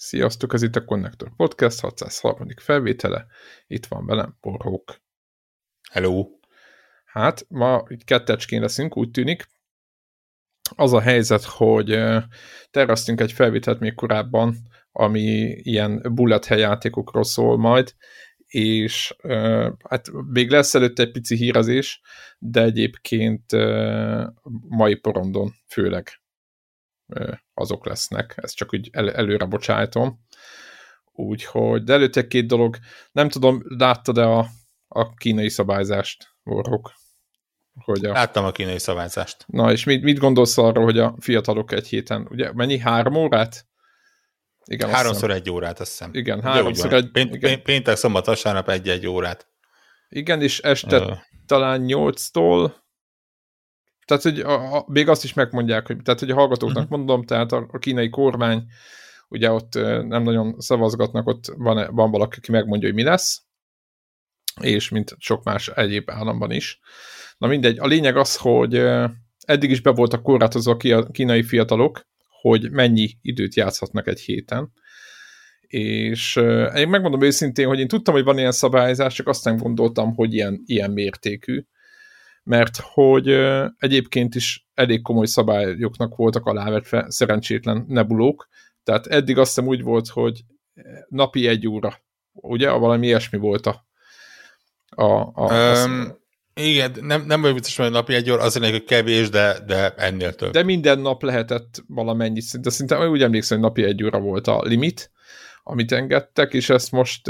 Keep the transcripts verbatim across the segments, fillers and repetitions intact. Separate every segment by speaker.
Speaker 1: Sziasztok, ez itt a Connector Podcast hatszázharmadik felvétele. Itt van velem Borhók.
Speaker 2: Hello.
Speaker 1: Hát, ma így kettecskén leszünk, úgy tűnik. Az a helyzet, hogy terveztünk egy felvételt még korábban, ami ilyen bullet hell játékokról szól majd, és hát még lesz előtte egy pici hírezés, de egyébként mai porondon főleg azok lesznek. Ezt csak úgy el, előre bocsájtom. Úgyhogy, de előtte két dolog. Nem tudom, láttad-e a, a kínai szabályzást, Borhók? Hogy a...
Speaker 2: Láttam a kínai szabályzást.
Speaker 1: Na, és mit, mit gondolsz arról, hogy a fiatalok egy héten, ugye mennyi? Három órát?
Speaker 2: Igen, háromszor egy órát, azt hiszem.
Speaker 1: Igen, háromszor egy...
Speaker 2: Pént,
Speaker 1: igen.
Speaker 2: Péntek, szombat, vasárnap egy-egy órát.
Speaker 1: Igen, és este uh. talán nyolctól, tehát, hogy a, a, még azt is megmondják, hogy, tehát, hogy a hallgatóknak uh-huh. mondom, tehát a, a kínai kormány, ugye ott nem nagyon szavazgatnak, ott van, van valaki, aki megmondja, hogy mi lesz, és mint sok más egyéb államban is. Na mindegy, a lényeg az, hogy eddig is be voltak korlátozva a kínai fiatalok, hogy mennyi időt játszhatnak egy héten. És én megmondom őszintén, hogy én tudtam, hogy van ilyen szabályzás, csak azt nem gondoltam, hogy ilyen, ilyen mértékű, mert hogy egyébként is elég komoly szabályoknak voltak alávetve szerencsétlen nebulók, tehát eddig azt hiszem úgy volt, hogy napi egy óra, ugye? Valami ilyesmi volt a... a, a
Speaker 2: um, igen, nem, nem vagy biztos, hogy napi egy óra, azért hogy kevés, de, de ennél több.
Speaker 1: De minden nap lehetett valamennyi, de szinte úgy emlékszem, hogy napi egy óra volt a limit, amit engedtek, és ezt most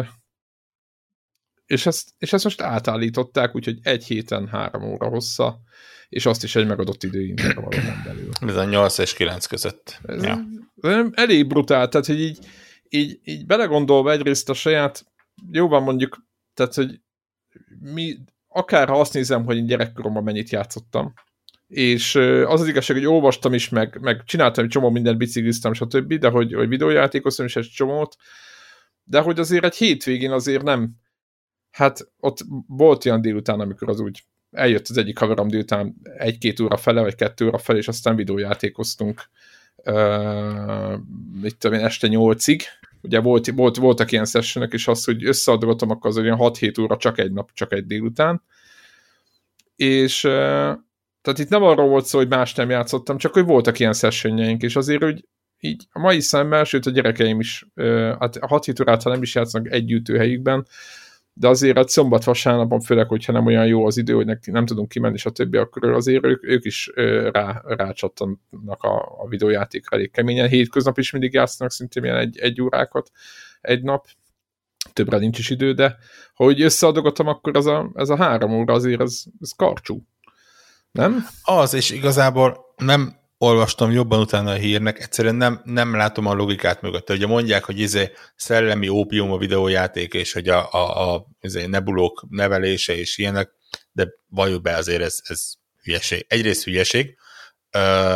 Speaker 1: és ezt, és ezt most átállították, úgyhogy egy héten három óra hossza, és azt is egy megadott időintervallumon belül.
Speaker 2: Ez a nyolc és kilenc között.
Speaker 1: Ez ja. Elég brutál, tehát hogy így, így, így belegondolva egyrészt a saját, jóban mondjuk, tehát hogy mi, akár ha azt nézem, hogy én gyerekkoromban mennyit játszottam, és az az igazság, hogy olvastam is, meg, meg csináltam egy csomó mindent, bicikliztem, stb., de hogy, hogy videójátékoztam is egy csomót, de hogy azért egy hétvégén azért nem, hát ott volt olyan délután, amikor az úgy eljött az egyik haverom délután egy-két óra fele, vagy kettő óra fele, és aztán videójátékoztunk uh, mit tudom én, este nyolcig. Ugye volt, volt, voltak ilyen sessionek, és az, hogy összeadogatom, akkor az olyan hat-hét óra csak egy nap, csak egy délután. És uh, tehát itt nem arról volt szó, hogy más nem játszottam, csak hogy voltak ilyen sessionjeink, és azért, hogy így a mai szemmel, sőt a gyerekeim is, uh, hát hat-hét órát, ha nem is játszanak egy gyűjtőhelyükben, de azért a szombat-vasárnapon, főleg, hogyha nem olyan jó az idő, hogy nem tudunk kimenni, és a többi, akkor azért ők, ők is rá, rácsattannak a, a videójátékra elég keményen. Hétköznap is mindig játszanak szintén ilyen egy, egy órákat egy nap. Többre nincs is idő, de ha úgy összeadogatom, akkor ez a, ez a három óra azért ez, ez karcsú. Nem?
Speaker 2: Az, és igazából nem olvastam jobban utána a hírnek, egyszerűen nem, nem látom a logikát mögötte. Ugye mondják, hogy izé szellemi ópium a videójáték, és hogy a, a, a izé nebulók nevelése és ilyenek, de valljuk be azért ez, ez hülyeség. Egyrészt hülyeség, uh,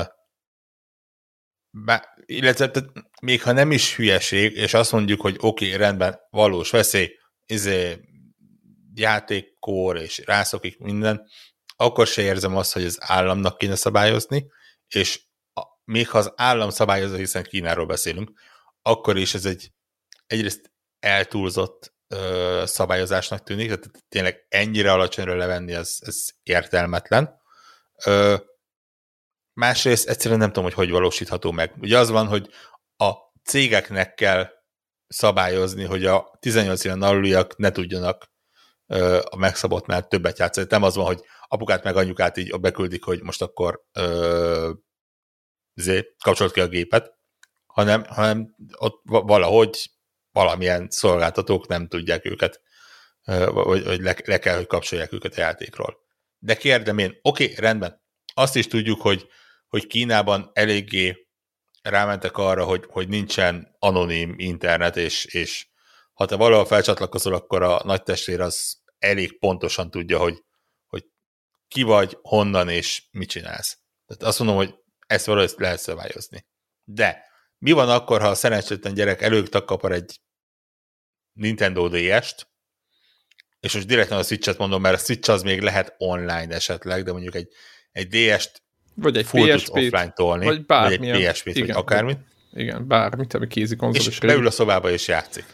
Speaker 2: bá, illetve tehát, még ha nem is hülyeség, és azt mondjuk, hogy oké, okay, rendben, valós veszély, izé játékkór, és rászokik minden, akkor se érzem azt, hogy az államnak kéne szabályozni, és a, még ha az állam szabályozza, hiszen Kínáról beszélünk, akkor is ez egy egyrészt eltúlzott ö, szabályozásnak tűnik, tehát tényleg ennyire alacsonyra levenni, ez, ez értelmetlen. Ö, másrészt egyszerűen nem tudom, hogy hogy valósítható meg. Ugye az van, hogy a cégeknek kell szabályozni, hogy a tizennyolc éven aluliak ne tudjanak ö, a megszabotnál többet játszani. Nem az van, hogy apukát meg anyukát így beküldik, hogy most akkor ö, zé, kapcsolt ki a gépet, hanem, hanem ott valahogy valamilyen szolgáltatók nem tudják őket, ö, vagy, vagy le, le kell, hogy kapcsolják őket a játékról. De kérdem én, oké, okay, rendben, azt is tudjuk, hogy, hogy Kínában eléggé rámentek arra, hogy, hogy nincsen anonim internet, és, és ha te valahol felcsatlakozol, akkor a nagy testvér az elég pontosan tudja, hogy ki vagy, honnan és mit csinálsz. Tehát azt mondom, hogy ezt valahogy lehet szabályozni. De mi van akkor, ha a szerencsétlen gyerek előtt kapar egy Nintendo dé est, és most direktben a Switch-et mondom, mert a Switch az még lehet online esetleg, de mondjuk egy, egy dé est
Speaker 1: vagy egy
Speaker 2: full
Speaker 1: pé es pét,
Speaker 2: offline tolni,
Speaker 1: vagy,
Speaker 2: vagy egy pé es pét, vagy akármit,
Speaker 1: Igen, bármit, ami kézi konzol.
Speaker 2: És beül a szobába és játszik.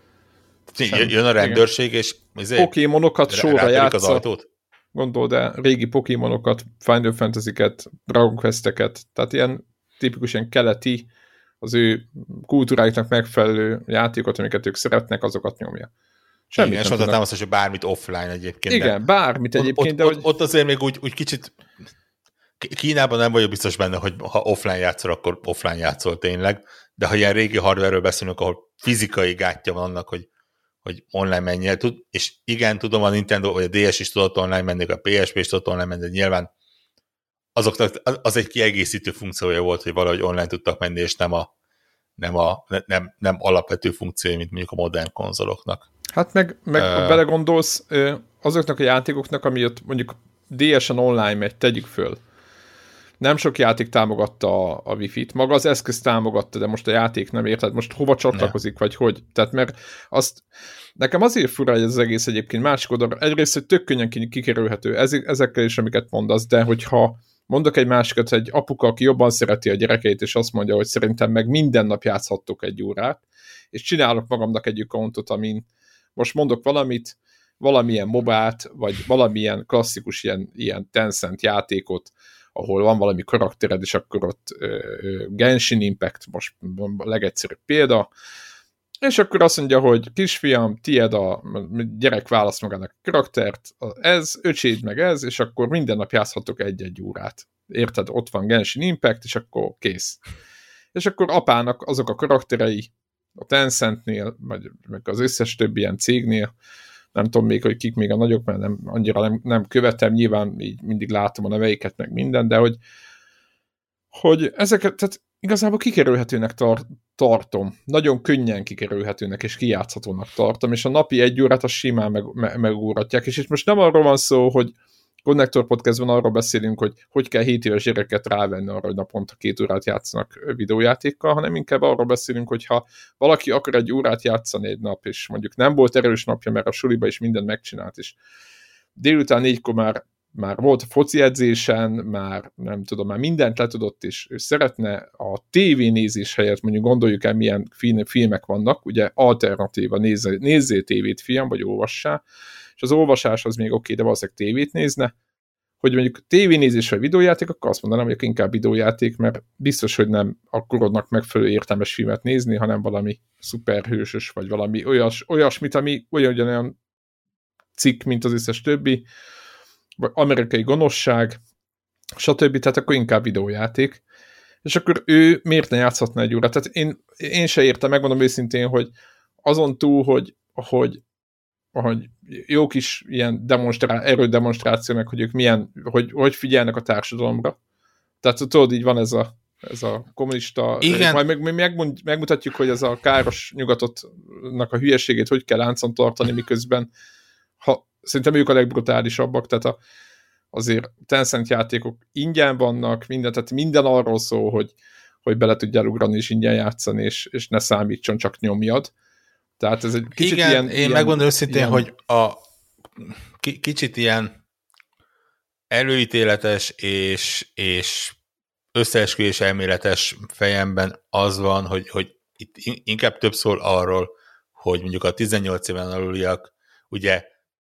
Speaker 1: Semmi.
Speaker 2: Jön a rendőrség, igen. És
Speaker 1: Pokémonokat sorra játsza.
Speaker 2: az ajtót.
Speaker 1: Gondold el, régi Pokémonokat, Final Fantasy-ket, Dragon Quest-eket, tehát ilyen tipikusan keleti, az ő kultúráiknak megfelelő játékot, amiket ők szeretnek, azokat nyomja.
Speaker 2: Semmit igen, és mondhatnám azt, hogy bármit offline egyébként.
Speaker 1: Igen, de bármit egyébként.
Speaker 2: Ott,
Speaker 1: de
Speaker 2: ott,
Speaker 1: hogy...
Speaker 2: ott azért még úgy, úgy kicsit Kínában nem vagyok biztos benne, hogy ha offline játszol, akkor offline játszol tényleg, de ha ilyen régi hardware-ről beszélünk, ahol fizikai gátja van annak, hogy, hogy online menjél tud, és igen, tudom, a Nintendo, vagy a dé es is tudott online menni, a pé es pé is tudott online menni, de nyilván azoknak, az egy kiegészítő funkciója volt, hogy valahogy online tudtak menni, és nem a nem, a, nem, nem alapvető funkciója, mint mondjuk a modern konzoloknak.
Speaker 1: Hát meg, meg uh, belegondolsz, azoknak a játékoknak, ami ott mondjuk dé esen online megy, tegyük föl. Nem sok játék támogatta a, a Wi-Fi-t, maga az eszköz támogatta, de most a játék nem érted, most hova csatlakozik, ne. vagy hogy. Tehát mert azt, nekem azért fura, hogy ez az egész egyébként másik oldalra. Egyrészt, hogy tök könnyen kikerülhető ezekkel is, amiket mondasz, de hogyha mondok egy másikat, egy apuka, aki jobban szereti a gyerekeit, és azt mondja, hogy szerintem meg minden nap játszhattok egy órát, és csinálok magamnak egy accountot, amin most mondok valamit, valamilyen mobát, vagy valamilyen klasszikus ilyen, ilyen Tencent játékot, ahol van valami karaktered, és akkor ott uh, Genshin Impact, most a legegyszerűbb példa, és akkor azt mondja, hogy kisfiam, tied a gyerek választ magának a karaktert, ez, öcséd meg ez, és akkor minden nap játszhatok egy-egy órát. Érted? Ott van Genshin Impact, és akkor kész. És akkor apának azok a karakterei a Tencentnél, vagy meg az összes többi ilyen cégnél, nem tudom még, hogy kik még a nagyok, mert nem, annyira nem, nem követem, nyilván így mindig látom a neveiket, meg minden, de hogy, hogy ezeket, tehát igazából kikerülhetőnek tar- tartom. Nagyon könnyen kikerülhetőnek és kijátszhatónak tartom, és a napi egy órát a simán meg, me- megúratják, és itt most nem arról van szó, hogy Connector Podcastban arról beszélünk, hogy hogy kell hét éves gyereket rávenni arra, hogy naponta két órát játszanak videójátékkal, hanem inkább arról beszélünk, hogy ha valaki akar egy órát játszani egy nap, és mondjuk nem volt erős napja, mert a suliba is mindent megcsinált, és délután négykor már, már volt a foci edzésen, már nem tudom, már mindent letudott, és, és szeretne a tévénézés helyett, mondjuk gondoljuk el, milyen filmek vannak, ugye alternatíva, nézzél, nézzél tévét, fiam, vagy olvassál, és az olvasás az még oké, okay, de valószínűleg tévét nézne, hogy mondjuk tévénézés vagy videójáték, akkor azt mondanám, hogy inkább videójáték, mert biztos, hogy nem a korodnak megfelelő értelmes filmet nézni, hanem valami szuperhősös, vagy valami olyas, olyasmit, ami olyan olyan cikk, mint az összes többi, vagy amerikai gonoszság, stb. Tehát akkor inkább videójáték. És akkor ő miért ne játszhatna egy órát? Tehát én, én se értem, megmondom őszintén, hogy azon túl, hogy, hogy hogy jó kis ilyen demonstrá- erődemonstráció, meg hogy ők milyen, hogy, hogy figyelnek a társadalomra. Tehát tudod, így van ez a, ez a kommunista,
Speaker 2: igen.
Speaker 1: Majd meg, meg, megmond, megmutatjuk, hogy ez a káros nyugatotnak a hülyeségét hogy kell láncon tartani, miközben ha, szerintem ők a legbrutálisabbak, tehát a, azért Tencent játékok ingyen vannak, minden, tehát minden arról szól, hogy, hogy bele tudjál ugrani és ingyen játszani, és, és ne számítson, csak nyomjad. Tehát ez egy kicsit
Speaker 2: igen,
Speaker 1: ilyen...
Speaker 2: én
Speaker 1: ilyen,
Speaker 2: megmondom őszintén,
Speaker 1: ilyen...
Speaker 2: hogy a k- kicsit ilyen előítéletes és, és összeesküvés elméletes fejemben az van, hogy, hogy itt inkább több szól arról, hogy mondjuk a tizennyolc éven aluliak, ugye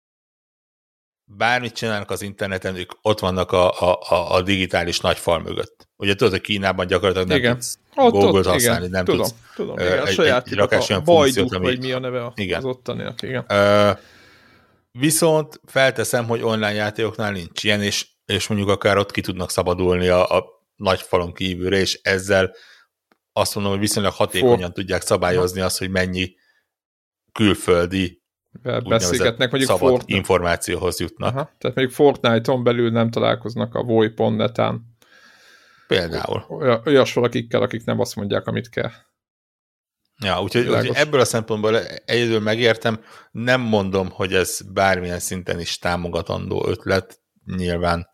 Speaker 2: bármit csinálnak az interneten, ők ott vannak a, a, a, a digitális nagyfal mögött. Ugye tudod, hogy Kínában gyakorlatilag nem
Speaker 1: igen.
Speaker 2: tudsz Google-t használni, igen. nem
Speaker 1: tudom,
Speaker 2: tudsz
Speaker 1: tudom,
Speaker 2: uh,
Speaker 1: igen, a
Speaker 2: egy,
Speaker 1: saját
Speaker 2: egy rakás olyan
Speaker 1: Baidu,
Speaker 2: funkciót, ami...
Speaker 1: vagy mi a neve
Speaker 2: igen.
Speaker 1: az ottaniak, igen.
Speaker 2: Uh, viszont felteszem, hogy online játékoknál nincs ilyen, és, és mondjuk akár ott ki tudnak szabadulni a, a nagy falon kívülre, és ezzel azt mondom, hogy viszonylag hatékonyan For... tudják szabályozni azt, hogy mennyi külföldi
Speaker 1: beszélgetnek, mondjuk
Speaker 2: szabad
Speaker 1: Fortnite.
Speaker 2: információhoz jutnak.
Speaker 1: Aha, tehát mondjuk Fortnite-on belül nem találkoznak a voip pont net-en.
Speaker 2: Például.
Speaker 1: Olyas valakikkel, akik nem azt mondják, amit kell.
Speaker 2: Ja, úgyhogy, úgyhogy ebből a szempontból egyedül megértem, nem mondom, hogy ez bármilyen szinten is támogatandó ötlet, nyilván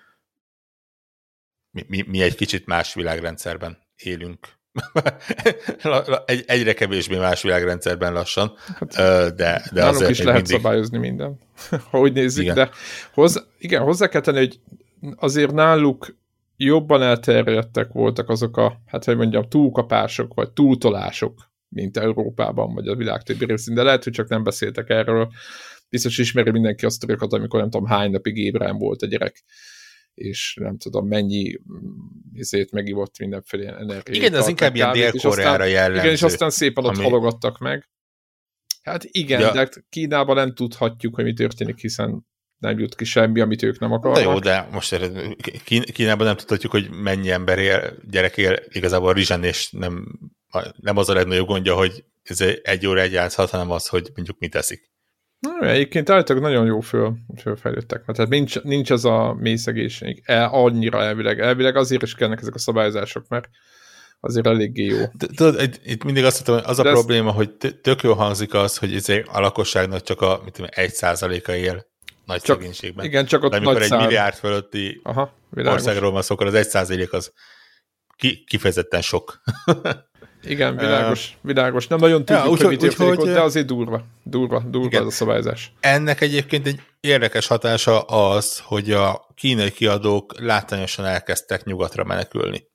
Speaker 2: mi, mi, mi egy kicsit más világrendszerben élünk. egy, egyre kevésbé más világrendszerben lassan, hát, de, de azért
Speaker 1: is lehet
Speaker 2: mindig...
Speaker 1: szabályozni minden, ha úgy nézzük,
Speaker 2: igen.
Speaker 1: de hozzá, igen, hozzá kell tenni, hogy azért náluk jobban elterjedtek voltak azok a, hát hogy mondjam, túlkapások, vagy túltolások, mint Európában, vagy a világ többi részén, de lehet, hogy csak nem beszéltek erről. Biztos ismeri mindenki azt a amikor nem tudom hány napig ébren volt a gyerek, és nem tudom mennyi ezért megivott mindenféle energiát.
Speaker 2: Igen, az inkább ilyen Dél-Koreára jellemző.
Speaker 1: Igen, és aztán szépen ott ami... halogattak meg. Hát igen, ja. De Kínában nem tudhatjuk, hogy mi történik, hiszen nem jut ki semmi, amit ők nem akarnak.
Speaker 2: De jó, de most Kínában nem tudhatjuk, hogy mennyi ember él, gyerek él, igazából rizsen, és nem, nem az a legnagyobb gondja, hogy ez egy óra egy játszhat, hanem az, hogy mondjuk mit teszik.
Speaker 1: Na, egyébként állítólag nagyon jó föl, fölfejlődtek. Tehát nincs, nincs az a mély szegénység. El, annyira elvileg. Elvileg azért is kellnek ezek a szabályozások, mert azért eléggé jó.
Speaker 2: Tudod, itt, itt mindig azt mondtam, hogy az a De probléma, ez... hogy tök jó hangzik az, hogy a lakosságnak csak a mit tudom, egy százaléka él nagy csak, szegénységben.
Speaker 1: Igen, csak ott
Speaker 2: de amikor
Speaker 1: nagy
Speaker 2: egy
Speaker 1: szár...
Speaker 2: milliárd fölötti Aha, országról van szó, akkor az egy százalék az ki, kifejezetten sok.
Speaker 1: Igen, világos, világos. Nem nagyon tudjuk, ja, úgy, hogy mit értelik ott, de azért durva. Durva, durva igen. Ez a szabályzás.
Speaker 2: Ennek egyébként egy érdekes hatása az, hogy a kínai kiadók látványosan elkezdtek nyugatra menekülni.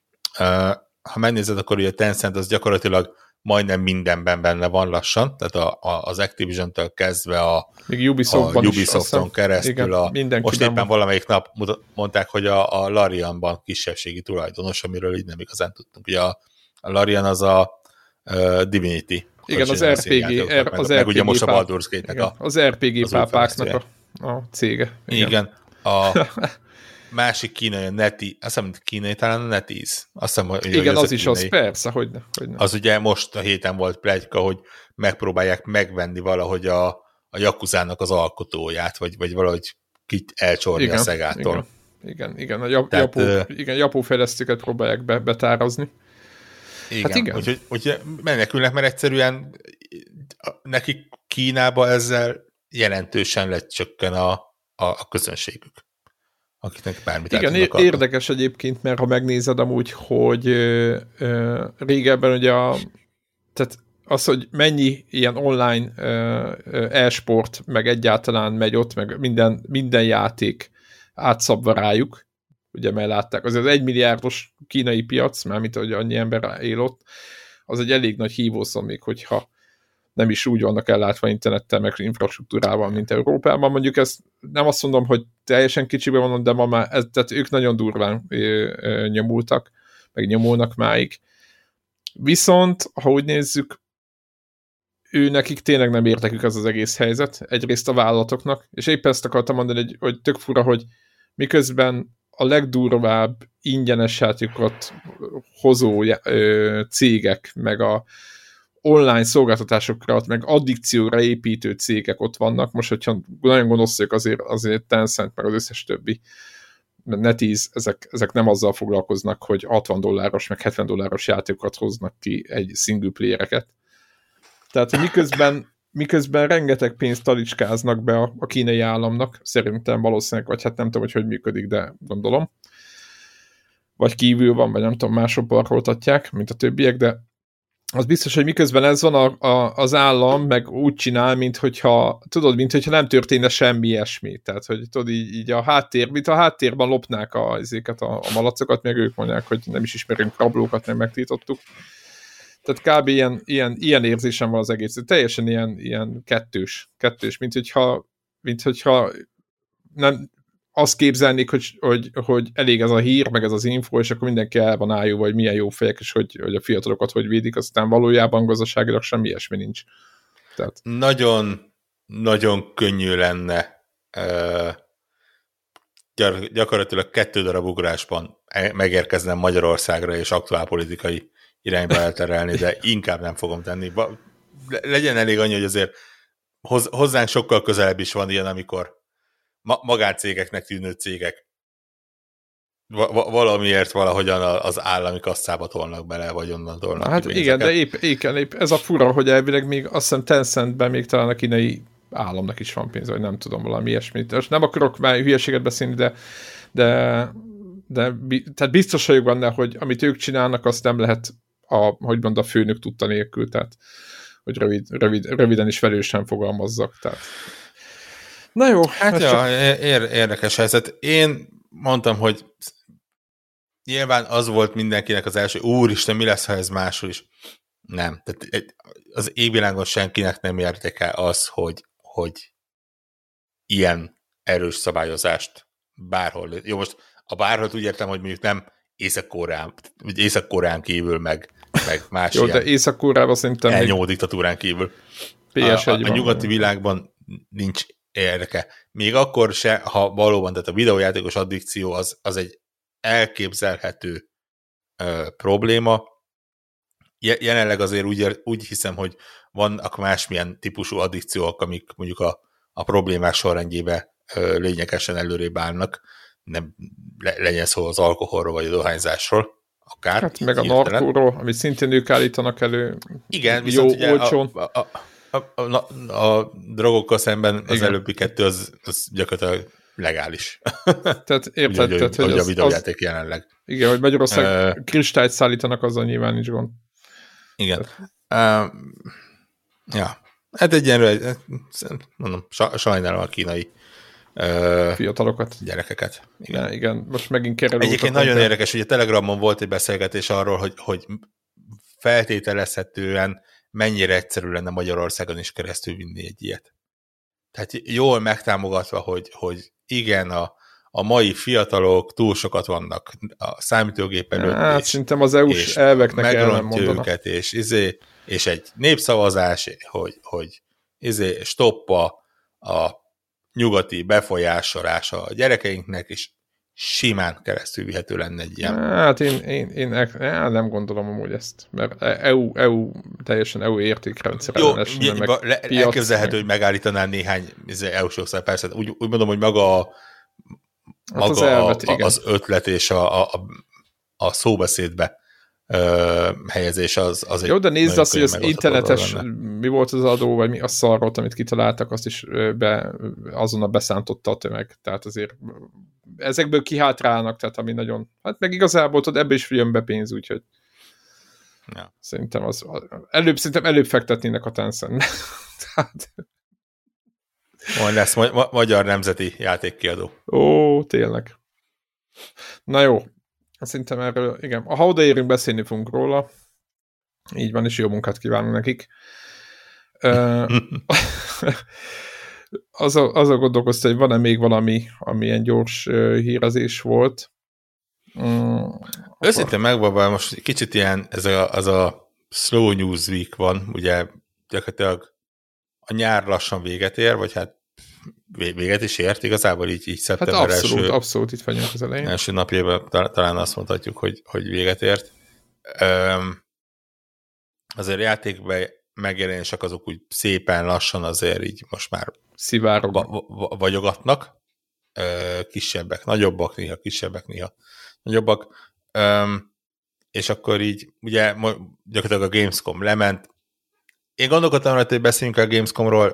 Speaker 2: Ha megnézed, akkor ugye a Tencent az gyakorlatilag majdnem mindenben benne van lassan, tehát a, a, az Activision-től kezdve a,
Speaker 1: még Ubisoftban
Speaker 2: a Ubisofton is, keresztül. Igen, a, most éppen van. Valamelyik nap mondták, hogy a, a Larianban kisebbségi tulajdonos, amiről így nem igazán tudtunk. Ugye a, a Larian az a uh, Divinity.
Speaker 1: Igen, az er pé gé. Er,
Speaker 2: meg,
Speaker 1: az
Speaker 2: meg
Speaker 1: er pé gé
Speaker 2: ugye most a Baldur's Gate-nek a...
Speaker 1: Az er pé gé pápáknak a, a cége.
Speaker 2: Igen. igen a másik kínai, a Neti, azt hiszem, kínai talán a NetEase. Azt hiszem, hogy
Speaker 1: igen, az, az is
Speaker 2: kínai.
Speaker 1: Az, persze, hogyne, hogyne.
Speaker 2: Az ugye most a héten volt pletyka, hogy megpróbálják megvenni valahogy a, a Yakuzának az alkotóját, vagy, vagy valahogy kit elcsorni igen, a Szegától.
Speaker 1: Igen, igen, igen. a jap,
Speaker 2: Tehát,
Speaker 1: japó, uh, igen, japó fejlesztőket próbálják be, betárazni.
Speaker 2: Igen, hát igen. Úgyhogy, úgyhogy menekülnek, mert egyszerűen nekik Kínába ezzel jelentősen lecsökken a, a, a közönségük, akiknek bármit
Speaker 1: igen, é- érdekes egyébként, mert ha megnézed amúgy, hogy ö, ö, régebben ugye a, tehát az, hogy mennyi ilyen online ö, ö, e-sport, meg egyáltalán megy ott, meg minden, minden játék átszabva rájuk, ugye mert látták, azért az egymilliárdos kínai piac, mármint, hogy annyi ember él ott, az egy elég nagy hívószó még, hogyha nem is úgy vannak ellátva internettel, meg infrastruktúrával, mint Európában. Mondjuk ezt nem azt mondom, hogy teljesen kicsibe van, de ma már, ez, tehát ők nagyon durván ö, ö, nyomultak, meg nyomulnak máig. Viszont, ha úgy nézzük, ő nekik tényleg nem értekük ez az egész helyzet, egyrészt a vállalatoknak, és éppen ezt akartam mondani, hogy, hogy tök fura, hogy miközben a legdurvább ingyenes játékokat hozó ö, cégek, meg a online szolgáltatásokra, meg addikcióra építő cégek ott vannak. Most, hogyha nagyon gonoszak, azért, azért Tencent, meg az összes többi NetEase, ezek, ezek nem azzal foglalkoznak, hogy hatvan dolláros, meg hetven dolláros játékokat hoznak ki egy single playereket. Tehát miközben, miközben rengeteg pénzt talicskáznak be a, a kínai államnak, szerintem valószínűleg, vagy hát nem tudom, hogy hogy működik, de gondolom. Vagy kívül van, vagy nem tudom, máshogy parkoltatják, mint a többiek, de az biztos, hogy miközben ez van a, a, az állam, meg úgy csinál, mint hogyha, tudod, mint hogyha nem történne semmi ilyesmi. Tehát, hogy tudod, így, így a háttér, mint a háttérben lopnák a, ezeket a, a malacokat, meg ők mondják, hogy nem is ismerünk rablókat, nem megtiltottuk. Tehát kb. ilyen, ilyen, ilyen érzésem van az egész. Teljesen ilyen, ilyen kettős, kettős, mint hogyha, mint hogyha nem azt képzelnék, hogy, hogy, hogy elég ez a hír, meg ez az info, és akkor mindenki el van álljóva, hogy milyen jó fejek, és hogy, hogy a fiatalokat hogy védik, aztán valójában gazdaságilag semmi ilyesmi nincs. Tehát... Nagyon,
Speaker 2: nagyon könnyű lenne uh, gyar- gyakorlatilag kettő darab ugrásban megérkeznem Magyarországra, és aktuál politikai irányba elterelni, de inkább nem fogom tenni. Legyen elég annyi, hogy azért hozzánk sokkal közelebb is van ilyen, amikor ma- magáncégeknek tűnő cégek va- valamiért valahogyan az állami kasszába tolnak bele, vagy onnan tolnak
Speaker 1: hát ki igen, de épp, épp, épp ez a fura, hogy elvileg még azt hiszem Tencentben még talán a kínai államnak is van pénz, vagy nem tudom, valami ilyesmit. Most nem akarok már hülyeséget beszélni, de, de, de tehát biztos vagyok benne, hogy amit ők csinálnak, azt nem lehet a, hogy mondom, a főnök tudta nélkül, tehát hogy rövid, rövid, röviden is velősen fogalmazzak. Tehát. Na jó.
Speaker 2: Hát ja, csak... ér- érdekes helyzet. Én mondtam, hogy nyilván az volt mindenkinek az első, úristen, mi lesz, ha ez máshol is? Nem. Tehát az égvilágon senkinek nem érdekel az, hogy, hogy ilyen erős szabályozást bárhol. Jó, most a bárhol úgy értem, hogy mondjuk nem Észak-Koreán, vagy Észak-Koreán kívül, meg, meg más
Speaker 1: jó,
Speaker 2: ilyen
Speaker 1: de Észak-Koreában szerintem
Speaker 2: elnyomó diktatúrán kívül. A, a, a nyugati világban nincs érdeke. Még akkor se, ha valóban, tehát a videójátékos addikció az, az egy elképzelhető ö, probléma. Jelenleg azért úgy, úgy hiszem, hogy vannak másmilyen típusú addikciók, amik mondjuk a, a problémák sorrendjébe ö, lényegesen előrébb állnak. Nem le, legyen szó az alkoholról vagy a dohányzásról. Akár.
Speaker 1: Hát meg a narkóról, amit szintén ők állítanak elő.
Speaker 2: Igen, viszont
Speaker 1: jó,
Speaker 2: ugye
Speaker 1: olcsón.
Speaker 2: A, a, a, a, a, a drogokkal szemben az igen. előbbi kettő az, az gyakorlatilag legális.
Speaker 1: Tehát érted,
Speaker 2: hogy,
Speaker 1: hogy
Speaker 2: az,
Speaker 1: az,
Speaker 2: a videójáték az, jelenleg.
Speaker 1: Igen, hogy Magyarország uh, kristályt szállítanak, azzal nyilván nincs gond.
Speaker 2: Igen. Uh, ja. Hát egyenlő, mondom, sajnálom a kínai uh,
Speaker 1: fiatalokat.
Speaker 2: Gyerekeket.
Speaker 1: Igen, ja, igen. Most megint kerül.
Speaker 2: Egyébként nagyon de... érdekes, hogy a Telegramon volt egy beszélgetés arról, hogy, hogy feltételezhetően mennyire egyszerű lenne Magyarországon is keresztül vinni egy ilyet. Tehát jól megtámogatva, hogy, hogy igen, a, a mai fiatalok túl sokat vannak a számítógép előtt,
Speaker 1: hát,
Speaker 2: és,
Speaker 1: szerintem az é u-s elveknek ellen mondanak.
Speaker 2: Őket, és, izé, és egy népszavazás, hogy, hogy izé, stoppa a nyugati befolyásolása a gyerekeinknek, és simán keresztül vihető lenne egy ilyen.
Speaker 1: Hát én, én, én, én nem gondolom amúgy ezt, mert é u, é u teljesen é u értékrendszer ellenes.
Speaker 2: Jó, meg le, elképzelhető, hogy megállítanál néhány é u-s jogszabály, persze. Úgy, úgy mondom, hogy maga, a, maga hát az, elvet, a, az ötlet és a, a, a szóbeszédbe ö, helyezés az, az
Speaker 1: jó, de nézd azt, hogy az internetes, mi volt az adó, vagy mi a szarrot, amit kitaláltak, azt is be, azonnal beszántotta a tömeg. Tehát azért ezekből kihátrálnak, tehát ami nagyon, hát meg igazából tudod, ebből is jön be pénz, úgyhogy ja. Szerintem az, előbb, szerintem előbb fektetnének a Tencent. Tehát...
Speaker 2: Majd lesz ma- ma- magyar nemzeti játékkiadó.
Speaker 1: Ó, tényleg. Na jó, szerintem erről, igen, ha odaérünk, beszélni fogunk róla. Így van, és jó munkát kívánunk nekik. Azon az gondolkozta, hogy van-e még valami, ami ilyen gyors uh, hírezés volt. Mm,
Speaker 2: Őszintén megvalóan most kicsit ilyen, ez a, az a slow news week van, ugye gyakorlatilag a nyár lassan véget ér, vagy hát véget is ért igazából, így, így szeptember
Speaker 1: hát abszolút,
Speaker 2: első,
Speaker 1: abszolút itt vagyunk az elején.
Speaker 2: Első napjában talán azt mondhatjuk, hogy, hogy véget ért. Üm, azért játékban megjelenések azok úgy szépen lassan azért így most már
Speaker 1: szivárog.
Speaker 2: Va- va- vagyogatnak. Ö, kisebbek, nagyobbak, néha kisebbek, néha nagyobbak. Üm, és akkor így ugye gyakorlatilag a Gamescom lement. Én gondolkodtam rá, hogy beszéljünk a Gamescomról.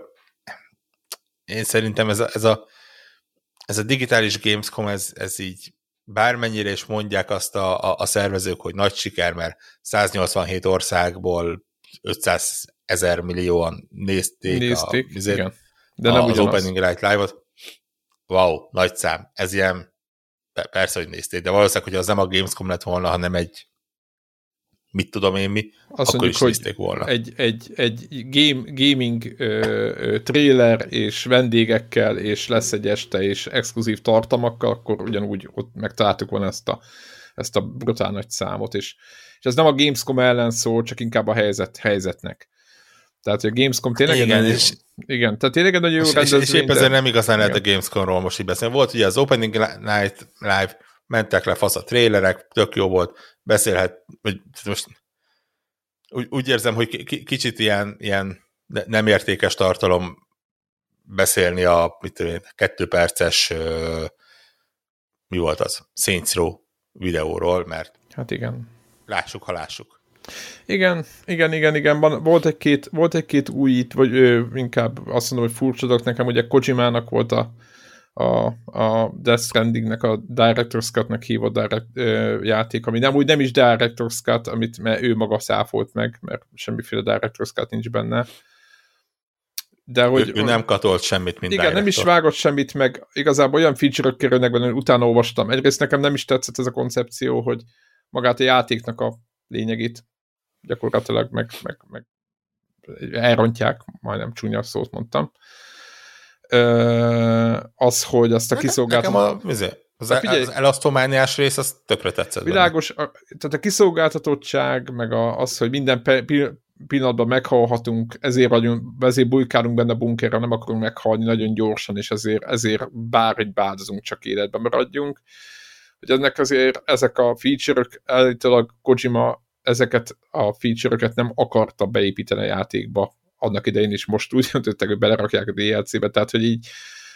Speaker 2: Én szerintem ez a, ez a, ez a digitális Gamescom, ez, ez így bármennyire is mondják azt a, a, a szervezők, hogy nagy siker, mert száznyolcvanhét országból ötszázezer millióan nézték,
Speaker 1: nézték
Speaker 2: a,
Speaker 1: igen. De nem
Speaker 2: a, az
Speaker 1: ugyanaz.
Speaker 2: Opening Night Live-ot. Wow, nagy szám. Ez ilyen, persze, hogy nézték, de valószínűleg, hogy az nem a Gamescom lett volna, hanem egy mit tudom én mi,
Speaker 1: azt
Speaker 2: akkor
Speaker 1: mondjuk,
Speaker 2: is nézték volna.
Speaker 1: Egy, egy, egy game, gaming ö, ö, trailer és vendégekkel, és lesz egy este, és exkluzív tartalmakkal, akkor ugyanúgy ott megtaláltuk volna ezt a, ezt a brutál nagy számot, és, és ez nem a Gamescom ellen szól, csak inkább a helyzet, helyzetnek. Tehát, hogy a Gamescom tényleg
Speaker 2: igen,
Speaker 1: egy,
Speaker 2: és,
Speaker 1: igen, tehát tényleg egy nagyon jó
Speaker 2: és,
Speaker 1: rendezvény.
Speaker 2: És épp ezért nem igazán lehet a Gamescomról most így beszélni. Volt ugye az Opening Night Live, mentek le fasz a trailerek, tök jó volt, beszélhet, hogy most úgy, úgy érzem, hogy k- kicsit ilyen, ilyen nem értékes tartalom beszélni a mit tudom én, kettő perces uh, mi volt az? Saints Row videóról, mert
Speaker 1: hát igen.
Speaker 2: Lássuk, ha lássuk.
Speaker 1: Igen, igen, igen, igen. Volt egy-két, volt egy-két újít, vagy ö, inkább azt mondom, hogy furcsa dolog nekem, ugye Kojimának volt a, a, a Death Strandingnek a Director's Cut-nek hívott direct, ö, játék, ami nem úgy nem is Director's Cut, amit mert ő maga száfolt meg, mert semmiféle Director's Cut nincs benne. De hogy,
Speaker 2: ő, ő nem katolt semmit, mint
Speaker 1: igen, nem is vágott semmit, meg igazából olyan feature-ök kerülnek benne, hogy utána olvastam. Egyrészt nekem nem is tetszett ez a koncepció, hogy magát a játéknak a lényegét gyakorlatilag meg, meg, meg elrontják, majdnem csúnya szót mondtam. Ö, az, hogy azt a kiszolgáltatott...
Speaker 2: Nekem a, az, az elasztomániás rész, az tökre tetszett.
Speaker 1: Világos, a, tehát a kiszolgáltatottság, meg a, az, hogy minden pe, pillanatban meghalhatunk, ezért, vagyunk, ezért bujkálunk benne a bunkerre, nem akarunk meghalni nagyon gyorsan, és ezért, ezért bárhogy bádozunk, csak életben maradjunk. Hogy ennek azért ezek a feature-ök, állítólag Kojima ezeket a feature-öket nem akarta beépíteni a játékba, annak idején is most úgy döntöttek, hogy belerakják a dé el cé-be, tehát hogy így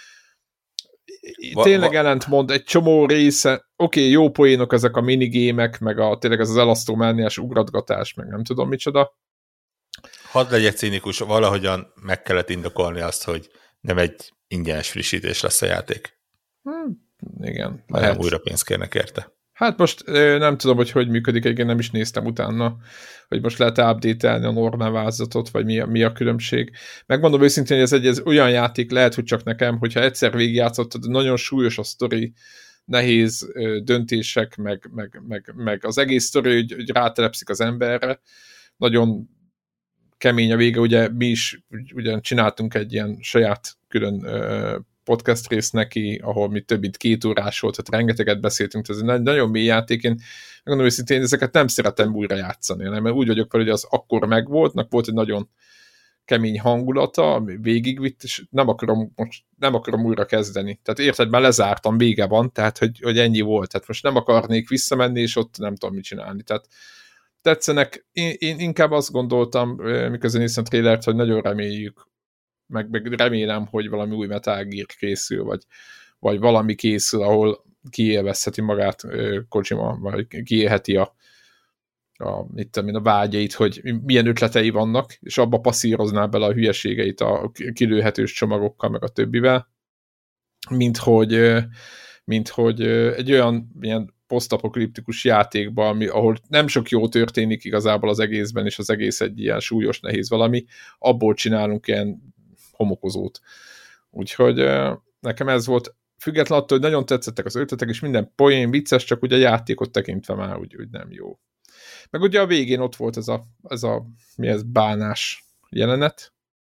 Speaker 1: va, tényleg va, ellentmond egy csomó része, oké, okay, jó poénok ezek a minigémek, meg a, tényleg ez az elasztómániás ugratgatás, meg nem tudom micsoda.
Speaker 2: Hadd legyek cínikus, valahogyan meg kellett indokolni azt, hogy nem egy ingyenes frissítés lesz a játék.
Speaker 1: Hmm, igen.
Speaker 2: Hanem újra pénzt kérnek érte.
Speaker 1: Hát most nem tudom, hogy hogy működik, egyébként nem is néztem utána, hogy most lehet update-elni a normál változatot, vagy mi a, mi a különbség. Megmondom őszintén, hogy ez egy ez olyan játék, lehet, hogy csak nekem, hogyha egyszer végigjátszottad, nagyon súlyos a sztori, nehéz döntések, meg, meg, meg, meg az egész sztori, hogy, hogy rátelepszik az emberre. Nagyon kemény a vége, ugye mi is ugyan csináltunk egy ilyen saját külön podcast rész neki, ahol mi több mint két órás volt, tehát rengeteget beszéltünk, ez egy nagyon mély játék, én megmondom őszintén, ezeket nem szeretem újra játszani, hanem mert úgy vagyok fel, hogy az akkor megvoltnak, volt egy nagyon kemény hangulata, ami végigvitt, és nem akarom, most nem akarom újra kezdeni. Tehát érted, már lezártam, vége van, tehát hogy, hogy ennyi volt, tehát most nem akarnék visszamenni, és ott nem tudom mit csinálni, tehát tetszenek, én, én inkább azt gondoltam, miközben néztem a trailert, hogy nagyon reméljük, meg, meg remélem, hogy valami új Metal Gear készül, vagy, vagy valami készül, ahol kiélvezheti magát Kojima, vagy kiélheti a, a, mit tudom én, a vágyait, hogy milyen ötletei vannak, és abba passzírozná bele a hülyeségeit a kilőhetős csomagokkal, meg a többivel, mint hogy, mint hogy egy olyan ilyen posztapokaliptikus játékban, ami, ahol nem sok jó történik igazából az egészben, és az egész egy ilyen súlyos, nehéz valami, abból csinálunk ilyen homokozót. Úgyhogy nekem ez volt, függetlenül attól, hogy nagyon tetszettek az ötletek, és minden poén vicces, csak ugye a játékot tekintve már úgy, úgy nem jó. Meg ugye a végén ott volt ez a, ez a mi ez, bánás jelenet.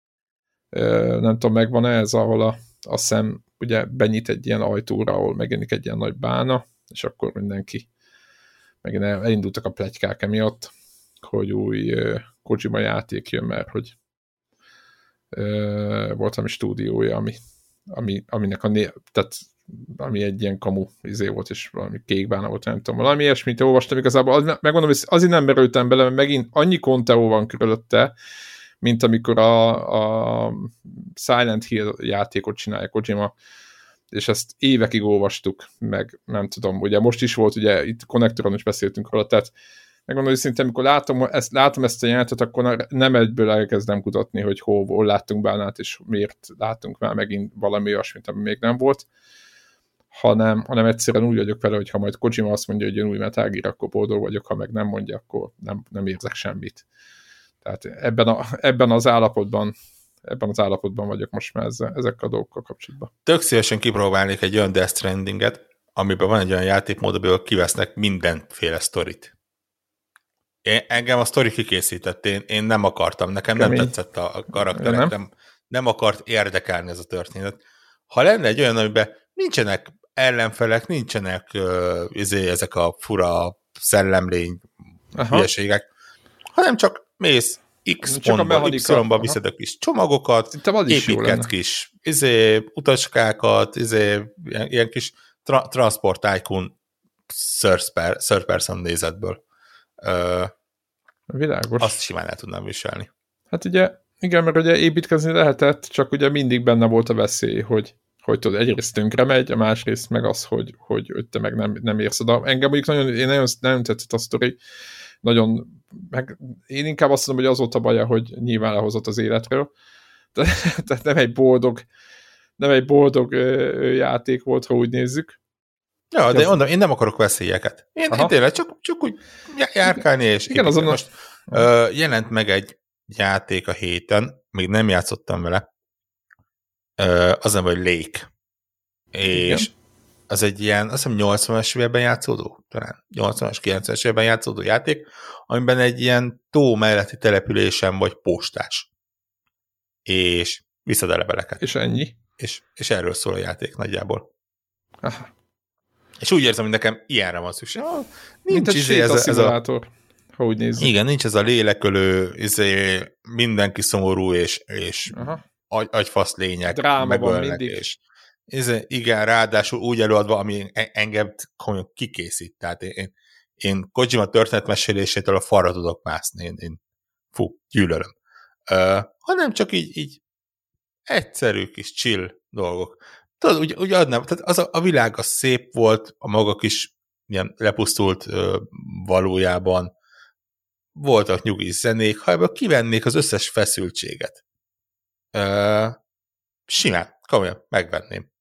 Speaker 1: Nem tudom, megvan-e ez, ahol a, a szem ugye benyit egy ilyen ajtóra, ahol megjelenik egy ilyen nagy bána, és akkor mindenki megint elindultak a pletykák emiatt, hogy új uh, Kojima játék jön, mert hogy uh, volt valami stúdiója, ami, ami, aminek a né- tehát ami egy ilyen kamu izé volt, és valami kék bána volt, nem tudom, valami ilyesmit olvastam igazából, az, megmondom, hogy azért nem merültem bele, mert megint annyi konteó van körülötte, mint amikor a, a Silent Hill játékot csinálja Kojima, és ezt évekig olvastuk, meg nem tudom, ugye most is volt, ugye itt Connectoron is beszéltünk róla, tehát megmondom, hogy szinte amikor látom ezt, látom ezt a jelentet, akkor nem egyből elkezdem kutatni, hogy hol, hol láttunk bánát, és miért látunk már megint valami olyasmit, ami még nem volt, hanem, hanem egyszerűen úgy vagyok vele, hogy ha majd Kojima azt mondja, hogy jön új Metal Gear, akkor boldog vagyok, ha meg nem mondja, akkor nem, nem érzek semmit. Tehát ebben, a, ebben az állapotban ebben az állapotban vagyok most már ezzel, ezekkel a dolgokkal kapcsolatban.
Speaker 2: Tök szívesen kipróbálnék egy olyan Death Strandinget, amiben van egy olyan játékmód, amiből kivesznek mindenféle sztorit. Én, engem a sztori kikészített, én, én nem akartam, nekem Kemény. nem tetszett a karakterek, nem? Nem, nem akart érdekelni ez a történet. Ha lenne egy olyan, amiben nincsenek ellenfelek, nincsenek uh, izé, ezek a fura szellemlény hülyeségek, hanem csak mész X pontból, Y-ba viszed a kis csomagokat, építkedsz kis izé, utacskákat, izé, ilyen, ilyen kis tra- transport tycoon third person nézetből. Uh,
Speaker 1: Világos.
Speaker 2: Azt simán el tudnám viselni.
Speaker 1: Hát ugye, igen, mert ugye építkezni lehetett, csak ugye mindig benne volt a veszély, hogy, hogy tudod, egyrészt tönkre megy, a másrészt meg az, hogy, hogy te meg nem, nem érsz oda. Engem mondjuk nagyon, én nagyon, nagyon tetszett a sztori, nagyon, meg én inkább azt mondom, hogy az volt a baja, hogy nyilván lehozott az életről. Tehát te, nem egy boldog, nem egy boldog ö, játék volt, ha úgy nézzük.
Speaker 2: Ja, de az... mondom, én nem akarok veszélyeket. Én, én tényleg csak, csak úgy járkálni és
Speaker 1: igen, azon
Speaker 2: most ö, jelent meg egy játék a héten, még nem játszottam vele, az nem, hogy Lake. És igen. Az egy ilyen, azt hiszem nyolcvanas években játszódó, talán nyolcvanas, kilencvenes években játszódó játék, amiben egy ilyen tó melletti településen vagy postás. És viszed a leveleket.
Speaker 1: És ennyi.
Speaker 2: És, és erről szól a játék nagyjából.
Speaker 1: Aha.
Speaker 2: És úgy érzem, hogy nekem ilyenre van szükség. Ah, nincs
Speaker 1: Mint
Speaker 2: izé ez,
Speaker 1: ez a... ha úgy nézzük.
Speaker 2: Igen, nincs ez a lélekölő, izé, mindenki szomorú, és, és agy, agyfasz lények.
Speaker 1: Dráma van mindig.
Speaker 2: És, izé, igen, ráadásul úgy előadva, ami engem komolyan kikészít. Tehát én, én, én Kojima történetmesélésétől a falra tudok mászni. Én, én fú, gyűlölöm. Uh, hanem csak így, így egyszerű kis chill dolgok. Tudod, úgy, úgy adnám, tehát az a, a világ az szép volt, a maga kis ilyen lepusztult uh, valójában, voltak nyugis zenék, ha ebből kivennék az összes feszültséget. Uh, simán, komolyan, megvenném.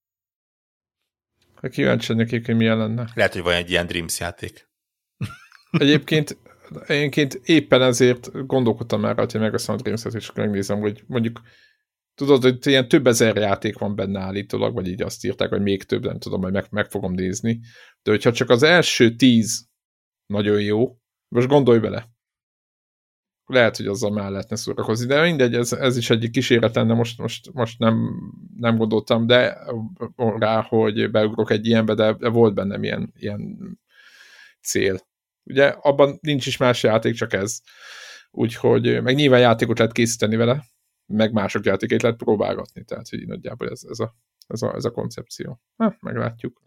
Speaker 1: Kíváncsi nekik, hogy milyen lenne.
Speaker 2: Lehet, hogy van egy ilyen Dreams játék.
Speaker 1: Egyébként Egyébként éppen ezért gondolkodtam már, hogy megveszem a Dreams-et, és megnézem, hogy mondjuk tudod, hogy ilyen több ezer játék van benne állítólag, vagy így azt írták, hogy még több, nem tudom, majd meg, meg fogom nézni. De hogyha csak az első tíz nagyon jó, most gondolj bele. Lehet, hogy azzal már lehetne szórakozni, de mindegy, ez, ez is egy kísérlet lenne, most, most, most nem, nem gondoltam de rá, hogy beugrok egy ilyenbe, de, de volt bennem ilyen, ilyen cél. Ugye abban nincs is más játék, csak ez. Úgyhogy meg nyilván játékot lehet készíteni vele, meg mások játékét lehet próbálgatni, tehát hogy nagyjából ez, ez, a, ez, a, ez a koncepció. Ha, meglátjuk.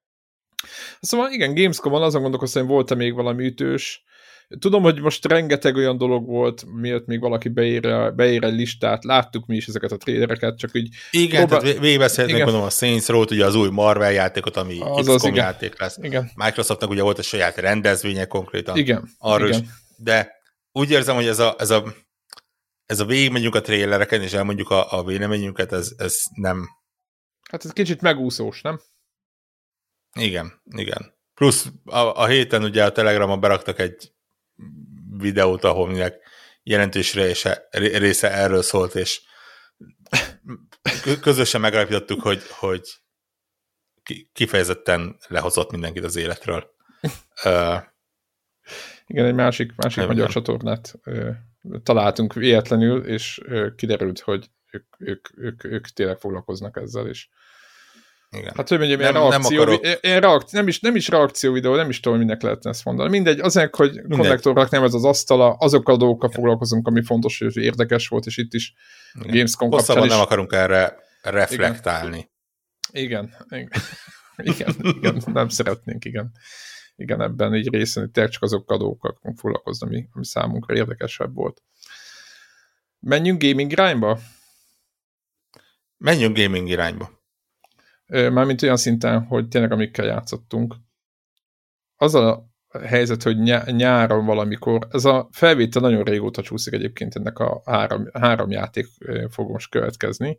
Speaker 1: Szóval igen, Gamescom-on azon gondolkoztam, hogy volt-e még valami ütős. Tudom, hogy most rengeteg olyan dolog volt, miért még valaki beír, beír egy listát, láttuk mi is ezeket a trélereket, csak így...
Speaker 2: Igen, próbál... tehát végigbeszélhetnék, mondom, a Saints Row-t, ugye az új Marvel játékot, ami az iksz kom játék lesz.
Speaker 1: Igen.
Speaker 2: Microsoftnak ugye volt a saját rendezvénye konkrétan.
Speaker 1: Igen.
Speaker 2: Arról
Speaker 1: igen.
Speaker 2: is. De úgy érzem, hogy ez a, ez a, ez a végigmegyünk a trélereken, és elmondjuk a, a véleményünket, ez, ez nem...
Speaker 1: Hát ez kicsit megúszós, nem?
Speaker 2: Igen, igen. Plusz a, a héten ugye a Telegramon beraktak egy videót, ahol mindenek jelentős része, része erről szólt, és közösen megállapítottuk, hogy, hogy kifejezetten lehozott mindenkit az életről. Uh,
Speaker 1: Igen, egy másik, másik magyar csatornát uh, találtunk véletlenül, és uh, kiderült, hogy ők, ők, ők, ők tényleg foglalkoznak ezzel, és igen. Hát, hogy mondjam, nem, ilyen reakció, nem, ilyen reakció, nem, is, nem is reakció videó, nem is tudom, minek lehetne ezt mondani. Mindegy, azért, hogy konnektornak nem ez az asztala, azokkal a dolgokkal igen. foglalkozunk, ami fontos, hogy érdekes volt, és itt is igen. Gamescom kapcsán is.
Speaker 2: nem akarunk erre reflektálni.
Speaker 1: Igen, igen, igen, igen, nem szeretnénk, igen. Igen, ebben így részen, tényleg csak azokkal a dolgokkal akarunk foglalkozni, ami, ami számunkra érdekesebb volt. Menjünk gaming irányba?
Speaker 2: Menjünk gaming irányba.
Speaker 1: Mármint olyan szinten, hogy tényleg amikkel játszottunk. Az a helyzet, hogy nyáron valamikor, ez a felvétel nagyon régóta csúszik egyébként, ennek a három, három játék fog most következni.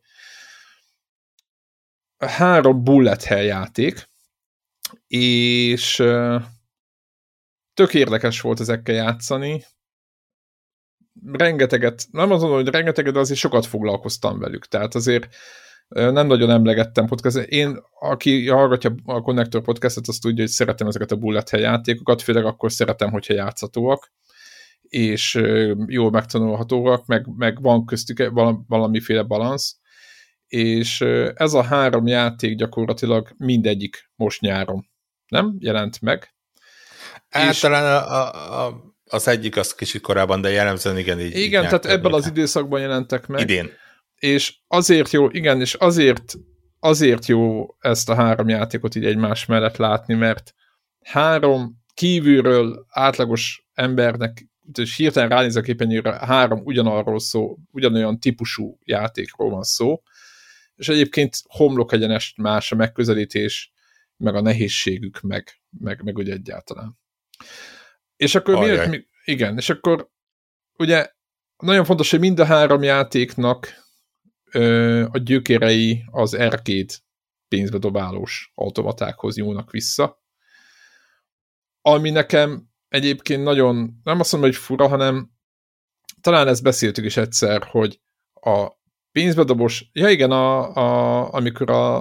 Speaker 1: Három bullet hell játék, és tök érdekes volt ezekkel játszani. Rengeteget, nem azon, hogy rengeteget, de azért sokat foglalkoztam velük. Tehát azért nem nagyon emlegettem podcast. Én, aki hallgatja a Connector podcastet, azt tudja, hogy szeretem ezeket a bullet hell játékokat, főleg akkor szeretem, hogyha játszhatóak, és jól megtanulhatóak, meg, meg van köztük valamiféle balansz, és ez a három játék gyakorlatilag mindegyik most nyáron, nem? Jelent meg.
Speaker 2: Általán a, a, a, az egyik az kicsit korábban, de jellemzően igen. Így,
Speaker 1: igen,
Speaker 2: így
Speaker 1: tehát ebben az időszakban jelentek meg.
Speaker 2: Idén.
Speaker 1: És azért jó, igen, és azért, azért jó ezt a három játékot így egymás mellett látni, mert három kívülről átlagos embernek, és hirtelen ránéz a képernyőre, három ugyanarról szó, ugyanolyan típusú játékról van szó, és egyébként homlok egyenest más a megközelítés, meg a nehézségük, meg, meg, meg ugye egyáltalán. És akkor miért, mi, igen, és akkor ugye nagyon fontos, hogy mind a három játéknak ö, a gyökerei az arcade pénzbedobálós automatákhoz nyúlnak vissza, ami nekem egyébként nagyon, nem azt mondom, hogy fura, hanem talán ezt beszéltük is egyszer, hogy a pénzbedobós, ja igen, a, a, amikor a,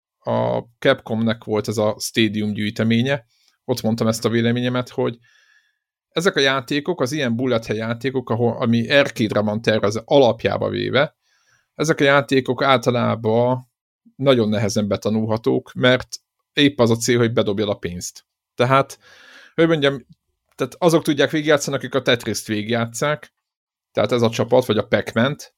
Speaker 1: a Capcomnek volt ez a Stadium gyűjteménye, ott mondtam ezt a véleményemet, hogy ezek a játékok, az ilyen bullet hell játékok, ahol, ami arcade-re van tervezve alapjába véve, ezek a játékok általában nagyon nehezen betanulhatók, mert épp az a cél, hogy bedobjad a pénzt. Tehát, hogy mondjam, tehát azok tudják végigjátszani, akik a Tetris-t végigjátszák, tehát ez a csapat, vagy a Pac-Man-t,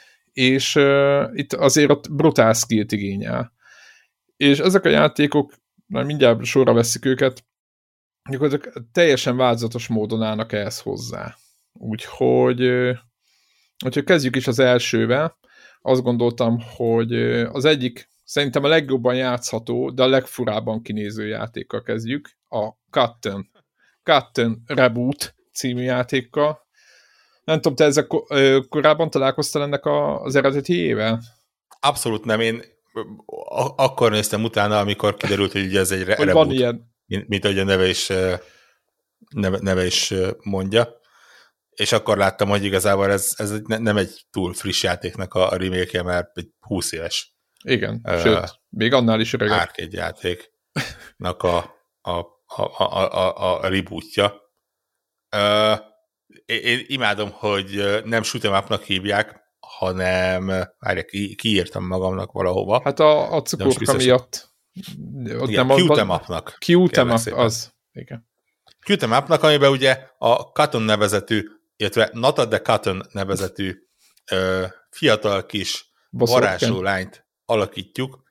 Speaker 1: és uh, itt azért ott brutál skillt igényel. És ezek a játékok, már mindjárt sorra veszik őket, gyakorlatilag teljesen változatos módon állnak ehhez hozzá. Úgyhogy, uh, hogyha kezdjük is az elsővel, azt gondoltam, hogy az egyik, szerintem a legjobban játszható, de a legfurábban kinéző játékkal kezdjük, a Cotton, Cotton Reboot című játékkal. Nem tudom, te ezzel korábban találkoztál ennek a, az eredetiével?
Speaker 2: Abszolút nem, én akkor néztem utána, amikor kiderült, hogy ugye ez egy
Speaker 1: hogy
Speaker 2: reboot,
Speaker 1: van ilyen.
Speaker 2: mint, mint ahogy a neve is, neve, neve is mondja. És akkor láttam, hogy igazából ez, ez nem egy túl friss játéknak a remake-je, mert egy húsz éves.
Speaker 1: Igen, uh, sőt, még annál is öregebb.
Speaker 2: Arcade játéknak a, a, a, a, a, a rebootja. Uh, én, én imádom, hogy nem shoot'em up-nak hívják, hanem várjál, ki, kiírtam magamnak valahova.
Speaker 1: Hát a, a cukorka miatt.
Speaker 2: Igen, shoot'em up-nak.
Speaker 1: shoot'em up, az. Igen.
Speaker 2: shoot'em up-nak, amiben ugye a Cotton nevezetű, illetve Not the Cotton nevezetű ö, fiatal kis varázsló lányt alakítjuk,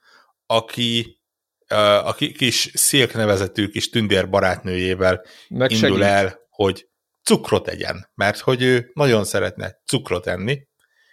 Speaker 2: aki ö, a kis Silk nevezetű kis tündér barátnőjével Meg indul segít. el, hogy cukrot egyen, mert hogy ő nagyon szeretne cukrot enni,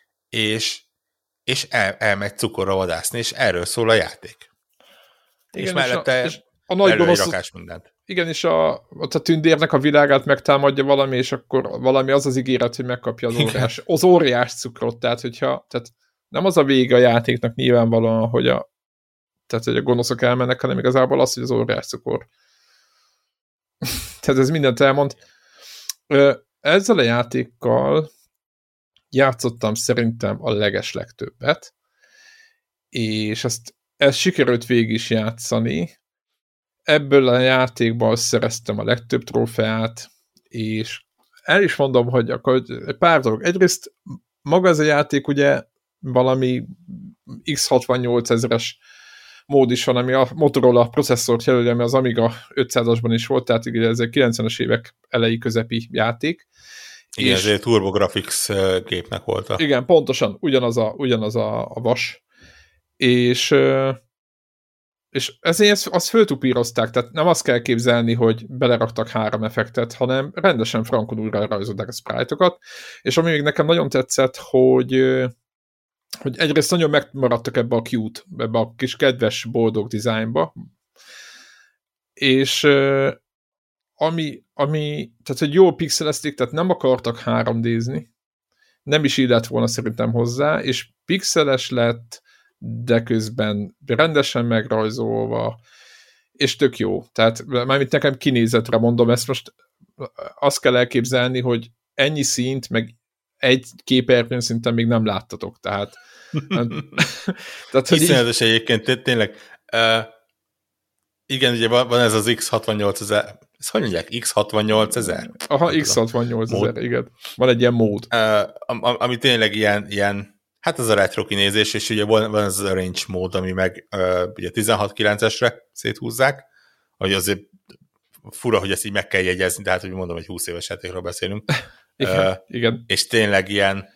Speaker 2: és, és el, elmegy cukorra vadászni, és erről szól a játék. Igen, és mellette és a, és a nagy gonosz, rakás mindent.
Speaker 1: Igen, és a, a tündérnek a világát megtámadja valami, és akkor valami az az ígéret, hogy megkapja az óriás, az óriás cukrot, tehát hogyha, tehát nem az a vége a játéknak nyilvánvalóan, hogy a, tehát, hogy a gonoszok elmennek, hanem igazából az, hogy az óriás cukor. Tehát ez mindent elmond. Ezzel a játékkal játszottam szerintem a leges legtöbbet, és ezt, ezt sikerült végig is játszani. Ebből a játékból szereztem a legtöbb trófeát, és el is mondom, hogy akkor egy pár dolog. Egyrészt maga ez a játék ugye valami iksz hatvannyolc ezeres mód is van, ami a Motorola processzort jelöli, ami az Amiga ötszázasban is volt, tehát ugye ez egy kilencvenes évek elejé közepi játék.
Speaker 2: Igen, és, ez egy TurboGrafx gépnek volt. A...
Speaker 1: Igen, pontosan, ugyanaz a, ugyanaz a, a vas. És, és ezért azt föltupírozták, tehát nem azt kell képzelni, hogy beleraktak három effektet, hanem rendesen frankon újra rajzolták a sprite-okat, és ami még nekem nagyon tetszett, hogy hogy egyrészt nagyon megmaradtak ebbe a cute, ebbe a kis kedves, boldog dizájnba, és ami, ami, tehát hogy jól pixelezték, tehát nem akartak három dé-zni, nem is így lett volna szerintem hozzá, és pixeles lett, de közben rendesen megrajzolva, és tök jó. Tehát mármint nekem kinézetre mondom, ezt most azt kell elképzelni, hogy ennyi színt, meg egy képernyőn szinten még nem láttatok, tehát
Speaker 2: tehát, hogy iszonyatos így... egyébként, tényleg uh, igen, ugye van, van ez az iksz hatvannyolc ezer, ezt hogy mondják? iksz hatvannyolc ezer?
Speaker 1: Aha, iksz hatvannyolc ezer, igen. Van egy ilyen mód.
Speaker 2: Uh, ami tényleg ilyen, ilyen, hát az a retro kinézés, és ugye van, van ez az arrange mód, ami meg uh, ugye tizenhat kilencesre széthúzzák, hogy azért fura, hogy ezt így meg kell jegyezni, tehát hogy mondom, hogy húsz éves játékról beszélünk.
Speaker 1: Igen,
Speaker 2: uh,
Speaker 1: igen.
Speaker 2: És tényleg ilyen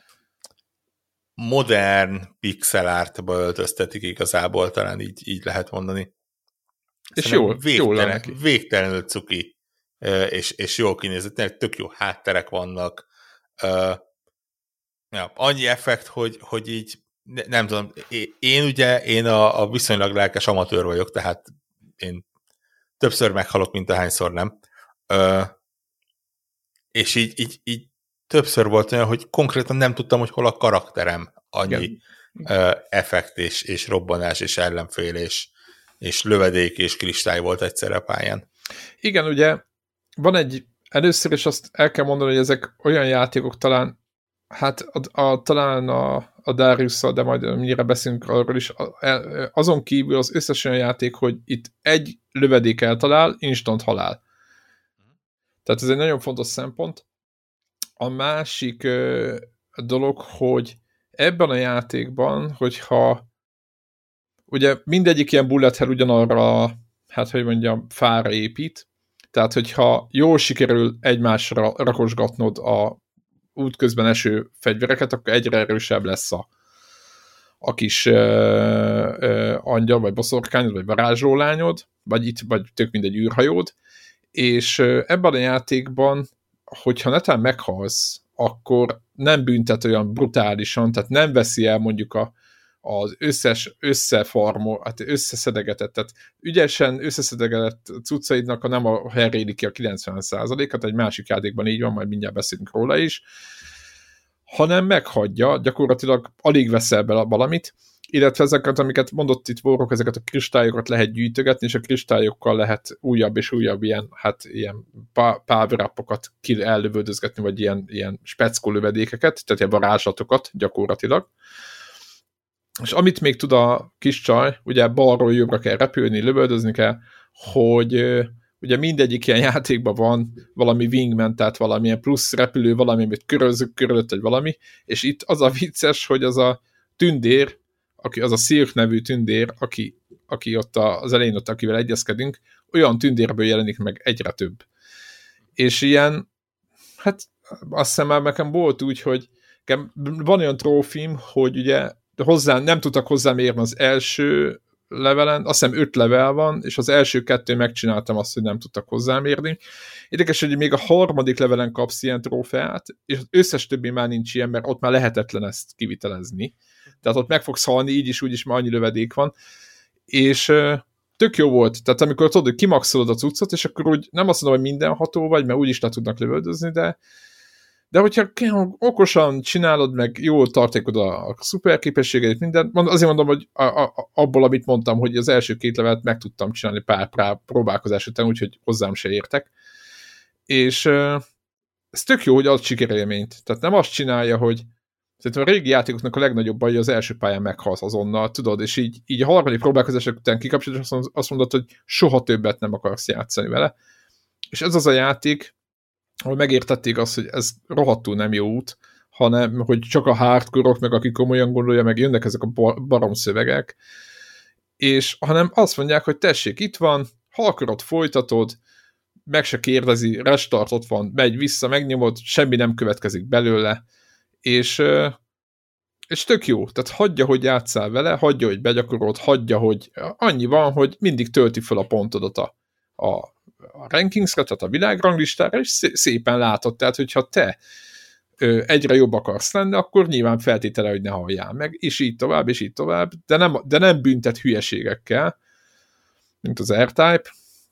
Speaker 2: modern pixel artba öltöztetik igazából, talán így, így lehet mondani.
Speaker 1: És jól,
Speaker 2: végtelen, jól végtelenül cuki, és, és jól kinézett, tényleg tök jó hátterek vannak. Uh, ja, annyi effekt, hogy, hogy így ne, nem tudom, én, én ugye, én a, a viszonylag lelkes amatőr vagyok, tehát én többször meghalok, mint ahányszor nem. Uh, és így, így, így többször volt olyan, hogy konkrétan nem tudtam, hogy hol a karakterem, annyi uh, effekt és, és robbanás és ellenfél és, és lövedék és kristály volt egyszerre a pályán.
Speaker 1: Igen, ugye van egy, először is azt el kell mondani, hogy ezek olyan játékok talán, hát a, a, talán a, a Dariusszal, de majd mennyire beszélünk arról is. Azon kívül az összes olyan játék, hogy itt egy lövedék eltalál, instant halál. Tehát ez egy nagyon fontos szempont. A másik ö, dolog, hogy ebben a játékban, hogyha ugye mindegyik ilyen bullet hell ugyanarra, hát hogy mondjam, fára épít, tehát hogyha jól sikerül egymásra rakosgatnod a útközben eső fegyvereket, akkor egyre erősebb lesz a, a kis ö, ö, angyal, vagy boszorkányod, vagy varázslólányod, vagy itt, vagy tök mindegy űrhajód, és ö, ebben a játékban, hogyha netán meghalsz, akkor nem büntet olyan brutálisan, tehát nem veszi el mondjuk a, az összes összefarmol, hát összeszedegetett, tehát ügyesen összeszedegetett cuccaidnak a nem a heréli ki a kilencven százalékot, egy másik játékban így van, majd mindjárt beszélünk róla is, hanem meghagyja, gyakorlatilag alig veszel bele valamit, illetve ezeket, amiket mondott itt Vorok, ezeket a kristályokat lehet gyűjtögetni, és a kristályokkal lehet újabb és újabb ilyen, hát ilyen power-upokat ki ellövöldözgetni, vagy ilyen, ilyen speckó lövedékeket, tehát ilyen varázslatokat gyakorlatilag. És amit még tud a kis csaj, ugye balról jobbra kell repülni, lövöldözni kell, hogy ugye mindegyik ilyen játékban van valami wingman, tehát valamilyen plusz repülő, valami, amit körözök körülött, vagy valami, és itt az a vicces, hogy az a tündér, aki, az a Silk nevű tündér, aki, aki ott az elején ott, akivel egyezkedünk, olyan tündérből jelenik meg egyre több. És ilyen, hát azt hiszem már nekem volt úgy, hogy van olyan trófim, hogy ugye hozzá, nem tudtak hozzám érni az első levelen, azt hiszem öt level van, és az első kettő megcsináltam azt, hogy nem tudtak hozzám érni. Érdekes, hogy még a harmadik levelen kapsz ilyen trófeát, és az összes többi már nincs ilyen, mert ott már lehetetlen ezt kivitelezni. Tehát ott meg fogsz halni, így is, úgy is, már annyi lövedék van. És uh, tök jó volt. Tehát amikor tudod, hogy kimaxolod a cuccot, és akkor úgy nem azt mondom, hogy mindenható vagy, mert úgyis le tudnak lövöldözni, de de hogyha okosan csinálod, meg jól tartékod a, a szuperképességeit, mindent, azért mondom, hogy a, a, abból, amit mondtam, hogy az első két levelet meg tudtam csinálni pár, pár próbálkozás után, úgyhogy hozzám se értek. És uh, ez tök jó, hogy ad sikerélményt. Tehát nem azt csinálja, hogy szerintem a régi játékoknak a legnagyobb baj, hogy az első pályán meghalsz azonnal, tudod, és így, így a harmadik próbálkozások után kikapcsolod, és azt mondod, hogy soha többet nem akarsz játszani vele. És ez az a játék, ahol megértették azt, hogy ez rohadtul nem jó út, hanem hogy csak a hardcore-ok, meg aki komolyan gondolja, meg jönnek ezek a barom szövegek, és hanem azt mondják, hogy tessék, itt van, ha akarod, folytatod, meg se kérdezi, restart ott van, megy vissza, megnyomod, semmi nem következik belőle, és, és tök jó, tehát hagyja, hogy játsszál vele, hagyja, hogy begyakorolod, hagyja, hogy annyi van, hogy mindig tölti fel a pontodat a, a a rankingsra, tehát a világranglistára, és szépen látod, tehát hogyha te ö, egyre jobb akarsz lenni, akkor nyilván feltétele, hogy ne halljál meg, és így tovább, és így tovább, de nem, de nem büntet hülyeségekkel, mint az R-Type.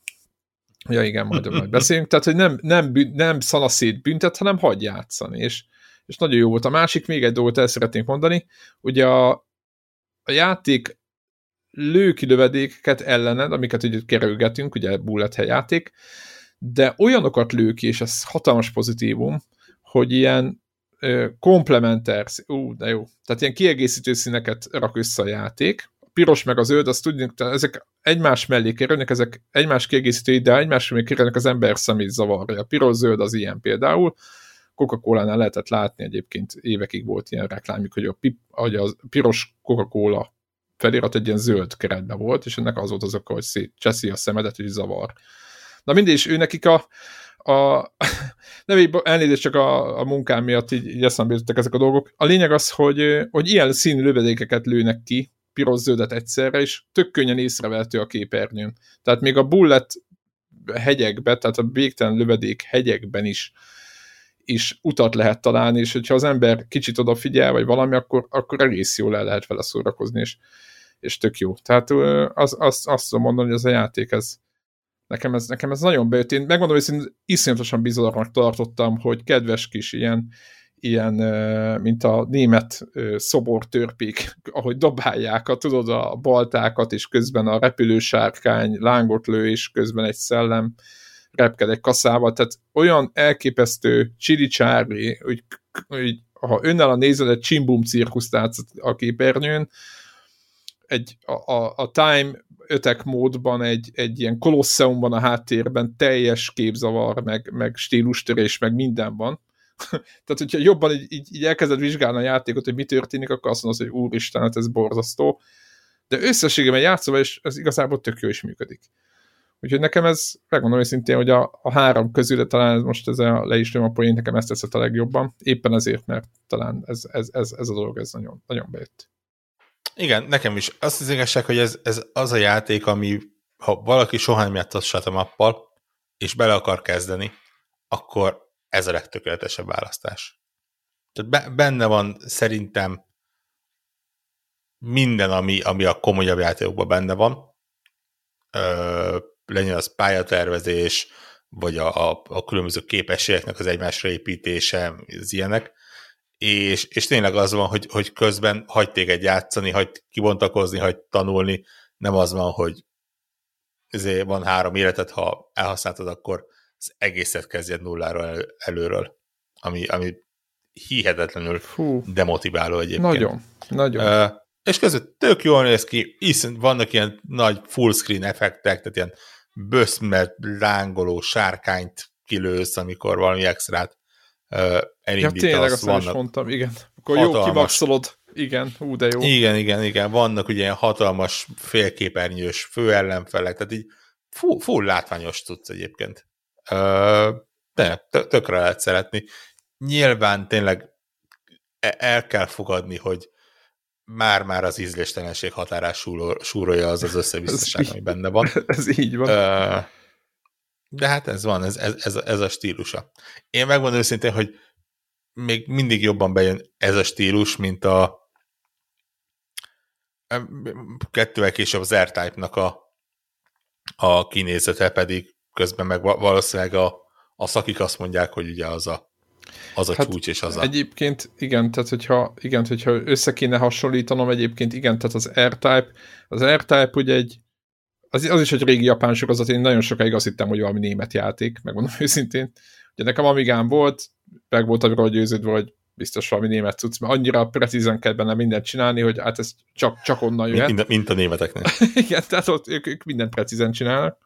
Speaker 1: Ja igen, majd, majd beszélünk, tehát hogy nem, nem, nem szanaszét büntet, hanem hagy játszani, és, és nagyon jó volt. A másik, még egy dolgot el szeretnénk mondani, ugye a, a játék lőki lövedékeket ellened, amiket ugye kerülgetünk, ugye bullet hell játék, de olyanokat lő ki, és ez hatalmas pozitívum, hogy ilyen ö, komplementer, ú, de jó, tehát ilyen kiegészítő színeket rak össze a játék, a piros meg a zöld, azt tudjuk, ezek egymás mellé kerülnek, ezek egymás kiegészítői, de egymás mellé kerülnek, az ember szemét zavarja. A piros-zöld az ilyen például, Coca-Colánál lehetett látni, egyébként évekig volt ilyen reklámjuk, hogy a, pip, hogy a piros Coca-Cola felirat egy ilyen zöld keretben volt, és ennek az volt az oka, hogy szétcseszi a szemedet, hogy zavar. Na mindig is ő nekik a, a nem így elnézést csak a, a munkám miatt így, így eszembe jutottak ezek a dolgok. A lényeg az, hogy, hogy ilyen színű lövedékeket lőnek ki, piros-zöldet egyszerre, és tök könnyen észrevehető a képernyőn. Tehát még a bullet hegyekben, tehát a végtelen lövedék hegyekben is is utat lehet találni, és hogyha az ember kicsit odafigyel, vagy valami, akkor, akkor egész jól el lehet vele szórakozni, és, és tök jó. Tehát az, az, azt tudom mondani, hogy ez a játék, ez, nekem, ez, nekem ez nagyon bejött. Én megmondom, hogy én iszonyatosan bizarrnak tartottam, hogy kedves kis ilyen, ilyen mint a német szobortörpék, ahogy dobálják a, tudod, a baltákat, és közben a repülősárkány lángot lő, és közben egy szellem repked egy kaszával, tehát olyan elképesztő csili-csárli, hogy, hogy ha önnel a nézed egy csimbum cirkuszt a képernyőn, egy, a, a, a Time ötek módban egy, egy ilyen kolosseumban a háttérben teljes képzavar, meg, meg stílustörés, meg minden van. Tehát, hogyha jobban így, így, így elkezded vizsgálni a játékot, hogy mi történik, akkor azt mondod, hogy úristen, hát ez borzasztó. De összességében játszva, és ez igazából tök jó is működik. Úgyhogy nekem ez, megmondom őszintén, hogy a, a három közül, talán most ez a, le is a poén, nekem ezt tetszett a legjobban. Éppen ezért, mert talán ez, ez, ez, ez a dolog, ez nagyon, nagyon bejött.
Speaker 2: Igen, nekem is. Azt az igazság, hogy ez, ez az a játék, ami ha valaki soha nem játszott shut-em-uppal, és bele akar kezdeni, akkor ez a legtökéletesebb választás. Tehát be, benne van szerintem minden, ami, ami a komolyabb játékokban benne van. Ö, legyen az pályatervezés, vagy a, a, a különböző képességeknek az egymásra építése, az ilyenek. És, és tényleg az van, hogy, hogy közben hagy téged játszani, hagy kibontakozni, hagy tanulni. Nem az van, hogy ezért van három életed, ha elhasználtad, akkor az egészet kezdjed nulláról elő, előről. Ami, ami hihetetlenül Fú. demotiváló egyébként.
Speaker 1: Nagyon, nagyon.
Speaker 2: Uh, és közben tök jól néz ki, hiszen vannak ilyen nagy fullscreen effektek, tehát ilyen böszmet, lángoló sárkányt kilősz, amikor valami extrát uh, elindítasz.
Speaker 1: Ja, tényleg azt vannak is mondtam, igen. Akkor hatalmas, jó kimaxolod. Igen, hú, de jó.
Speaker 2: Igen, igen, igen. Vannak ugye ilyen hatalmas félképernyős főellenfelek, tehát így full, full látványos tudsz egyébként. Uh, de tökre lehet szeretni. Nyilván tényleg el kell fogadni, hogy már-már az ízléstelenség határás súrolja az az összebiztosság, ami benne van.
Speaker 1: Ez így van.
Speaker 2: Uh, de hát ez van, ez, ez, ez, ez a stílusa. Én megmondom őszintén, hogy még mindig jobban bejön ez a stílus, mint a kettővel később az R-Type-nak a, a kinézete, pedig közben meg valószínűleg a, a szakik azt mondják, hogy ugye az a, az a hát csúcs, és az a...
Speaker 1: Egyébként igen, tehát hogyha, igen, hogyha össze kéne hasonlítanom, egyébként igen, tehát az R-Type, az R-Type ugye egy, az, az is egy régi japán sorozat, én nagyon sokáig azt hittem, hogy valami német játék, megmondom őszintén. Ugye nekem Amigám volt, meg voltam róla győződve, hogy biztos valami német cucc, mert annyira precízen kell benne mindent csinálni, hogy hát ez csak, csak onnan jöhet.
Speaker 2: Mint, mint a németeknek.
Speaker 1: Igen, tehát ott ők, ők mindent precízen csinálnak.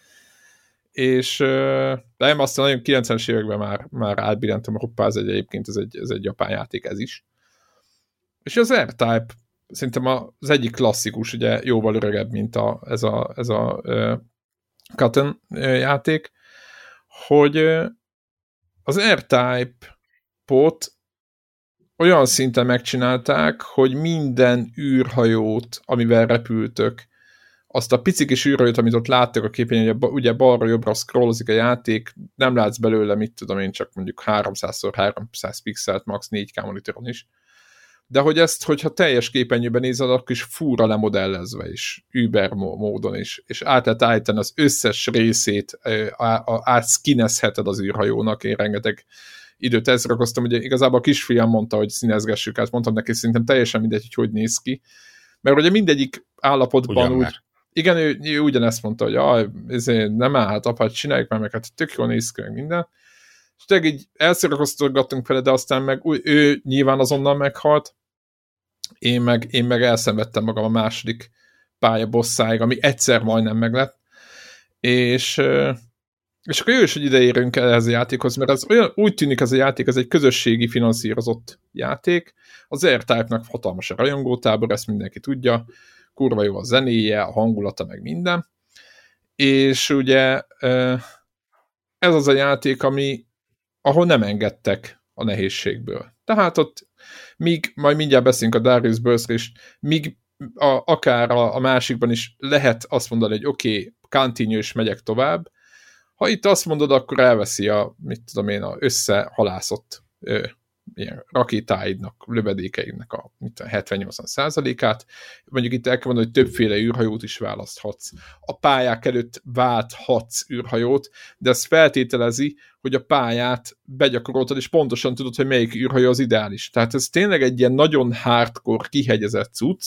Speaker 1: És de én aztán nagyon kilencvenes években már, már átbillentem, hoppá, ez egy, egyébként ez egy, ez egy japán játék, ez is. És az R-Type szerintem az egyik klasszikus, ugye jóval öregebb, mint a, ez a, ez a uh, Cotton uh, játék, hogy uh, az R-Type-ot olyan szinten megcsinálták, hogy minden űrhajót, amivel repültök, azt a pici kis űrhajót, amit ott láttak a képen, hogy ugye balra-jobbra scrollozik a játék, nem látsz belőle, mit tudom én, csak mondjuk háromszáz szor háromszáz pixelt, max négy ká monitoron is. De hogy ezt, hogyha teljes képernyőben nézed, akkor is fúra lemodellezve is, Uber módon is, és át lehet állítani az összes részét, átszkinezheted az űrhajónak, én rengeteg időt ezt rakoztam, ugye igazából a kisfiam mondta, hogy színezgessük át, mondtam neki, szerintem teljesen mindegy, hogy hogy néz ki, mert ugye mindegyik állapotban ugyan úgy, már. Igen, ő, ő ugyanezt mondta, hogy ah, ezért nem állhat, apát csináljuk már, meg hát tök jól néz ki, meg minden. És tényleg így elszorgoztatgattunk vele, de aztán meg ő nyilván azonnal meghalt, én meg, én meg elszenvedtem magam a második pálya bosszáig, ami egyszer majdnem meglett, és, és akkor jó is, hogy ideérünk el ehhez a játékhoz, mert ez olyan, úgy tűnik ez a játék, ez egy közösségi finanszírozott játék, az R-Type-nak hatalmas a rajongótábor, ezt mindenki tudja, kurva jó a zenéje, a hangulata, meg minden, és ugye ez az a játék, ami ahol nem engedtek a nehézségből. Tehát ott míg, majd mindjárt beszélünk a Darius Burst-ről is, míg a, akár a, a másikban is lehet azt mondani, hogy oké, okay, continue és megyek tovább. Ha itt azt mondod, akkor elveszi a, mit tudom én, a összehalászott ö, ilyen rakétáidnak, lövedékeidnek a hetven-nyolcvan százalékát. Mondjuk itt el kell mondani, hogy többféle űrhajót is választhatsz. A pályák előtt válthatsz űrhajót, de ez feltételezi, hogy a pályát begyakoroltad, és pontosan tudod, hogy melyik űrhajó az ideális. Tehát ez tényleg egy ilyen nagyon hardcore, kihegyezett cucc.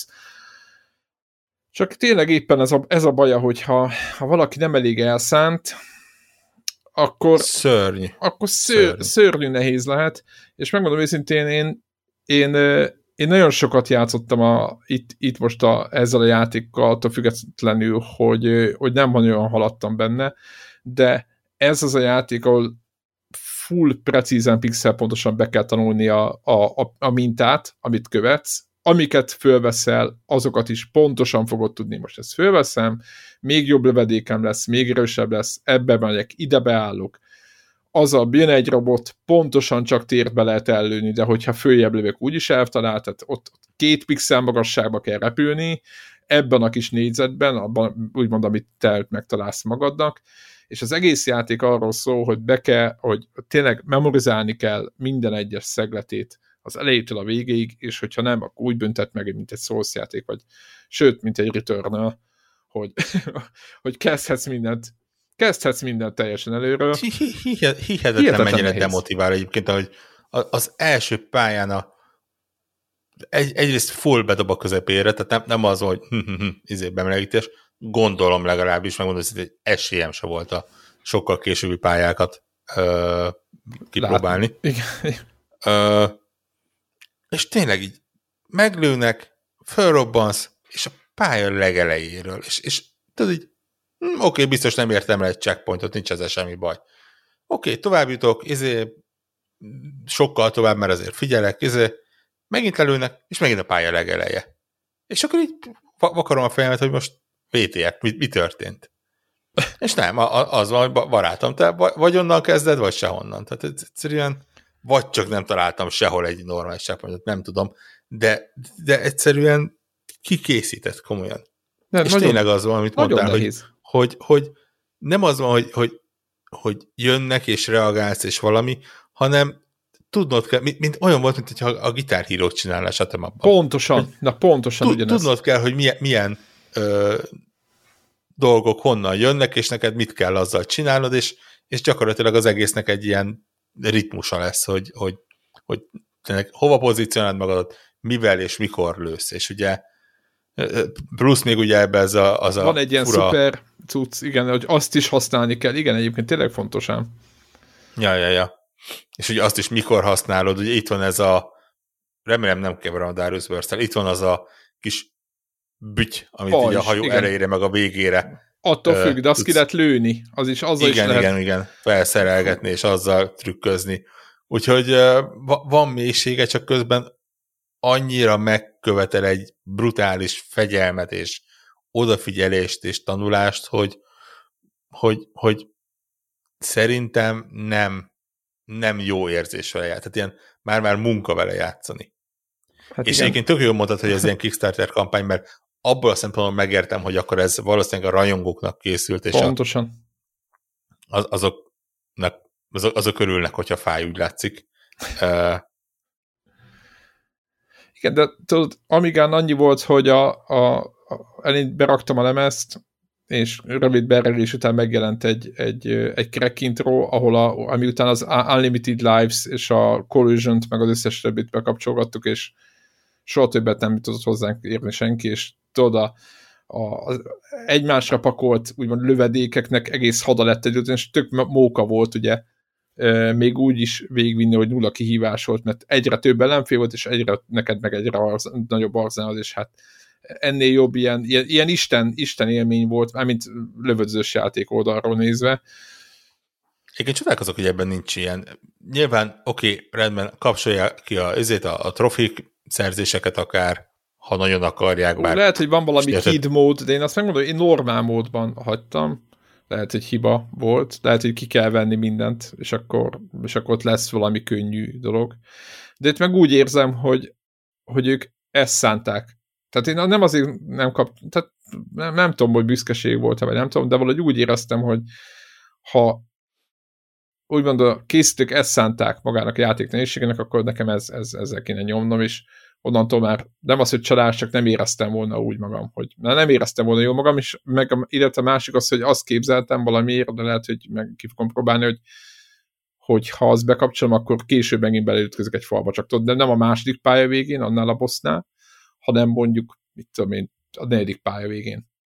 Speaker 1: Csak tényleg éppen ez a, ez a baja, hogyha ha valaki nem elég elszánt, akkor,
Speaker 2: Szörny.
Speaker 1: akkor ször,
Speaker 2: Szörny.
Speaker 1: szörnyű nehéz lehet, és megmondom őszintén, én, én, én nagyon sokat játszottam a, itt, itt most a, ezzel a játékkal, attól függetlenül, hogy, hogy nem van olyan haladtam benne, de ez az a játék, ahol full precízen, pixel pontosan be kell tanulni a, a, a, a mintát, amit követsz, amiket fölveszel, azokat is pontosan fogod tudni. Most ezt fölveszem, még jobb lövedékem lesz, még erősebb lesz, ebbe megyek, ide beállok. Az a jön egy robot, pontosan csak tért be lehet ellőni, de hogyha följebb lövök, úgyis eltalál, tehát ott két pixel magasságba kell repülni, ebben a kis négyzetben, abban úgymond, amit te megtalálsz magadnak, és az egész játék arról szól, hogy be kell, hogy tényleg memorizálni kell minden egyes szegletét az elejétől a végéig, és hogyha nem, akkor úgy büntet meg, mint egy Souls játék, vagy sőt, mint egy Returnal, hogy, hogy kezdhetsz mindent, kezdhetsz mindent teljesen előről.
Speaker 2: Hihetetlen, Hihetetlen mennyire nehéz. Demotivál egyébként, ahogy az első pályán a egy, egyrészt full bedob a közepére, tehát nem, nem az, hogy izé bemelegítés, gondolom legalábbis, megmondom, hogy egy esélyem se volt a sokkal későbbi pályákat ö, kipróbálni. Ö, és tényleg így meglőnek, fölrobbansz, és a pálya legelejéről, és, és tudod így, hm, oké, okay, biztos nem értem el egy checkpointot, nincs ezzel semmi baj. Oké, okay, tovább jutok, izé, sokkal tovább, mert azért figyelek, izé, megint lelőnek, és megint a pálya legeleje. És akkor így vakarom a fejemet, hogy most vé té ef, mi, mi történt? És nem, az van, barátom, te vagy onnan kezded, vagy sehonnan. Tehát egyszerűen vagy csak nem találtam sehol egy normális checkpointot, nem tudom, de, de egyszerűen kikészített komolyan. Nem, és nagyon, tényleg az van, amit mondtál, hogy, hogy, hogy nem az van, hogy, hogy, hogy jönnek és reagálsz és valami, hanem tudnod kell, mint, mint olyan volt, mint hogyha a gitárhírót csinálnál satemapban.
Speaker 1: Pontosan, hogy, na pontosan
Speaker 2: tud, ugyanez. Tudnod kell, hogy milyen, milyen ö, dolgok honnan jönnek, és neked mit kell azzal csinálnod, és, és gyakorlatilag az egésznek egy ilyen ritmusa lesz, hogy, hogy, hogy tényleg hova pozícionálod magadat, mivel és mikor lősz, és ugye plusz még ugye ebbe ez a, az a
Speaker 1: van egy ilyen
Speaker 2: fura...
Speaker 1: szuper cucc, igen, hogy azt is használni kell, igen, egyébként tényleg fontos ám.
Speaker 2: Ja, ja, ja. És ugye azt is mikor használod, ugye itt van ez a, remélem nem keverem a Darius Burst-tel, itt van az a kis büty, amit Pajs, így a hajó igen. elejére, meg a végére.
Speaker 1: Attól uh, függ, de azt ki lehet lőni, az is azzal
Speaker 2: igen,
Speaker 1: is lehet.
Speaker 2: Igen, igen, felszerelgetni, és azzal trükközni. Úgyhogy uh, van mélysége, csak közben annyira megkövetel egy brutális fegyelmet, és odafigyelést, és tanulást, hogy, hogy, hogy szerintem nem nem jó érzés vele játszani. Tehát ilyen már-már munka vele játszani. Hát és igen. Egyébként tök jól mondtad, hogy ez ilyen Kickstarter kampány, mert abból a szempontból megértem, hogy akkor ez valószínűleg a rajongóknak készült, és
Speaker 1: pontosan.
Speaker 2: A, az, azoknak, azok, azok örülnek, hogyha fáj, úgy látszik. Uh,
Speaker 1: igen, de tudod, Amigán annyi volt, hogy a, a, a, elén beraktam a lemezt, és rövid berelés után megjelent egy, egy, egy crack intro, ahol a, ami után az Unlimited Lives és a Collision-t meg az összes többit bekapcsolgattuk, és soha többet nem tudott hozzánk érni senki, és tudod, a, a, a egymásra pakolt úgymond lövedékeknek egész hada lett egy után, és tök móka volt, ugye, e, még úgy is végigvinni, hogy nulla kihívás volt, mert egyre több ellenfél volt, és egyre neked meg egyre arz, nagyobb arzenál, és hát ennél jobb ilyen, ilyen, ilyen isten, isten élmény volt, mármint lövöldözős játék oldalról nézve.
Speaker 2: Igen, csodálkozok, hogy ebben nincs ilyen. Nyilván, oké, okay, rendben, kapcsolják ki a, ezért a, a trofik szerzéseket akár, ha nagyon akarják. Bár
Speaker 1: lehet, hogy van valami kid mód, de én azt megmondom, hogy én normál módban hagytam. Lehet, hogy hiba volt. Lehet, hogy ki kell venni mindent, és akkor, és akkor ott lesz valami könnyű dolog. De itt meg úgy érzem, hogy, hogy ők ezt szánták. Tehát én nem azért nem kap, tehát nem, nem tudom, hogy büszkeség volt, vagy nem tudom, de valahogy úgy éreztem, hogy ha úgymond a készítők ezt szánták magának a játék nehézségének, akkor nekem ez, ez, ezzel kéne nyomnom, és onnantól már nem az, hogy csalás, csak nem éreztem volna úgy magam, hogy nem éreztem volna jó magam, és meg illetve a másik az, hogy azt képzeltem valamiért, de lehet, hogy meg ki fogom próbálni, hogy, hogy ha azt bekapcsolom, akkor később megint beleütközök egy falba, csak tudod, de nem a második pálya végén, annál a bossnál, hanem mondjuk, mit tudom én, a negyedik pálya végén.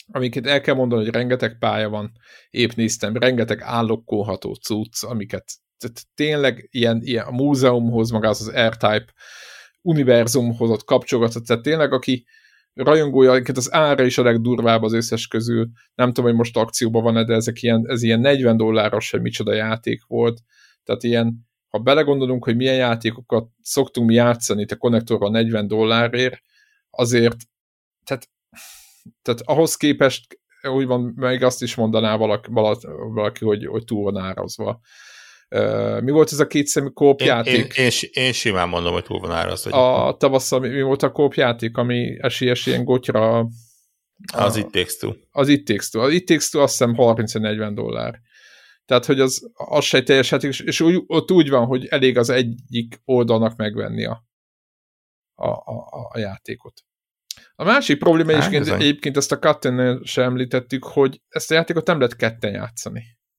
Speaker 1: amiket el kell mondani, hogy rengeteg pálya van, épp néztem, rengeteg állokkolható cucc, amiket tehát tényleg ilyen, ilyen a múzeumhoz, magához az R-Type univerzumhoz ott kapcsolgatott, tehát tényleg aki rajongója, akiket az ára is a legdurvább az összes közül, nem tudom, hogy most akcióban van-e, de ezek ilyen, ez ilyen negyven dolláros, hogy micsoda játék volt, tehát ilyen, ha belegondolunk, hogy milyen játékokat szoktunk mi játszani itt a konnektorral negyven dollárért, azért, tehát, tehát ahhoz képest úgy van, meg azt is mondaná valaki, valaki hogy, hogy túl van árazva. Uh, mi volt ez a kétszemű kópjáték?
Speaker 2: Én, én, én, én simán mondom, hogy túl van árazva.
Speaker 1: A tavasszal mi, mi volt a kópjáték, ami esélyes ilyen gotyra? A,
Speaker 2: az It Takes Two.
Speaker 1: Az It Takes Two. Az It Takes Two azt hiszem harminc-negyven dollár. Tehát, hogy az, az se egy teljes játék, és úgy, ott úgy van, hogy elég az egyik oldalnak megvenni a, a, a, a játékot. A másik probléma hát, is, egyébként ezt a Cutten-nél sem említettük, hogy ezt a játékot nem lehet ketten játszani.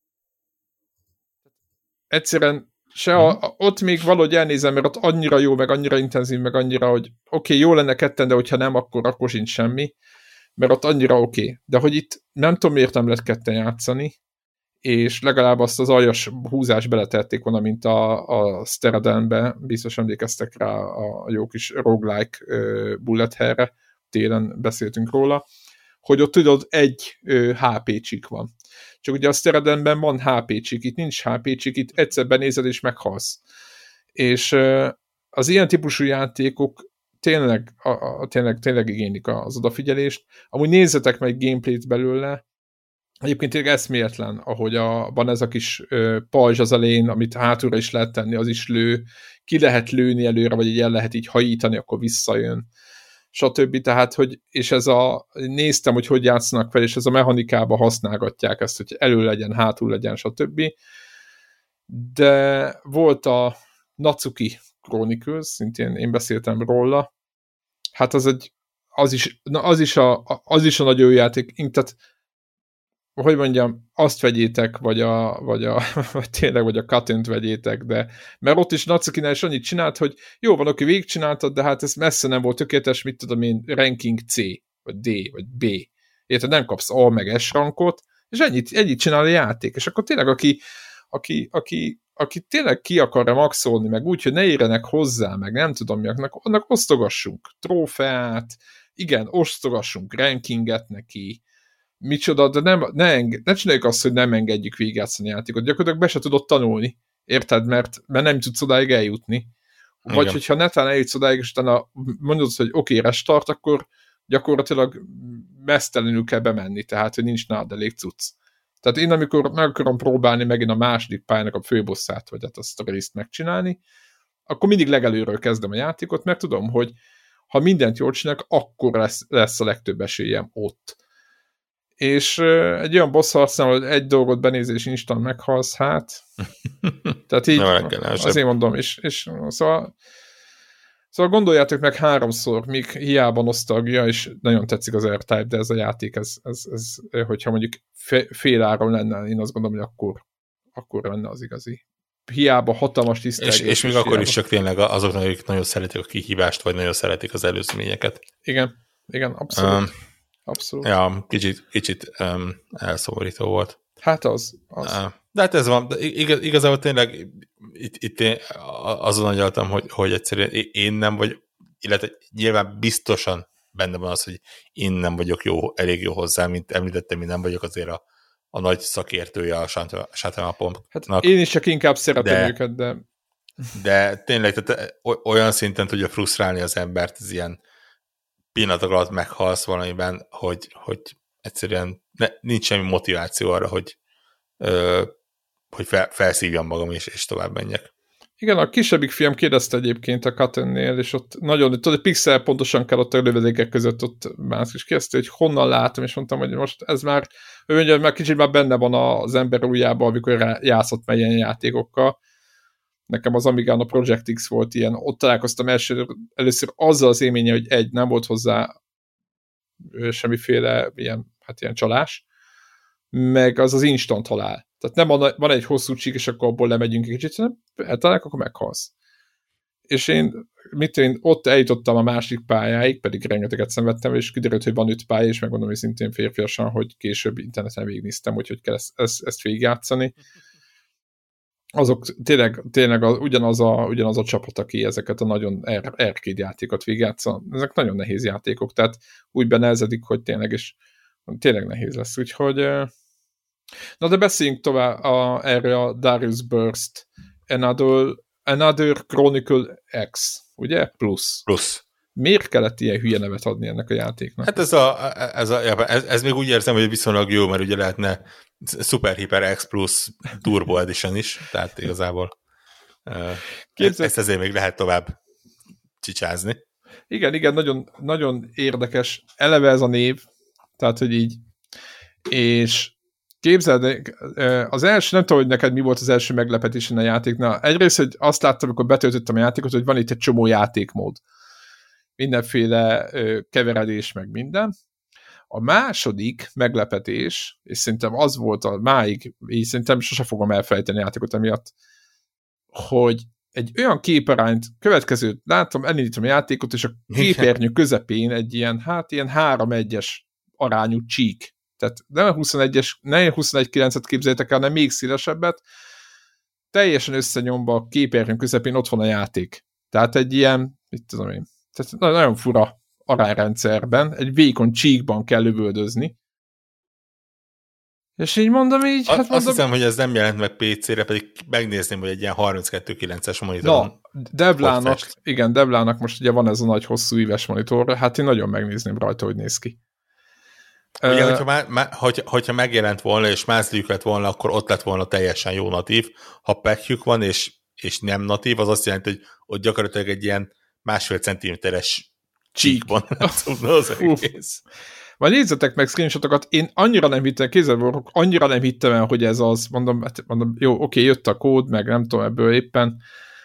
Speaker 1: Egyszerűen se a, a, ott még valahogy elnézem, mert ott annyira jó, meg annyira intenzív, meg annyira, hogy oké, okay, jó lenne ketten, de hogyha nem, akkor, akkor sincs semmi, mert ott annyira oké. Okay. De hogy itt nem tudom, miért nem lehet ketten játszani, és legalább azt az aljas húzást beletették volna, mint a, a Steradenbe, biztos emlékeztek rá a jó kis roguelike uh, bullet hellre, télen beszéltünk róla, hogy ott tudod, egy uh, há pé csík van. Csak ugye a Steradenben van há pé csík, itt nincs há pé csík, itt egyszer benézed és meghalsz. És uh, az ilyen típusú játékok tényleg, a, a, tényleg, tényleg igénylik az odafigyelést. Amúgy nézzetek meg gameplayt belőle, egyébként tényleg eszméletlen, ahogy a, van ez a kis ö, pajzs az elején, amit hátulra is lehet tenni, az is lő, ki lehet lőni előre, vagy így el lehet így hajítani, akkor visszajön, stb. Tehát, hogy, és ez a, néztem, hogy hogy játszanak fel, és ez a mechanikába használgatják ezt, hogy elő legyen, hátul legyen, stb. De volt a Natsuki Chronicles, szintén én beszéltem róla, hát az egy, az is, na az is a, az is a nagyon jó játék, tehát hogy mondjam, azt vegyétek, vagy a, vagy a vagy tényleg, vagy a Cutten-t vegyétek, de mert ott is Natsukinál is annyit csinált, hogy jó van, aki végigcsináltad, de hát ez messze nem volt tökéletes, mit tudom én, ranking C, vagy D, vagy B. Érted, nem kapsz A meg S rankot, és ennyit, ennyit csinál a játék, és akkor tényleg, aki, aki, aki, aki tényleg ki akarja maxolni, meg úgy, hogy ne érjenek hozzá, meg nem tudom mi, annak, annak osztogassunk trófeát, igen, osztogassunk rankinget neki, micsoda, de nem, ne, enge, ne csináljuk azt, hogy nem engedjük végigjátszani a játékot. Gyakorlatilag be se tudod tanulni, érted? Mert, mert nem tudsz odáig eljutni. Vagy igen. Hogyha netán eljutsz odáig, és utána mondod, hogy oké, okay, restart, akkor gyakorlatilag mesztelenül kell bemenni, tehát, hogy nincs nálad elég cucc. Tehát én, amikor meg akarom próbálni megint a második pályának a főbosszát, vagy hát azt a részt megcsinálni, akkor mindig legelőről kezdem a játékot, mert tudom, hogy ha mindent jól csinálok, akkor lesz, lesz a legtöbb esélyem ott. És uh, egy olyan boss harcnál, hogy egy dolgot benézés instant meghalsz, hát tehát így nem, azért mondom, és, és szóval, szóval gondoljátok meg háromszor, míg hiába nosztalgia, és nagyon tetszik az R-Type, de ez a játék, ez, ez, ez, hogyha mondjuk fél áron lenne, én azt gondolom, hogy akkor, akkor lenne az igazi. Hiába hatalmas tisztelgés.
Speaker 2: És, és még akkor is csak tényleg azoknak, akik nagyon szeretik a kihívást, vagy nagyon szeretik az előzményeket.
Speaker 1: Igen, igen, abszolút. Um, Abszolút.
Speaker 2: Ja, kicsit, kicsit um, elszomorító volt.
Speaker 1: Hát az. az.
Speaker 2: Uh, de hát ez van. De igaz, igazából tényleg itt, itt én azon agyaltam, hogy, hogy egyszerűen én nem vagy, illetve nyilván biztosan benne van az, hogy én nem vagyok jó, elég jó hozzá, mint említettem, én nem vagyok azért a, a nagy szakértője a Shut'em
Speaker 1: Hát én is csak inkább szeretem de, őket, de...
Speaker 2: De tényleg tehát olyan szinten tudja frusztrálni az embert, ez ilyen pillanatok alatt meghalsz valamiben, hogy, hogy egyszerűen ne, nincs semmi motiváció arra, hogy, ö, hogy fel, felszívjam magam és, és tovább menjek.
Speaker 1: Igen, a kisebbik fiam kérdezte egyébként a Cutten-nél, és ott nagyon, tudod, pixel pontosan kell ott a lövedékek között ott más is kérdezte, hogy honnan látom, és mondtam, hogy most ez már, ő mondja, már kicsit már benne van az ember ujjában, amikor játszott meg ilyen játékokkal. Nekem az Amigán a Project X volt ilyen, ott találkoztam első, először azzal az élménye, hogy egy, nem volt hozzá semmiféle ilyen, hát ilyen csalás, meg az az instant halál. Tehát nem van egy hosszú csík, és akkor abból lemegyünk egy kicsit, hanem eltalálják, akkor meghalsz. és én, mit én ott eljutottam a másik pályáig, pedig rengeteget szenvedtem, és kiderült, hogy van öt pálya, és megmondom, hogy szintén férfiasan, hogy később interneten végignéztem, hogy hogy kell ezt, ezt, ezt végigjátszani. Azok tényleg, tényleg a, ugyanaz, a, ugyanaz a csapat, aki ezeket a nagyon arcade játékot végigjátsza. Ezek nagyon nehéz játékok, tehát úgy benehezedik, hogy tényleg, és tényleg nehéz lesz. Úgyhogy na de beszéljünk tovább a, erre a Darius Burst Another, Another Chronicle X, ugye? Plus.
Speaker 2: Plus.
Speaker 1: Miért kellett ilyen hülye nevet adni ennek a játéknak?
Speaker 2: Hát ez, a, ez, a, ez, ez még úgy érzem, hogy viszonylag jó, mert ugye lehetne Super Hyper X Plus Turbo Edition is, tehát igazából Képzel... ezt ezért még lehet tovább csicsázni.
Speaker 1: Igen, igen, nagyon, nagyon érdekes eleve ez a név, tehát, hogy így, és képzeld, az első, nem tudom, hogy neked mi volt az első meglepetés a játéknál. Egyrészt, hogy azt láttam, amikor betöltöttem a játékot, hogy van itt egy csomó játékmód. Mindenféle keveredés, meg minden. A második meglepetés, és szerintem az volt a máig, így szerintem sose fogom elfelejteni a játékot emiatt, hogy egy olyan képarányt, következőt látom, elindítom a játékot, és a képernyő közepén egy ilyen, hát ilyen három egyes arányú csík. Tehát nem a huszonegyes, nem a huszonegy kilencet képzeljétek el, hanem még szélesebbet. Teljesen összenyomva a képernyő közepén ott van a játék. Tehát egy ilyen, mit tudom én, tehát nagyon fura arányrendszerben, egy vékony csíkban kell lövöldözni. És így mondom így... Hát
Speaker 2: azt
Speaker 1: mondom,
Speaker 2: hiszem, hogy ez nem jelent meg pé cére, pedig megnézném, hogy egy ilyen harminckettő kilences monitoron.
Speaker 1: Na, Devlának, igen, Devlának most ugye van ez a nagy hosszú íves monitor, hát én nagyon megnézném rajta, hogy néz ki.
Speaker 2: Ugye, uh, hogyha, má, má, hogyha, hogyha megjelent volna, és mázliuk lett volna, akkor ott lett volna teljesen jó natív. Ha packjük van, és, és nem natív, az azt jelenti, hogy ott gyakorlatilag egy ilyen másfél centiméteres csíkban az egész.
Speaker 1: Vagy nézzetek meg screenshotokat, én annyira nem hittem, kézzelvorok, annyira nem hittem el, hogy ez az, mondom, mondom jó, oké, jött a kód, meg nem tudom ebből éppen,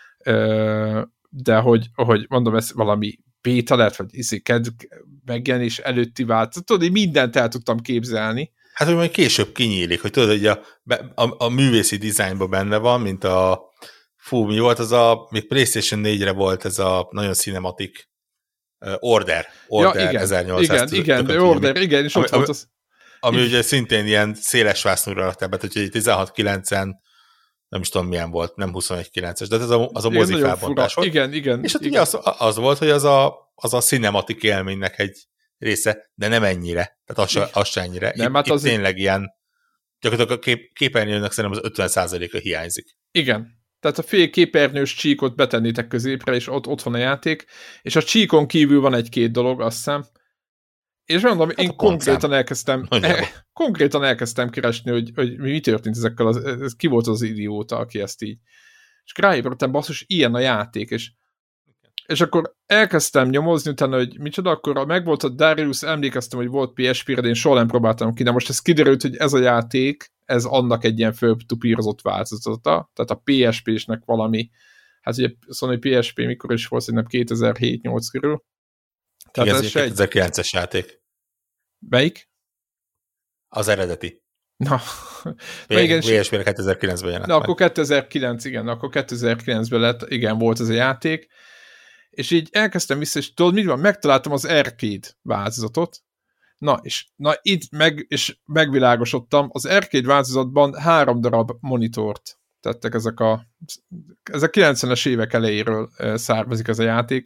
Speaker 1: de hogy, hogy mondom, ez valami béta lett, vagy iszi, megjelenés előtti vált, tudod, én mindent el tudtam képzelni.
Speaker 2: Hát, hogy majd később kinyílik, hogy tudod, hogy a, a, a művészi dizájnban benne van, mint a fú, mi volt az a, még PlayStation négyre volt ez a nagyon cinematic Order, Order
Speaker 1: ja, igen,
Speaker 2: ezernyolcszáz.
Speaker 1: Igen, igen, tököt, Order, ami, igen, és ott
Speaker 2: ami,
Speaker 1: volt az.
Speaker 2: Ami, ami ugye szintén ilyen széles vásznúra rakták be, hogy tizenhat kilencen nem is tudom milyen volt, nem huszonegy kilences, de ez a, az a mozi felbontás volt.
Speaker 1: Igen, igen.
Speaker 2: És hát
Speaker 1: igen.
Speaker 2: ugye az, az volt, hogy az a, az a cinematic élménynek egy része, de nem ennyire. Tehát az se, az se ennyire. Nem, itt, hát az itt tényleg ilyen, gyakorlatilag a kép, képernyőnek szerintem az ötven százaléka hiányzik.
Speaker 1: Igen. Tehát a fél képernyős csíkot betennétek középre, és ott, ott van a játék, és a csíkon kívül van egy-két dolog, azt hiszem. És mondom, hát én konkrétan elkezdtem, e, konkrétan elkezdtem keresni, hogy, hogy mi történt ezekkel, az, ez, ki volt az idióta, aki ezt így. És ráébredtem, basszus, ilyen a játék, és, és akkor elkezdtem nyomozni utána, hogy micsoda, akkor megvolt a Darius, emlékeztem, hogy volt pé es pé-re, de én soha nem próbáltam ki, de most ez kiderült, hogy ez a játék, ez annak egy ilyen föltupírozott változata, tehát a pé es pé-snek valami, hát ugye szóval, hogy pé es pé mikor is volt, szerintem kétezer-hét nyolc körül.
Speaker 2: Tehát igen, ez kétezer-kilences játék.
Speaker 1: Melyik?
Speaker 2: Az eredeti.
Speaker 1: Na.
Speaker 2: pé es pé-re kétezer-kilencben jelent
Speaker 1: Na, meg. Akkor kétezer-kilenc, igen, akkor kétezer-kilencben lett, igen, volt ez a játék, és így elkezdtem vissza, és tudod, mit van? Megtaláltam az arcade változatot, na, és na, itt meg, és megvilágosodtam, az arcade változatban három darab monitort tettek ezek a, ezek a kilencvenes évek elejéről származik ez a játék,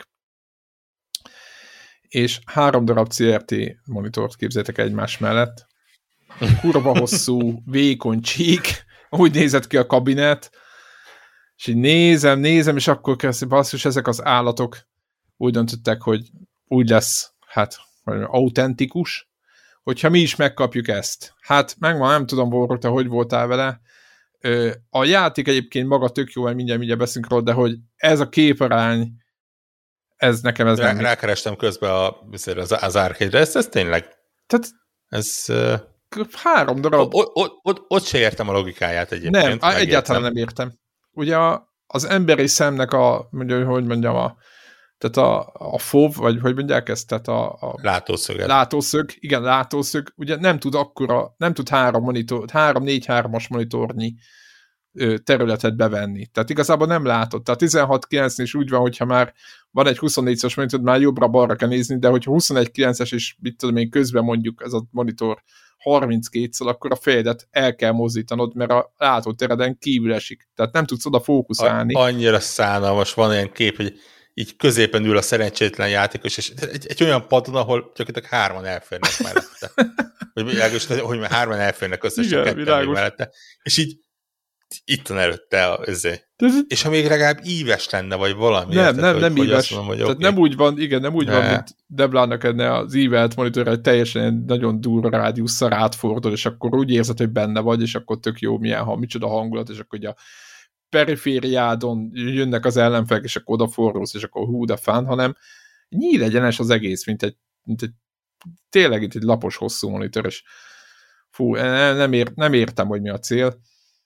Speaker 1: és három darab cé er té monitort képzeljétek egymás mellett. Kurva hosszú, vékony csík, úgy nézett ki a kabinet, és így nézem, nézem, és akkor kezdve, basszus, ezek az állatok úgy döntöttek, hogy úgy lesz, hát, autentikus, hogyha mi is megkapjuk ezt. Hát, meg ma nem tudom, Borok, te hogy voltál vele. A játék egyébként maga tök jó, mert mindjárt, mindjárt beszélünk róla, de hogy ez a képarány, ez nekem ez
Speaker 2: Rá,
Speaker 1: nem...
Speaker 2: Rákerestem közben a, az, az arcade-re, ez, ez tényleg...
Speaker 1: Tehát...
Speaker 2: Ez...
Speaker 1: Három darab...
Speaker 2: Ott, ott, ott, ott se értem a logikáját egyébként.
Speaker 1: Nem, megértem. Egyáltalán nem értem. Ugye az emberi szemnek a, mondja, hogy mondjam, a, tehát a, a fov, vagy hogy mondják ezt, tehát a, a
Speaker 2: látószöget.
Speaker 1: Látószög, igen, látószög, ugye nem tud akkora, nem tud három monitor, három négy hármas monitornyi területet bevenni. Tehát igazából nem látod. Tehát tizenhat kilencnél is úgy van, hogyha már van egy huszonnégyes monitor, már jobbra-balra kell nézni, de hogyha huszonegy kilences és mit tudom én közben mondjuk ez a monitor harminckétszer, akkor a fejedet el kell mozdítanod, mert a látótereden kívül esik. Tehát nem tudsz oda fókuszálni.
Speaker 2: A, annyira szánalmas, van olyan kép, hogy így középen ül a szerencsétlen játékos, és egy, egy olyan padon, ahol gyakorlatilag hárman elférnek mellette. Hogy, hogy már hárman elférnek összesen ketten mellette. És így itt van előtte a, ezért. És ha még legalább íves lenne, vagy valami.
Speaker 1: Nem,
Speaker 2: érted,
Speaker 1: nem,
Speaker 2: hogy,
Speaker 1: nem
Speaker 2: hogy
Speaker 1: íves.
Speaker 2: Mondom, hogy
Speaker 1: Tehát
Speaker 2: okay.
Speaker 1: nem úgy van, igen, nem úgy
Speaker 2: ne.
Speaker 1: van, mint Deblának enne az ívelt monitorra, hogy teljesen nagyon durva rádiusszal átfordul, és akkor úgy érzed, hogy benne vagy, és akkor tök jó, milyen, ha micsoda hangulat, és akkor ugye a perifériádon jönnek az ellenfelek, és akkor odafordulsz, és akkor hú, de fán, hanem nyílegyenes az egész, mint egy, mint egy tényleg itt egy lapos, hosszú monitor, és fú, nem, ér, nem értem, hogy mi a cél.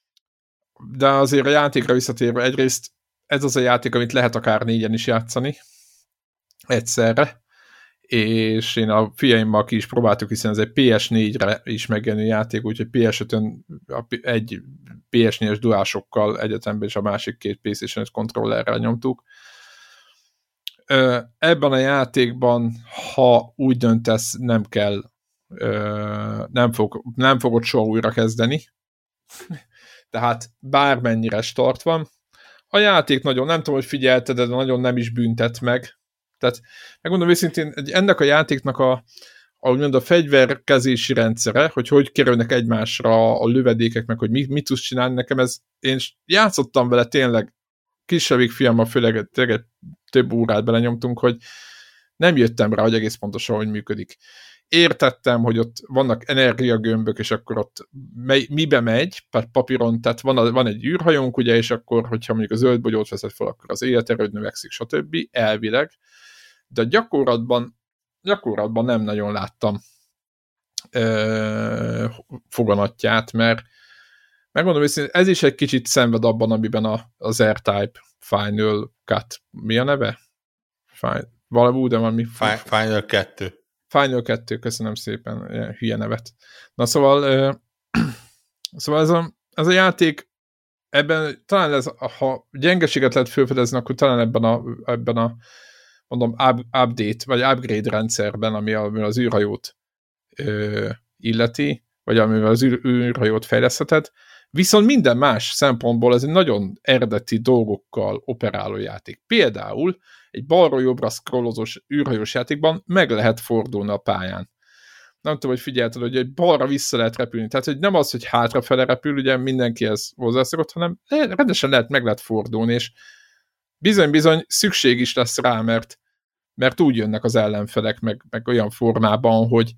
Speaker 1: De azért a játékra visszatérve egyrészt ez az a játék, amit lehet akár négyen is játszani egyszerre, és én a fiaimmal ki is próbáltuk, hiszen ez egy pé es négyre is megjelenő játék, úgyhogy pé es ötön egy pé es négyes duásokkal egyetemben, és a másik két PlayStation öt kontrollerrel nyomtuk. Ebben a játékban, ha úgy döntesz, nem kell, nem, fog, nem fogod soha újra kezdeni, tehát bármennyire start van. A játék nagyon, nem tudom, hogy figyelted, de nagyon nem is büntet meg. Tehát megmondom őszintén, ennek a játéknak a, a, a fegyverkezési rendszere, hogy hogy kerülnek egymásra a lövedékek, meg hogy mit, mit tudsz csinálni, nekem ez, én játszottam vele tényleg, kisebbik fiammal főleg tényleg több órát belenyomtunk, hogy nem jöttem rá, hogy egész pontosan, hogy működik. Értettem, hogy ott vannak energiagömbök, és akkor ott mely, mibe megy, papíron, tehát van, a, van egy űrhajónk, ugye, és akkor, hogyha mondjuk a zöld bogyót veszed fel, akkor az életerőd növekszik, stb. Elvileg. De gyakorlatban, gyakorlatban nem nagyon láttam ö, foganatját, mert megmondom őszintén, ez is egy kicsit szenved abban, amiben a, az R-Type Final Cut, mi a neve? Final, valami, de valami...
Speaker 2: Final kettő.
Speaker 1: Final kettő, köszönöm szépen, ilyen hülye nevet. Na szóval, ö, szóval ez a, ez a játék, ebben talán ez, ha gyengeséget lehet felfedezni, akkor talán ebben a, ebben a mondom, up, update, vagy upgrade rendszerben, ami, a, ami az űrhajót ö, illeti, vagy amivel az űr, űrhajót fejlesztheted, viszont minden más szempontból ez egy nagyon eredeti dolgokkal operáló játék. Például egy balról jobbra scrollozós űrhajós játékban meg lehet fordulni a pályán. Nem tudom, hogy figyelted, hogy egy balra vissza lehet repülni. Tehát, hogy nem az, hogy hátrafele repül, ugye mindenki ez hozzászokott, hanem rendesen lehet, meg lehet fordulni, és bizony-bizony szükség is lesz rá, mert, mert úgy jönnek az ellenfelek, meg, meg olyan formában, hogy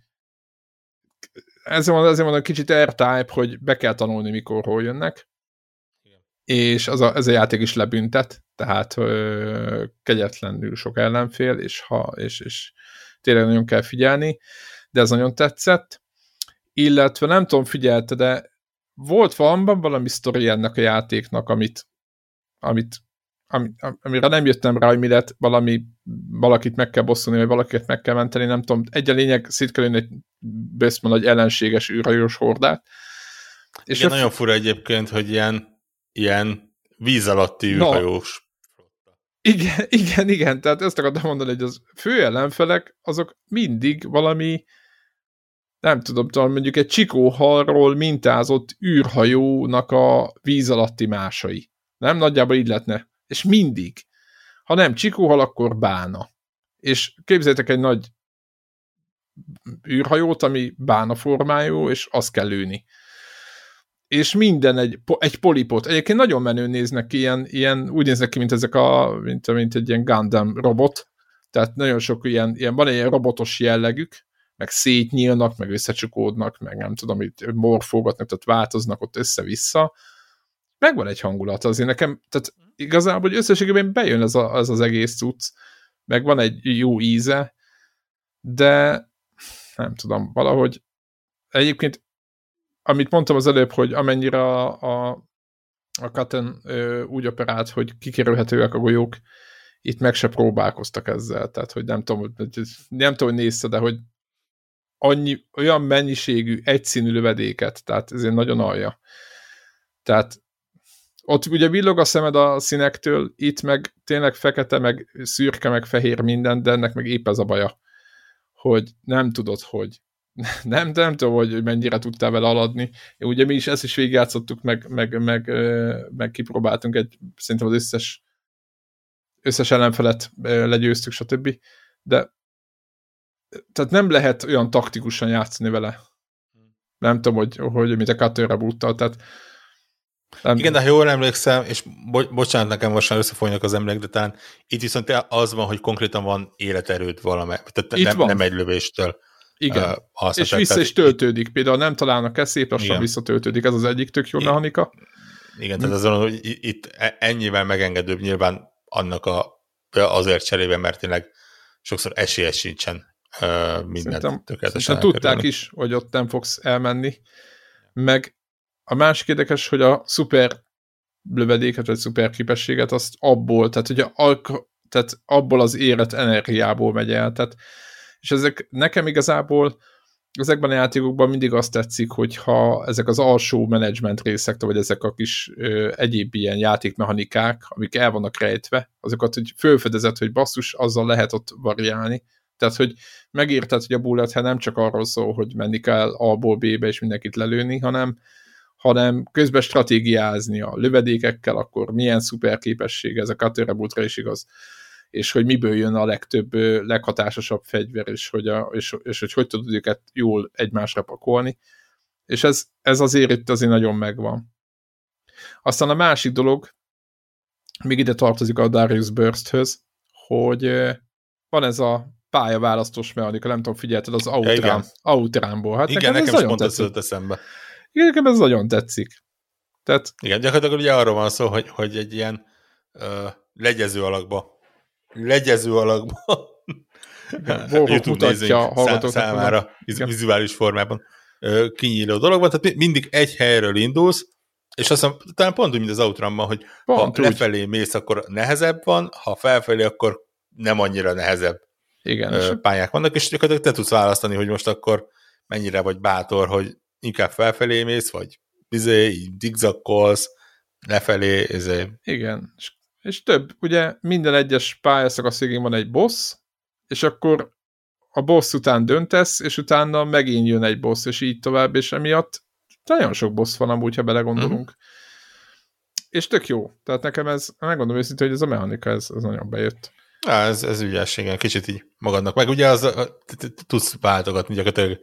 Speaker 1: ezért van, ezért van egy kicsit R-Type, hogy be kell tanulni, mikor hol jönnek. Igen. És az a, ez a játék is lebüntet, tehát ö, kegyetlenül sok ellenfél, és, ha, és, és tényleg nagyon kell figyelni, de ez nagyon tetszett. Illetve nem tudom, figyelte, de volt valamiban valami sztori ennek a játéknak, amit, amit Am, amire nem jöttem rá, hogy mi lett, valami, valakit meg kell bosszulni, vagy valakiket meg kell menteni, nem tudom. Egy a lényeg, szét kell egy bőszben egy ellenséges űrhajós hordát.
Speaker 2: És igen, nagyon fura egyébként, hogy ilyen, ilyen víz alatti űrhajós. No.
Speaker 1: Igen, igen, igen, tehát ezt akartam mondani, hogy az fő ellenfelek, azok mindig valami, nem tudom, talán mondjuk egy csikóhalról mintázott űrhajónak a víz alatti másai. Nem? Nagyjából így lehetne. És mindig. Ha nem csikóhal, akkor bána. És képzeljétek egy nagy űrhajót, ami bána formájú, és azt kell lőni. És minden egy, egy polipot. Egyébként nagyon menő néznek ki, ilyen, ilyen, úgy néznek ki, mint ezek a, mint, mint egy ilyen Gundam robot. Tehát nagyon sok ilyen, ilyen van egy ilyen robotos jellegük, meg szétnyílnak, meg összecsukódnak, meg nem tudom, itt morfógatnak, tehát változnak ott össze-vissza. Megvan egy hangulat azért nekem, tehát igazából, hogy összességében bejön ez, a, ez az egész cucc, meg van egy jó íze, de nem tudom, valahogy egyébként, amit mondtam az előbb, hogy amennyire a, a, a Katen úgy operált, hogy kikerülhetőek a golyók, itt meg se próbálkoztak ezzel, tehát hogy nem tudom, nem tudom, hogy nézte, de hogy annyi, olyan mennyiségű egyszínű lövedéket, tehát ezért nagyon alja. Tehát Ott ugye villog a szemed a színektől, itt meg tényleg fekete, meg szürke, meg fehér minden, de ennek meg épp ez a baja, hogy nem tudod, hogy nem, nem tudom, hogy mennyire tudtál vele aladni. Ugye mi is ezt is végigjátszottuk, meg, meg, meg, meg kipróbáltunk egy, szerintem az összes összes ellenfelet legyőztük, stb. De tehát nem lehet olyan taktikusan játszani vele. Nem tudom, hogy, hogy mint a Cutter Reboot-tal, tehát
Speaker 2: nem. Igen, de ha jól emlékszem, és bo- bocsánat, nekem most már összefolynak az emlék, de talán itt viszont az van, hogy konkrétan van életerőd valamely. Tehát nem, nem egy lövéstől.
Speaker 1: Igen, uh, és vissza is töltődik. Például nem találnak ezt, szép lassan visszatöltődik. Ez az egyik tök jó mechanika.
Speaker 2: Igen, tehát azon, hogy itt ennyivel megengedőbb nyilván annak a, azért cserébe, mert tényleg sokszor esélye sincsen uh, mindent tökéletesen.
Speaker 1: Tudták is, hogy ott nem fogsz elmenni. Meg a másik érdekes, hogy a szuper lövedéket, vagy szuper képességet, azt abból, tehát, hogy a, tehát abból az élet energiából megy el. Tehát, és ezek nekem igazából ezekben a játékokban mindig azt tetszik, hogyha ezek az alsó menedzsment részek, vagy ezek a kis ö, egyéb ilyen játékmechanikák, amik el vannak rejtve, azokat, hogy fölfedezett, hogy basszus, azzal lehet ott variálni. Tehát, hogy megérted, hogy a bullet hell nem csak arról szól, hogy menni kell A-ból B-be és mindenkit lelőni, hanem, hanem közben stratégiázni a lövedékekkel, akkor milyen szuper képesség, ez a Cutter Reboot-ra is igaz, és hogy miből jön a legtöbb, leghatásosabb fegyver, és hogy, a, és, és hogy, hogy tudod őket jól egymásra pakolni. És ez, ez azért itt azért nagyon megvan. Aztán a másik dolog, még ide tartozik a Darius Burst-höz, hogy van ez a pályaválasztós mechanika, nem tudom, figyelted, az Outrun, Outrunból. Hát
Speaker 2: igen, nekem, nekem is pont ez eszembe.
Speaker 1: Igen, nekem ez nagyon tetszik. Tehát,
Speaker 2: igen, gyakorlatilag ugye arról van szó, hogy, hogy egy ilyen uh, legyező alakba legyező alakban
Speaker 1: YouTube mutatja
Speaker 2: hallgatóknak számára viz- vizuális formában kinyíló dologban, tehát mindig egy helyről indulsz, és azt mondom, talán pont úgy, mint az Outrunban, hogy pont ha úgy. Lefelé mész, akkor nehezebb van, ha felfelé, akkor nem annyira nehezebb
Speaker 1: igen,
Speaker 2: pályák vannak, és gyakorlatilag te tudsz választani, hogy most akkor mennyire vagy bátor, hogy inkább felfelé mész, vagy izé, így digzakkolsz, lefelé, izé.
Speaker 1: Igen, és És több, ugye minden egyes pályaszakasz végén van egy boss, és akkor a boss után döntesz, és utána megint jön egy boss, és így tovább, és emiatt nagyon sok boss van amúgy, ha belegondolunk. Mm. És tök jó. Tehát nekem ez, megmondom őszintén, hogy ez a mechanika, ez, ez nagyon bejött.
Speaker 2: Á, ez, ez ügyességen, kicsit így magadnak. Meg ugye az, tudsz váltogatni gyakorlatilag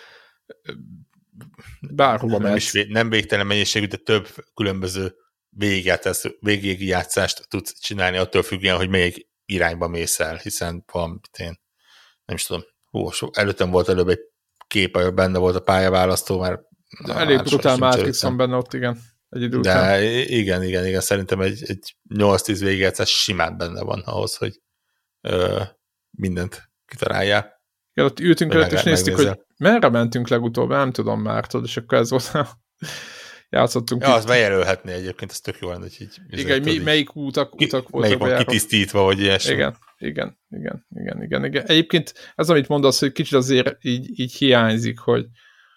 Speaker 1: bárhova
Speaker 2: nem, is, nem végtelen mennyiségű, de több különböző végigjátszást tudsz csinálni attól függően, hogy melyik irányba mész el, hiszen van, én nem is tudom, hú, előttem volt előbb egy kép, ahol benne volt a pályaválasztó, mert
Speaker 1: na, elég hát brutál Matrix van benne ott, igen. Egy idő után.
Speaker 2: De igen, igen, igen, szerintem egy, egy nyolc-tíz végigjátszás simán benne van ahhoz, hogy ö, mindent kitaláljál.
Speaker 1: Igen, ott ültünk előtt, és néztük, hogy merre mentünk legutóbb, nem tudom már, tudod, és akkor ez volt játszottunk.
Speaker 2: Ja, azt bejelölhetné egyébként, ez tök jó lenne, hogy így...
Speaker 1: Igen, mi, melyik útak, utak voltak
Speaker 2: melyik van kitisztítva, vagy ilyesmi.
Speaker 1: Igen, igen, igen, igen, igen, igen. Egyébként ez, amit mondasz, hogy kicsit azért így, így hiányzik, hogy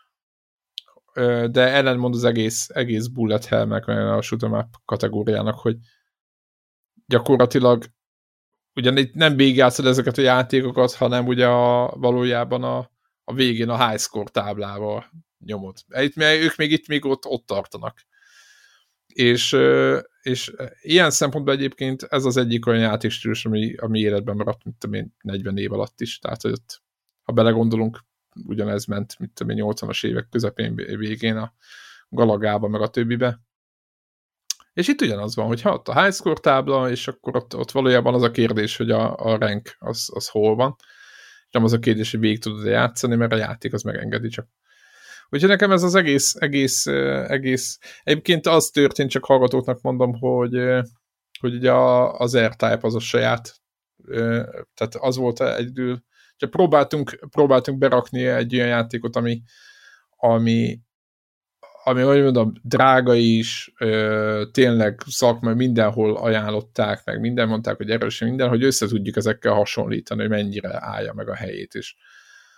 Speaker 1: de ellenmond az egész, egész bullet hell, meg a shoot'em up kategóriának, hogy gyakorlatilag ugye nem végigjátszod ezeket a játékokat, hanem ugye a, valójában a, a végén a high score táblával nyomod. Ők még itt még ott, ott tartanak. És, és ilyen szempontból egyébként ez az egyik olyan játékstílus, ami, ami életben maradt, mint tudom én, negyven év alatt is. Tehát, hogy ott, ha belegondolunk, ugyanez ment, mint tudom én, nyolcvanas évek közepén végén a Galagába, meg a többibe. És itt ugyanaz van, hogy ha ott a high score tábla, és akkor ott, ott valójában az a kérdés, hogy a, a rank az, az hol van. És nem az a kérdés, hogy végig tudod játszani, mert a játék az megengedi csak. Úgyhogy nekem ez az egész, egész, egész, egyébként az történt, csak hallgatóknak mondom, hogy, hogy ugye az R-Type az a saját, tehát az volt egyedül, csak próbáltunk, próbáltunk berakni egy olyan játékot, ami, ami, ami, hogy mondom, drága is, tényleg szakmai, mindenhol ajánlották, meg minden mondták, hogy erős minden, hogy össze tudjuk ezekkel hasonlítani, hogy mennyire állja meg a helyét is.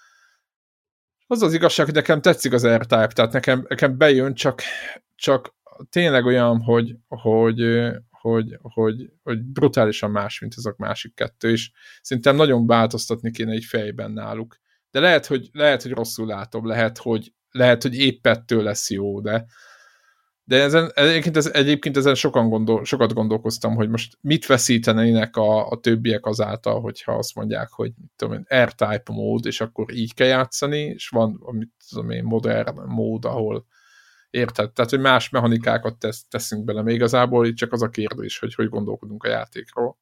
Speaker 1: Az az igazság, hogy nekem tetszik az R-Type, tehát nekem, nekem bejön, csak, csak tényleg olyan, hogy, hogy, hogy, hogy, hogy brutálisan más, mint azok másik kettő, és szerintem nagyon változtatni kéne egy fejben náluk. De lehet, hogy, lehet, hogy rosszul látom, lehet, hogy, lehet, hogy épp ettől lesz jó, de De ezen, egyébként, ez, egyébként ezen sokan gondol, sokat gondolkoztam, hogy most mit veszítenének a, a többiek azáltal, hogyha azt mondják, hogy tudom, R-Type mód, és akkor így kell játszani, és van amit tudom én, modern mód, ahol érted, tehát hogy más mechanikákat tesz, teszünk bele, még igazából itt csak az a kérdés, hogy hogy gondolkodunk a játékról.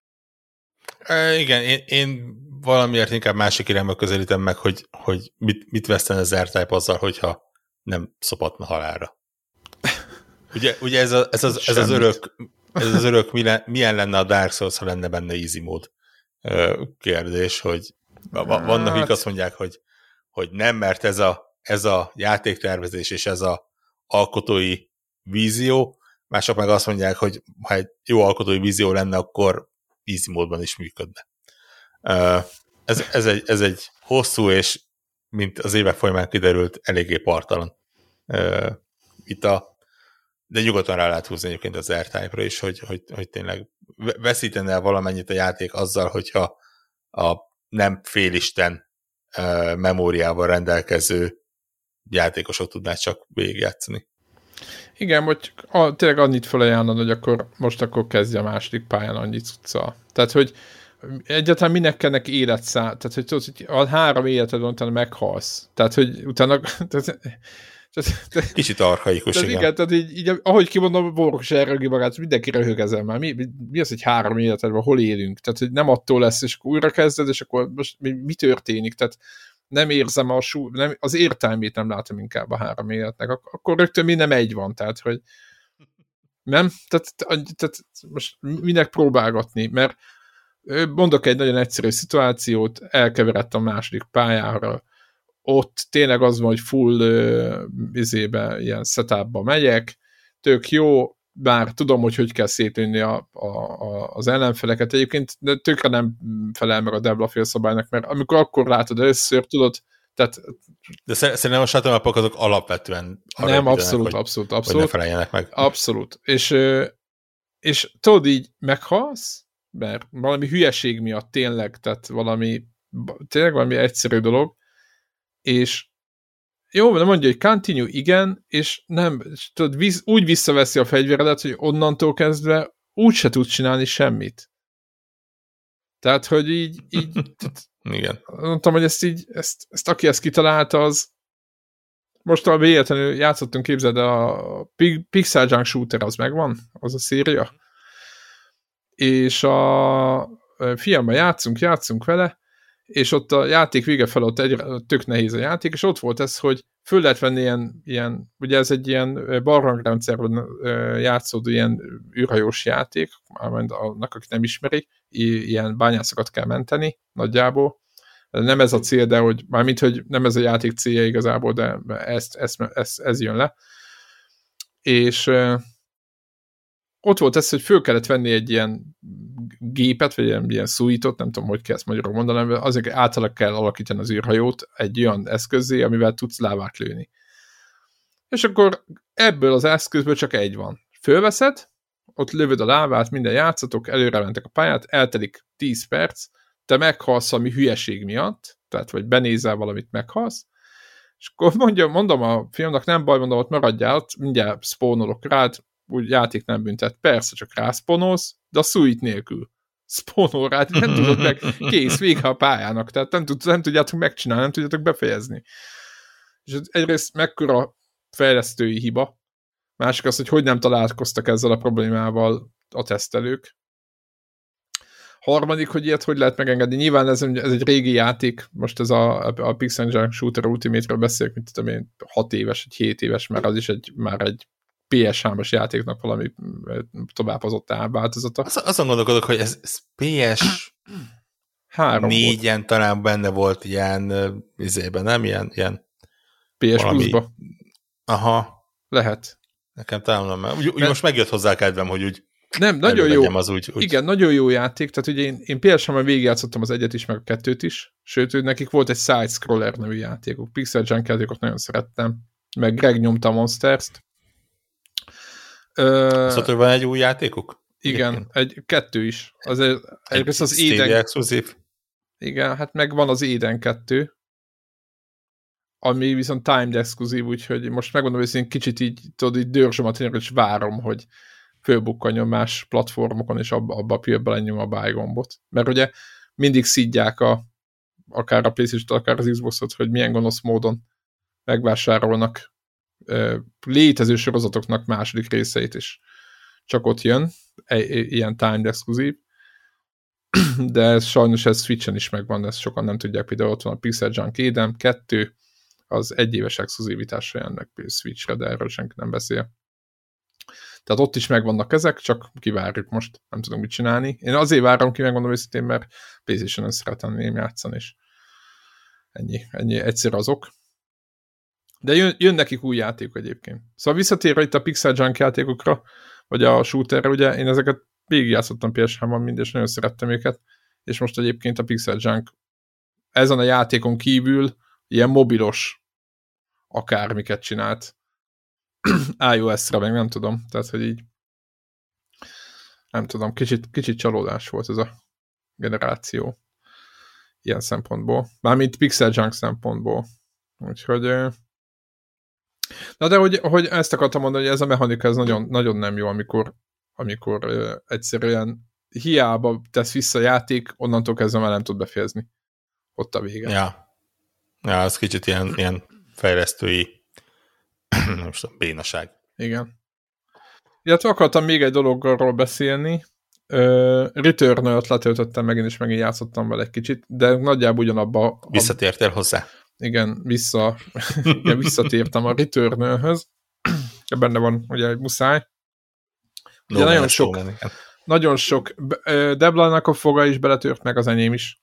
Speaker 2: E, igen, én, én valamiért inkább másik irányba közelítem meg, hogy, hogy mit, mit vesztene az R-Type azzal, hogyha nem szopatna halálra. Ugye, ugye ez, a, ez, az, ez, az örök, ez az örök, milyen lenne a Dark Souls, ha lenne benne easy mód kérdés, hogy vannak, akik azt mondják, hogy, hogy nem, mert ez a, ez a játéktervezés és ez a alkotói vízió, mások meg azt mondják, hogy ha egy jó alkotói vízió lenne, akkor easy módban is működne. Ez, ez, egy, ez egy hosszú és, mint az évek folyamán kiderült, eléggé partalan itt a de nyugodtan rá lehet húzni egyébként az R-Type-ra is, hogy, hogy, hogy tényleg veszítene el valamennyit a játék azzal, hogyha a nem félisten uh, memóriával rendelkező játékosok tudnák csak végigjátszani.
Speaker 1: Igen, hogy a, tényleg annyit felajánlod, hogy akkor most akkor kezdje a második pályán annyit cuccal. Tehát, hogy egyáltalán minek kell neki életszá, tehát, hogy tudod, hogy a három életed van, utána meghalsz. Tehát, hogy utána... Tehát,
Speaker 2: kicsit archaikus,
Speaker 1: tehát igen. igen. Tehát így, így, ahogy kimondom, Borok is elrögi magát, mindenki röhög ezen már. Mi, mi, mi az, hogy három életedben, hol élünk? Tehát, hogy nem attól lesz, és akkor újra kezded, és akkor most mi, mi történik? Tehát nem érzem a sú, nem, az értelmét nem látom inkább a három életnek. Ak- akkor rögtön mi nem egy van, tehát, hogy nem? Tehát, tehát most minek próbálgatni? Mert mondok egy nagyon egyszerű szituációt, elkeveredt a második pályára, ott tényleg az van, hogy full uh, izébe, ilyen setupba megyek, tök jó, bár tudom, hogy hogy kell szétlőni a, a, a, az ellenfeleket egyébként, de tökre nem felel meg a Debla félszabálynak, mert amikor akkor látod először, tudod, tehát...
Speaker 2: De szerintem a shuttle-mapok azok alapvetően
Speaker 1: nem, abszolút, hogy, abszolút, abszolút.
Speaker 2: Hogy ne feleljenek meg.
Speaker 1: Abszolút. És, és tudod így meghalsz, mert valami hülyeség miatt tényleg, tehát valami tényleg valami egyszerű dolog, és jó, de mondja, hogy continue, igen, és nem, és tudod, visz, úgy visszaveszi a fegyveredet, hogy onnantól kezdve úgy se tud csinálni semmit. Tehát, hogy így, így
Speaker 2: igen.
Speaker 1: Mondtam, hogy ezt így, ezt, ezt aki ezt kitalálta, az most a véletlenül játszottunk, képzeld, a Pixel Junk Shooter az megvan, az a széria, és a fiammal játszunk, játszunk vele, és ott a játék vége fel ott egy, tök nehéz a játék, és ott volt ez, hogy föl lehet venni ilyen, ilyen ugye ez egy ilyen barlangrendszerben játszódó ilyen űrhajós játék, mármint annak, akik nem ismerik, ilyen bányászokat kell menteni nagyjából. Nem ez a cél, de hogy mármint, hogy nem ez a játék célja igazából, de ezt, ezt, ezt, ez jön le. És ott volt ez, hogy föl kellett venni egy ilyen gépet, vagy ilyen, ilyen suite-ot, nem tudom, hogy kell ezt magyarul mondanom, azért általában kell alakítani az űrhajót egy olyan eszközzé, amivel tudsz lávát lőni. És akkor ebből az eszközből csak egy van. Fölveszed, ott lövöd a lávát, minden játszatok, előre mentek a pályát, eltelik tíz perc, te meghalsz valami hülyeség miatt, tehát vagy benézel valamit, meghalsz, és akkor mondjam, mondom a filmnek, nem baj, mondom, ott maradjál, ott mindjárt spawnolok rád, úgy játék nem büntet. Persze, csak rászponolsz, de a suite nélkül. Spawnol rád, nem tudod meg, kész, vége a pályának, tehát nem, tud, nem tudjátok megcsinálni, nem tudjátok befejezni. És egyrészt mekkora fejlesztői hiba, másik az, hogy hogy nem találkoztak ezzel a problémával a tesztelők. Harmadik, hogy ilyet hogy lehet megengedni. Nyilván ez, ez egy régi játék, most ez a, a Pixel Junk Shooter Ultimate-ről beszélek, mint tudom én, hat éves, vagy hét éves, mert az is egy, már egy pé es hármas játéknak valami továbbozott változata.
Speaker 2: Az, azon gondolkodok, hogy ez, ez pé es négyen talán benne volt ilyen izében, nem? Ilyen, ilyen
Speaker 1: pé es valami... Plus-ba?
Speaker 2: Aha.
Speaker 1: Lehet.
Speaker 2: Nekem talán nem. Úgy, úgy most megjött hozzá a kedvem, hogy úgy
Speaker 1: nem, nagyon jó.
Speaker 2: Az úgy, úgy.
Speaker 1: Igen, nagyon jó játék, tehát ugye én, én pé es háromban végigjátszottam az egyet is, meg a kettőt is, sőt, nekik volt egy Side-Scroller nevű játékok, Pixel Junk játékot nagyon szerettem, meg Greg nyomta a Monsters-t,
Speaker 2: Azt mondta, hogy van egy új játékuk?
Speaker 1: Igen, egy, kettő is. Azért,
Speaker 2: egy
Speaker 1: az
Speaker 2: Stadia
Speaker 1: Eden...
Speaker 2: exkluzív?
Speaker 1: Igen, hát meg van az Eden kettő, ami viszont timed exkluzív, úgyhohogy most megmondom, hogy én kicsit így, tudod, így dörzsöm a tényleg, és várom, hogy fölbukkanjon más platformokon, és abba, abba a pillanatban lenyom a buy gombot. Mert ugye mindig szidják a, akár a PlayStation-t, akár az Xbox-ot, hogy milyen gonosz módon megvásárolnak ö, létező sorozatoknak második részeit, és csak ott jön, e, e, ilyen timed exkluzív. De ez, sajnos ez Switchen is megvan, ezt sokan nem tudják, például ott van a Pixel Junk Eden kettő, az egyéves exkluzivitásra jönnek Switchre, de erről senki nem beszél. Tehát ott is megvannak ezek, csak kivárjuk most, nem tudom mit csinálni. Én azért várom ki, megmondom őszintén, mert PlayStation-on szeretném játszani, és ennyi, ennyi egyszer azok. De jön, jön nekik új játék egyébként. Szóval visszatérve itt a Pixel Junk játékokra, vagy a shooterre, ugye én ezeket végigjátszottam pé es hármon mind, és nagyon szerettem őket, és most egyébként a Pixel Junk ezen a játékon kívül ilyen mobilos akármiket csinált. iOS-ra meg nem tudom, tehát hogy így nem tudom, kicsit, kicsit csalódás volt ez a generáció ilyen szempontból. Mármint Pixel Junk szempontból. Úgyhogy na de hogy, hogy ezt akartam mondani, hogy ez a mechanika ez nagyon, nagyon nem jó, amikor, amikor uh, egyszerűen hiába tesz vissza a játék, onnantól kezdve már nem tud befejezni. Ott a vége.
Speaker 2: Ja, ja az kicsit ilyen, ilyen fejlesztői nem tudom, bénaság.
Speaker 1: Igen. Illetve akartam még egy dologról beszélni. Uh, Returnal-t letöltöttem megint, és megint játszottam vele egy kicsit, de nagyjából ugyanabba...
Speaker 2: Visszatértél hozzá?
Speaker 1: Igen, vissza, igen, visszatértem a Returnal-höz. Benne van ugye egy muszáj. Ugye no, nagyon sok, menni. nagyon sok Deblának a foga is beletört, meg az enyém is.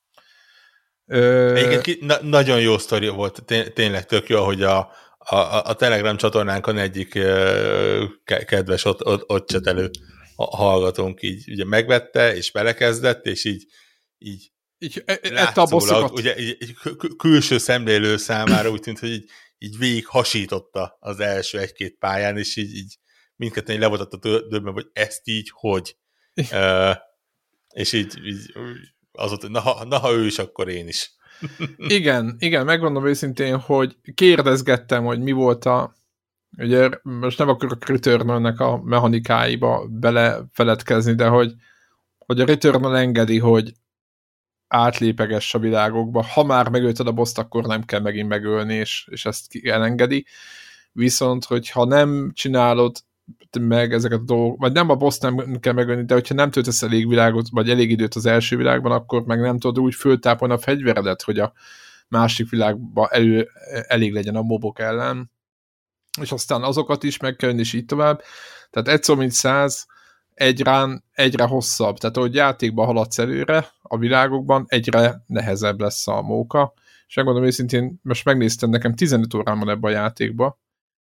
Speaker 2: Egyébként na- nagyon jó sztori volt, Té- tényleg tök jó, hogy a, a, a Telegram csatornánkon egyik uh, kedves ott, ott, ott csetelő hallgatónk így ugye megvette, és belekezdett, és így, így
Speaker 1: így ette a bosszokat.
Speaker 2: Ugye így, így külső szemlélő számára úgy tűnt, hogy így, így végig hasította az első egy-két pályán, és így, így mindketten le volt a döbben, hogy ezt így hogy. uh, és így, így az volt, hogy na, ha, na, ha ő is, akkor én is.
Speaker 1: igen, igen, megmondom őszintén, hogy kérdezgettem, hogy mi volt a ugye most nem akarok Returnal-nek a mechanikáiba belefeledkezni, de hogy, hogy a Returnal engedi, hogy átlépegess a világokba. Ha már megölted a boszt, akkor nem kell megint megölni, és, és ezt elengedi. Viszont, hogyha nem csinálod meg ezeket a dolgok, vagy nem a boss nem kell megölni, de hogyha nem töltesz elég világot, vagy elég időt az első világban, akkor meg nem tudod úgy föltápolni a fegyveredet, hogy a másik világban elő, elég legyen a mobok ellen. És aztán azokat is meg kell jönni, és így tovább. Tehát egy szó, mint száz, egyre, egyre hosszabb. Tehát, ahogy játékban haladsz előre a világokban, egyre nehezebb lesz a móka. És megmondom őszintén, most megnéztem, nekem tizenöt órán van ebben a játékban,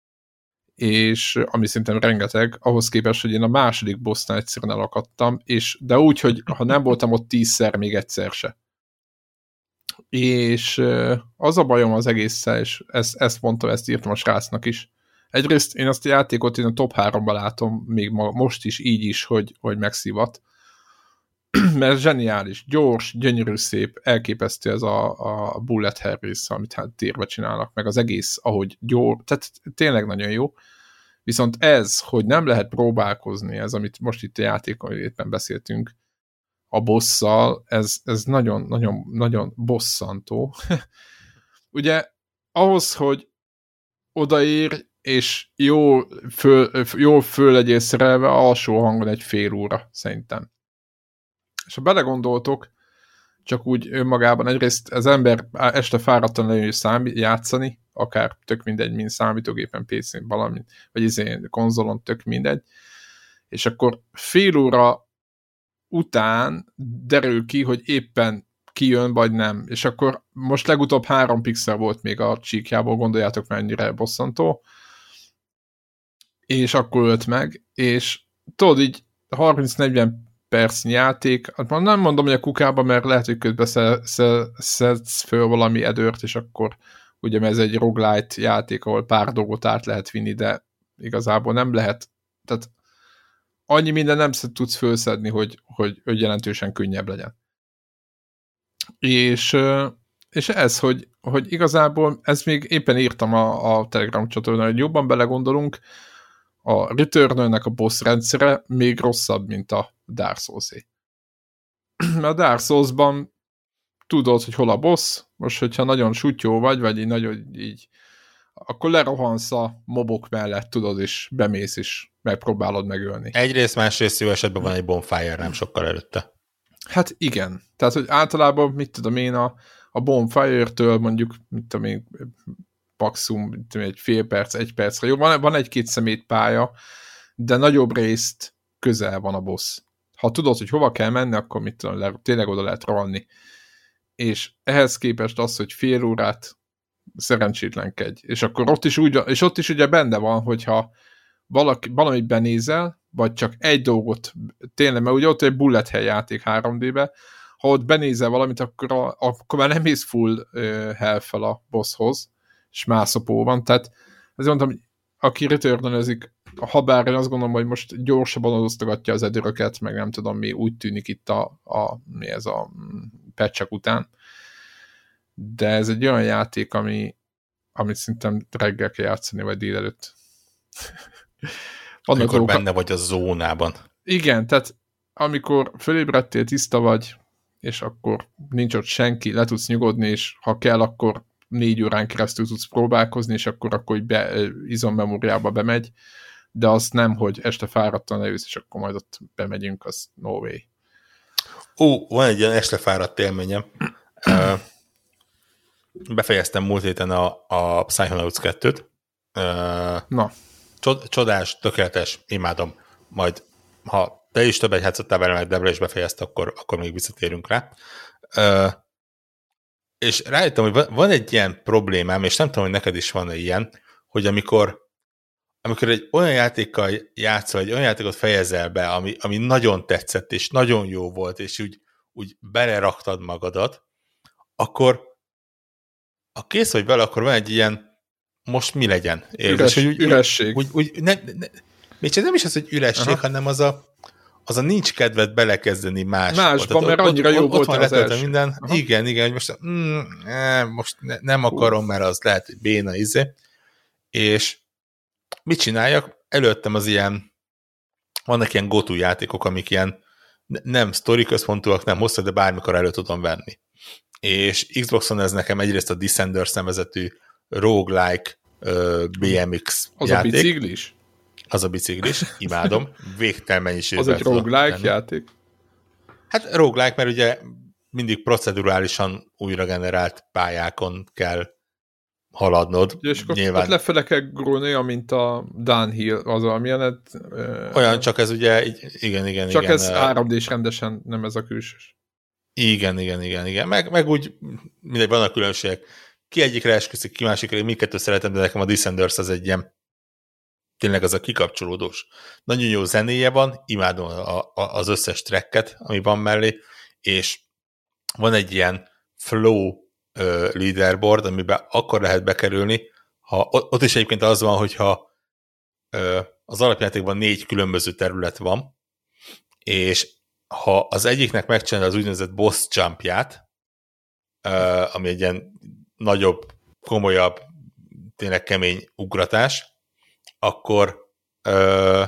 Speaker 1: és ami szerintem rengeteg, ahhoz képest, hogy én a második bossnál egyszerűen elakadtam, és, de úgy, hogy ha nem voltam ott tízszer, még egyszer se. És az a bajom az egésszel, és ezt, ezt mondtam, ezt írtam a srácnak is. Egyrészt én azt a játékot én a top háromban látom, még ma, most is így is, hogy, hogy megszívat. Mert zseniális, gyors, gyönyörű szép, elképesztő ez a, a Bullet Harris, amit hát térbe csinálnak, meg az egész, ahogy gyors, tehát tényleg nagyon jó. Viszont ez, hogy nem lehet próbálkozni, ez, amit most itt a játékon éppen beszéltünk, a bosszal, ez, ez nagyon, nagyon, nagyon bosszantó. Ugye ahhoz, hogy odaér, és jól föl, jól föl legyél szerelve alsó hangon egy fél óra, szerintem. És ha belegondoltok, csak úgy önmagában egyrészt az ember este fáradtan lejön számít, játszani, akár tök mindegy, mint számítógépen, pé cén, valami, vagy izé, konzolon, tök mindegy, és akkor fél óra után derül ki, hogy éppen kijön, vagy nem. És akkor most legutóbb három pixel volt még a csíkjából, gondoljátok mennyire bosszantó, és akkor ölt meg, és tudod így harminc-negyven percnyi játék, hát nem mondom, hogy a kukába, mert lehet, hogy közben szedsz föl valami edőrt, és akkor ugye ez egy roguelite játék, ahol pár dolgot át lehet vinni, de igazából nem lehet, tehát annyi minden nem tudsz fölszedni, hogy, hogy, hogy jelentősen könnyebb legyen. És, és ez, hogy, hogy igazából, ez még éppen írtam a, a Telegram csatornán, hogy jobban belegondolunk, a Returnal-nek a boss rendszere még rosszabb, mint a Dark Souls-é. Mert a Dark Souls-ban tudod, hogy hol a boss, most, hogyha nagyon sutyó vagy, vagy így nagyon így, akkor lerohansz a mobok mellett, tudod, és bemész, és megpróbálod megölni.
Speaker 2: Egyrészt, másrészt jó esetben van egy bonfire nem sokkal előtte.
Speaker 1: Hát igen. Tehát, hogy általában, mit tudom én, a, a bonfire-től mondjuk, mit tudom én, maximum, mit tudom én, egy fél perc, egy percre. Jó, van, van egy-két szemétpálya, de nagyobb részt közel van a boss. Ha tudod, hogy hova kell menni, akkor mit tudom, le, tényleg oda lehet rohanni. És ehhez képest az, hogy fél órát szerencsétlenkedj. És akkor ott is úgy, és ott is ugye benne van, hogyha valaki, valamit benézel, vagy csak egy dolgot, tényleg, mert ugye ott egy bullet hell játék három dé-be, ha ott benézel valamit, akkor, a, akkor már nem mész full uh, hell fel a bosshoz, és mászopó van, tehát azért mondtam, hogy aki returnözik, ha bár én azt gondolom, hogy most gyorsabban osztogatja az edőröket, meg nem tudom mi, úgy tűnik itt a, a mi ez a patchek után, de ez egy olyan játék, ami, amit szerintem reggel kell játszani, vagy délelőtt.
Speaker 2: Amikor dolga... benne vagy a zónában.
Speaker 1: Igen, tehát amikor fölébredtél, tiszta vagy, és akkor nincs ott senki, le tudsz nyugodni, és ha kell, akkor négy órán keresztül tudsz próbálkozni, és akkor, akkor hogy be, izommemóriába bemegy, de az nem, hogy este fáradtan leülsz, és akkor majd ott bemegyünk, az no way.
Speaker 2: Ó, van egy ilyen este fáradt élményem. Befejeztem múlt héten a, a Psychonauts kettőt.
Speaker 1: Na.
Speaker 2: Csodás, tökéletes, imádom. Majd, ha te is többet játszottál vele, meg Debra is befejezte, akkor, akkor még visszatérünk rá. Uh, és rájöttem, hogy van egy ilyen problémám, és nem tudom, hogy neked is van ilyen, hogy amikor, amikor egy olyan játékkal játszol, egy olyan játékot fejezel be, ami, ami nagyon tetszett, és nagyon jó volt, és úgy, úgy beleraktad magadat, akkor ha kész vagy vele, akkor van egy ilyen most mi legyen?
Speaker 1: Üres,
Speaker 2: és, úgy,
Speaker 1: üresség.
Speaker 2: Úgy, úgy, ne, ne, még csak nem is az, hogy üresség, Aha. hanem az a, az a nincs kedved belekezdeni másba.
Speaker 1: Másban, mert annyira ott, jó ott, volt
Speaker 2: ott
Speaker 1: az első.
Speaker 2: Minden. Igen, igen, hogy most, mm, eh, most ne, nem akarom, mert az lehet, hogy béna izé. És mit csináljak? Előttem az ilyen, vannak ilyen go-to játékok, amik ilyen nem sztori központúak, nem hosszú, de bármikor elő tudom venni. És Xboxon ez nekem egyrészt a Descenders nevezetű roguelike uh, bé em iksz
Speaker 1: az
Speaker 2: játék.
Speaker 1: Az a biciklis?
Speaker 2: Az a biciklis, imádom. Végtelen mennyiségben.
Speaker 1: Az egy roguelike játék?
Speaker 2: Hát roguelike, mert ugye mindig procedurálisan újra generált pályákon kell haladnod.
Speaker 1: És akkor nyilván... ott lefele kell grónia, mint a Downhill, az amilyen...
Speaker 2: Uh, Olyan, csak ez ugye, igen, igen,
Speaker 1: csak
Speaker 2: igen.
Speaker 1: Csak ez három dés rendesen, nem ez a külsős.
Speaker 2: Igen, igen, igen, igen. Meg, meg úgy mindegy, vannak különbségek. Ki egyikre esküszik, ki másikra, mindkettőt szeretem, de nekem a Descenders az egy ilyen, tényleg az a kikapcsolódós. Nagyon jó zenéje van, imádom a, a, az összes tracket, ami van mellé, és van egy ilyen flow uh, leaderboard, amiben akkor lehet bekerülni, ha ott is egyébként az van, hogyha uh, az alapjátékban négy különböző terület van, és ha az egyiknek megcsinál az úgynevezett boss jumpját, uh, ami egy ilyen nagyobb, komolyabb, tényleg kemény ugratás, akkor, uh,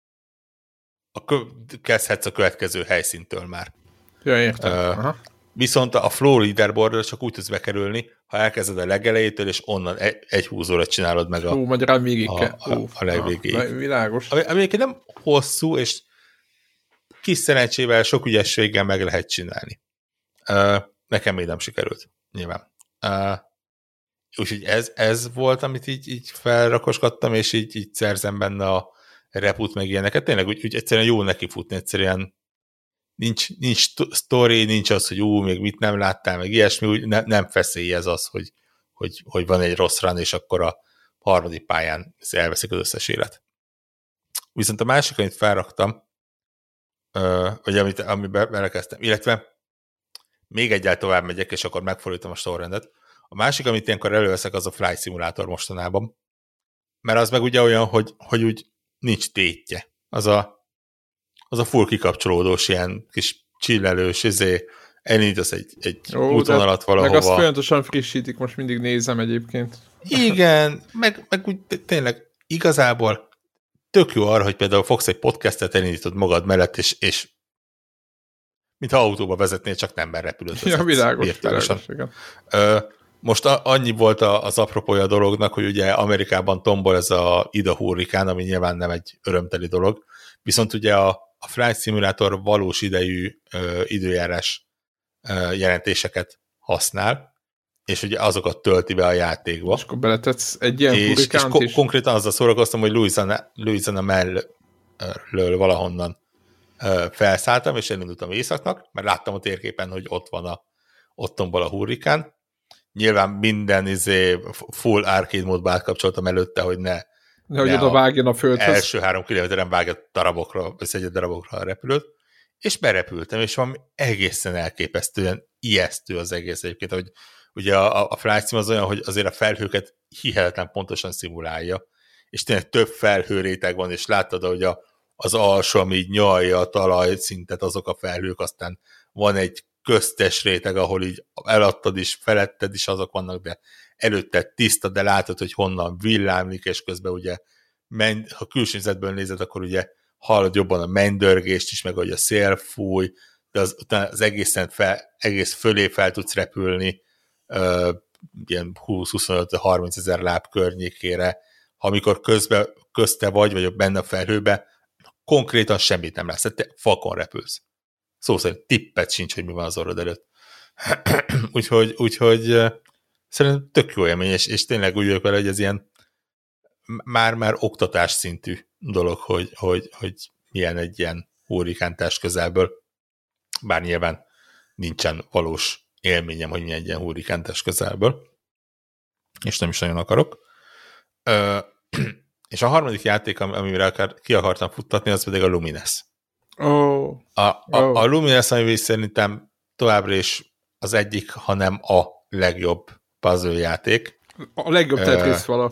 Speaker 2: akkor kezdhetsz a következő helyszíntől már.
Speaker 1: Ja, értem. Uh, Aha.
Speaker 2: Viszont a flow leaderboardra csak úgy tudsz bekerülni, ha elkezded a legelejétől, és onnan egy, egy húzóra csinálod meg a,
Speaker 1: Hú, magyarán végig
Speaker 2: a, a, a legvégéig.
Speaker 1: Világos.
Speaker 2: Ami, ami nem hosszú, és kis szerencsével, sok ügyességgel meg lehet csinálni. Uh, nekem még nem sikerült, nyilván. Uh, úgyhogy ez, ez volt, amit így, így felrakosgattam, és így, így szerzem benne a reput, meg ilyeneket. Tényleg úgy, úgy egyszerűen jó nekifutni, egyszerűen nincs, nincs sztori, nincs az, hogy ú, még mit nem láttál, meg ilyesmi, úgy ne, nem feszélyez az, hogy, hogy, hogy van egy rossz run, és akkor a harmadik pályán elveszik az összes élet. Viszont a másik, amit felraktam, Uh, vagy amit, amiben belekezdtem, illetve még egyáltalán tovább megyek, és akkor megfordítom a sorrendet. A másik, amit ilyenkor előveszek, az a Flight Simulator mostanában. Mert az meg ugye olyan, hogy, hogy úgy nincs tétje. Az a az a full kikapcsolódós, ilyen kis csillelős, izé, elindítasz egy, egy
Speaker 1: Ó,
Speaker 2: útvonalat valahova.
Speaker 1: Meg azt folyamatosan frissítik, most mindig nézem egyébként.
Speaker 2: Igen, meg, meg úgy tényleg igazából tök jó arra, hogy például fogsz egy podcastet, elindítod magad mellett, és, és mintha autóba vezetnél, csak nem repülőt vezetsz.
Speaker 1: Ja, világos, világos, igen.
Speaker 2: Ö, most a, annyi volt a, az apropója a dolognak, hogy ugye Amerikában tombol ez a Ida hurrikán, ami nyilván nem egy örömteli dolog, viszont ugye a, a Flight Simulator valós idejű ö, időjárás ö, jelentéseket használ, és ugye azokat tölti be a játékba.
Speaker 1: És akkor beletetsz egy ilyen
Speaker 2: és,
Speaker 1: hurrikánt
Speaker 2: és
Speaker 1: is.
Speaker 2: konkrétan azzal szórakoztam, hogy Louisiana, Louisiana mellől valahonnan ö, felszálltam, és elindultam északnak, mert láttam a térképen, hogy ott van a, ott tombol a hurrikán. Nyilván minden izé, full arcade módba átkapcsoltam előtte, hogy ne,
Speaker 1: Nehogy oda vágjon a földhöz.
Speaker 2: Első három kilométeren vágott darabokra, összegyed darabokra a repülőt, és berepültem, és valami egészen elképesztően ijesztő az egész egyébként, hogy ugye a, a Flight Sim az olyan, hogy azért a felhőket hihetetlen pontosan szimulálja, és tényleg több felhőréteg van, és láttad, hogy a, az alsó, ami így nyalja a talajszintet, azok a felhők, aztán van egy köztes réteg, ahol így eladtad is, feletted is azok vannak, de előtte tiszta, de látod, hogy honnan villámlik, és közben ugye, menny, ha külsőzetből nézed, akkor ugye hallod jobban a mennydörgést is, meg hogy a szél fúj, de az, utána az egészen fel, egész fölé fel tudsz repülni, uh, ilyen húsz-huszonöt-harminc ezer láb környékére, ha amikor közbe, közte vagy, vagy benne a felhőbe, konkrétan semmit nem látsz, te fakon repülsz. Szó szerint tippet sincs, hogy mi van az orrod előtt. úgyhogy, úgyhogy uh, szerintem tök jó élmény, és, és tényleg úgy vagyok vele, hogy ez ilyen már-már oktatás szintű dolog, hogy, hogy, hogy milyen egy ilyen hurrikántás közelből, bár nyilván nincsen valós élményem, hogy milyen egy ilyen hurrikántás közelből, és nem is nagyon akarok. Ö, és a harmadik játék, amire akar, ki akartam futtatni, az pedig a Lumines.
Speaker 1: Oh.
Speaker 2: A, a, oh. a Lumines, ami szerintem továbbra is az egyik, hanem a legjobb puzzle játék.
Speaker 1: A legjobb Tetris vala.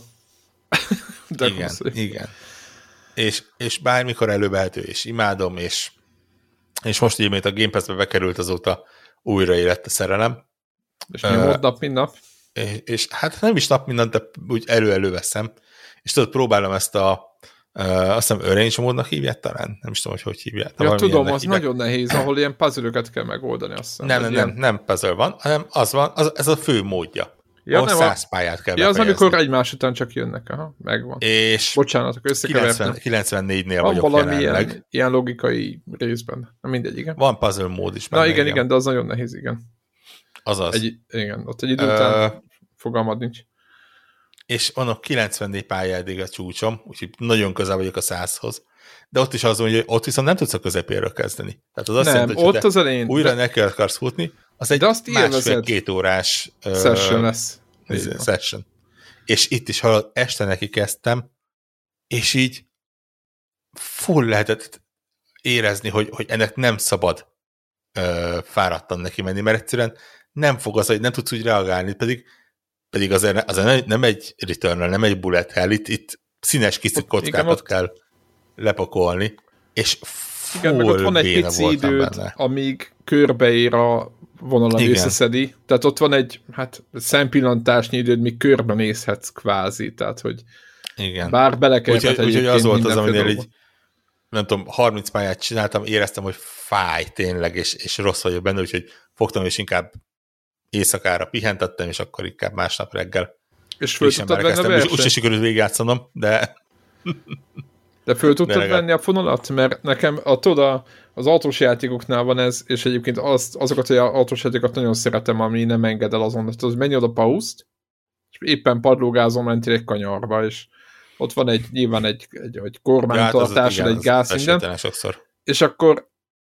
Speaker 2: De igen, igen. És, és bármikor elővehető, és imádom, és, és most így, mint a Game Pass-be bekerült, azóta újraélett a szerelem.
Speaker 1: És mi uh, nap, mint nap?
Speaker 2: És, és hát nem is nap, mint nap, de úgy elő-elő veszem. És tudod, próbálom ezt a uh, azt hiszem Arrange módnak hívják talán? Nem is tudom, hogy hogy hívják.
Speaker 1: Ja, tudom, az hívják. Nagyon nehéz, ahol ilyen puzzle-öket kell megoldani. Azt hiszem,
Speaker 2: nem, nem,
Speaker 1: ilyen...
Speaker 2: nem, nem puzzle van, hanem az van, az, ez a fő módja.
Speaker 1: Ja,
Speaker 2: ahol száz pályát kell
Speaker 1: ja, az, amikor egymás után csak jönnek, aha, megvan.
Speaker 2: És
Speaker 1: bocsánat, akkor összekevertem.
Speaker 2: kilencvennégynél
Speaker 1: van
Speaker 2: vagyok
Speaker 1: valami
Speaker 2: jelenleg.
Speaker 1: Ilyen, ilyen logikai részben. Na mindegy, igen.
Speaker 2: Van puzzle mód is.
Speaker 1: Na igen, igen, igen, de az nagyon nehéz, igen.
Speaker 2: Azaz.
Speaker 1: Egy, igen, ott egy idő után uh, fogalmad nincs.
Speaker 2: És vannak kilencvennégy pálya eddig a csúcsom, úgyhogy nagyon közel vagyok a százhoz. De ott is az van, hogy ott viszont nem tudsz a közepéről kezdeni. Tehát az azt
Speaker 1: nem,
Speaker 2: jelenti, hogy
Speaker 1: ott az elején,
Speaker 2: újra
Speaker 1: de...
Speaker 2: neki akarsz futni, az egy másfél-két órás
Speaker 1: session uh, lesz.
Speaker 2: Session. És itt is hallod, este neki kezdtem, és így full lehetett érezni, hogy, hogy ennek nem szabad uh, fáradtan neki menni, mert egyszerűen nem fog az, hogy nem tudsz úgy reagálni, pedig, pedig azért, azért nem egy returnal, nem egy bullet hell, itt, itt színes kis kockákat kell lepakolni, és full igen, meg ott van egy pici időd, benne.
Speaker 1: Amíg körbeér a vonalat összeszedi. Tehát ott van egy hát szempillantásnyi időd, míg körbenézhetsz kvázi. Tehát, hogy
Speaker 2: igen.
Speaker 1: Bár belekerülhet
Speaker 2: egyébként Úgyhogy az volt az, aminél így, nem tudom, harminc pályát csináltam, éreztem, hogy fáj tényleg, és, és rossz vagyok benne, úgyhogy fogtam, és inkább éjszakára pihentettem, és akkor inkább másnap reggel.
Speaker 1: És föl tudtad venni a versenyt?
Speaker 2: Úgy se sikerült végigjátszanom, de...
Speaker 1: De föl tudtad de venni a fonalat? Mert nekem a, tudod, az autós játékoknál van ez, és egyébként az, azokat az autós játékokat nagyon szeretem, ami nem enged el azon, hogy menj oda pauszt, és éppen padlógázom mentél egy kanyarba, és ott van egy, nyilván egy, egy, egy kormánytartás, ja, egy gáz, minden. És akkor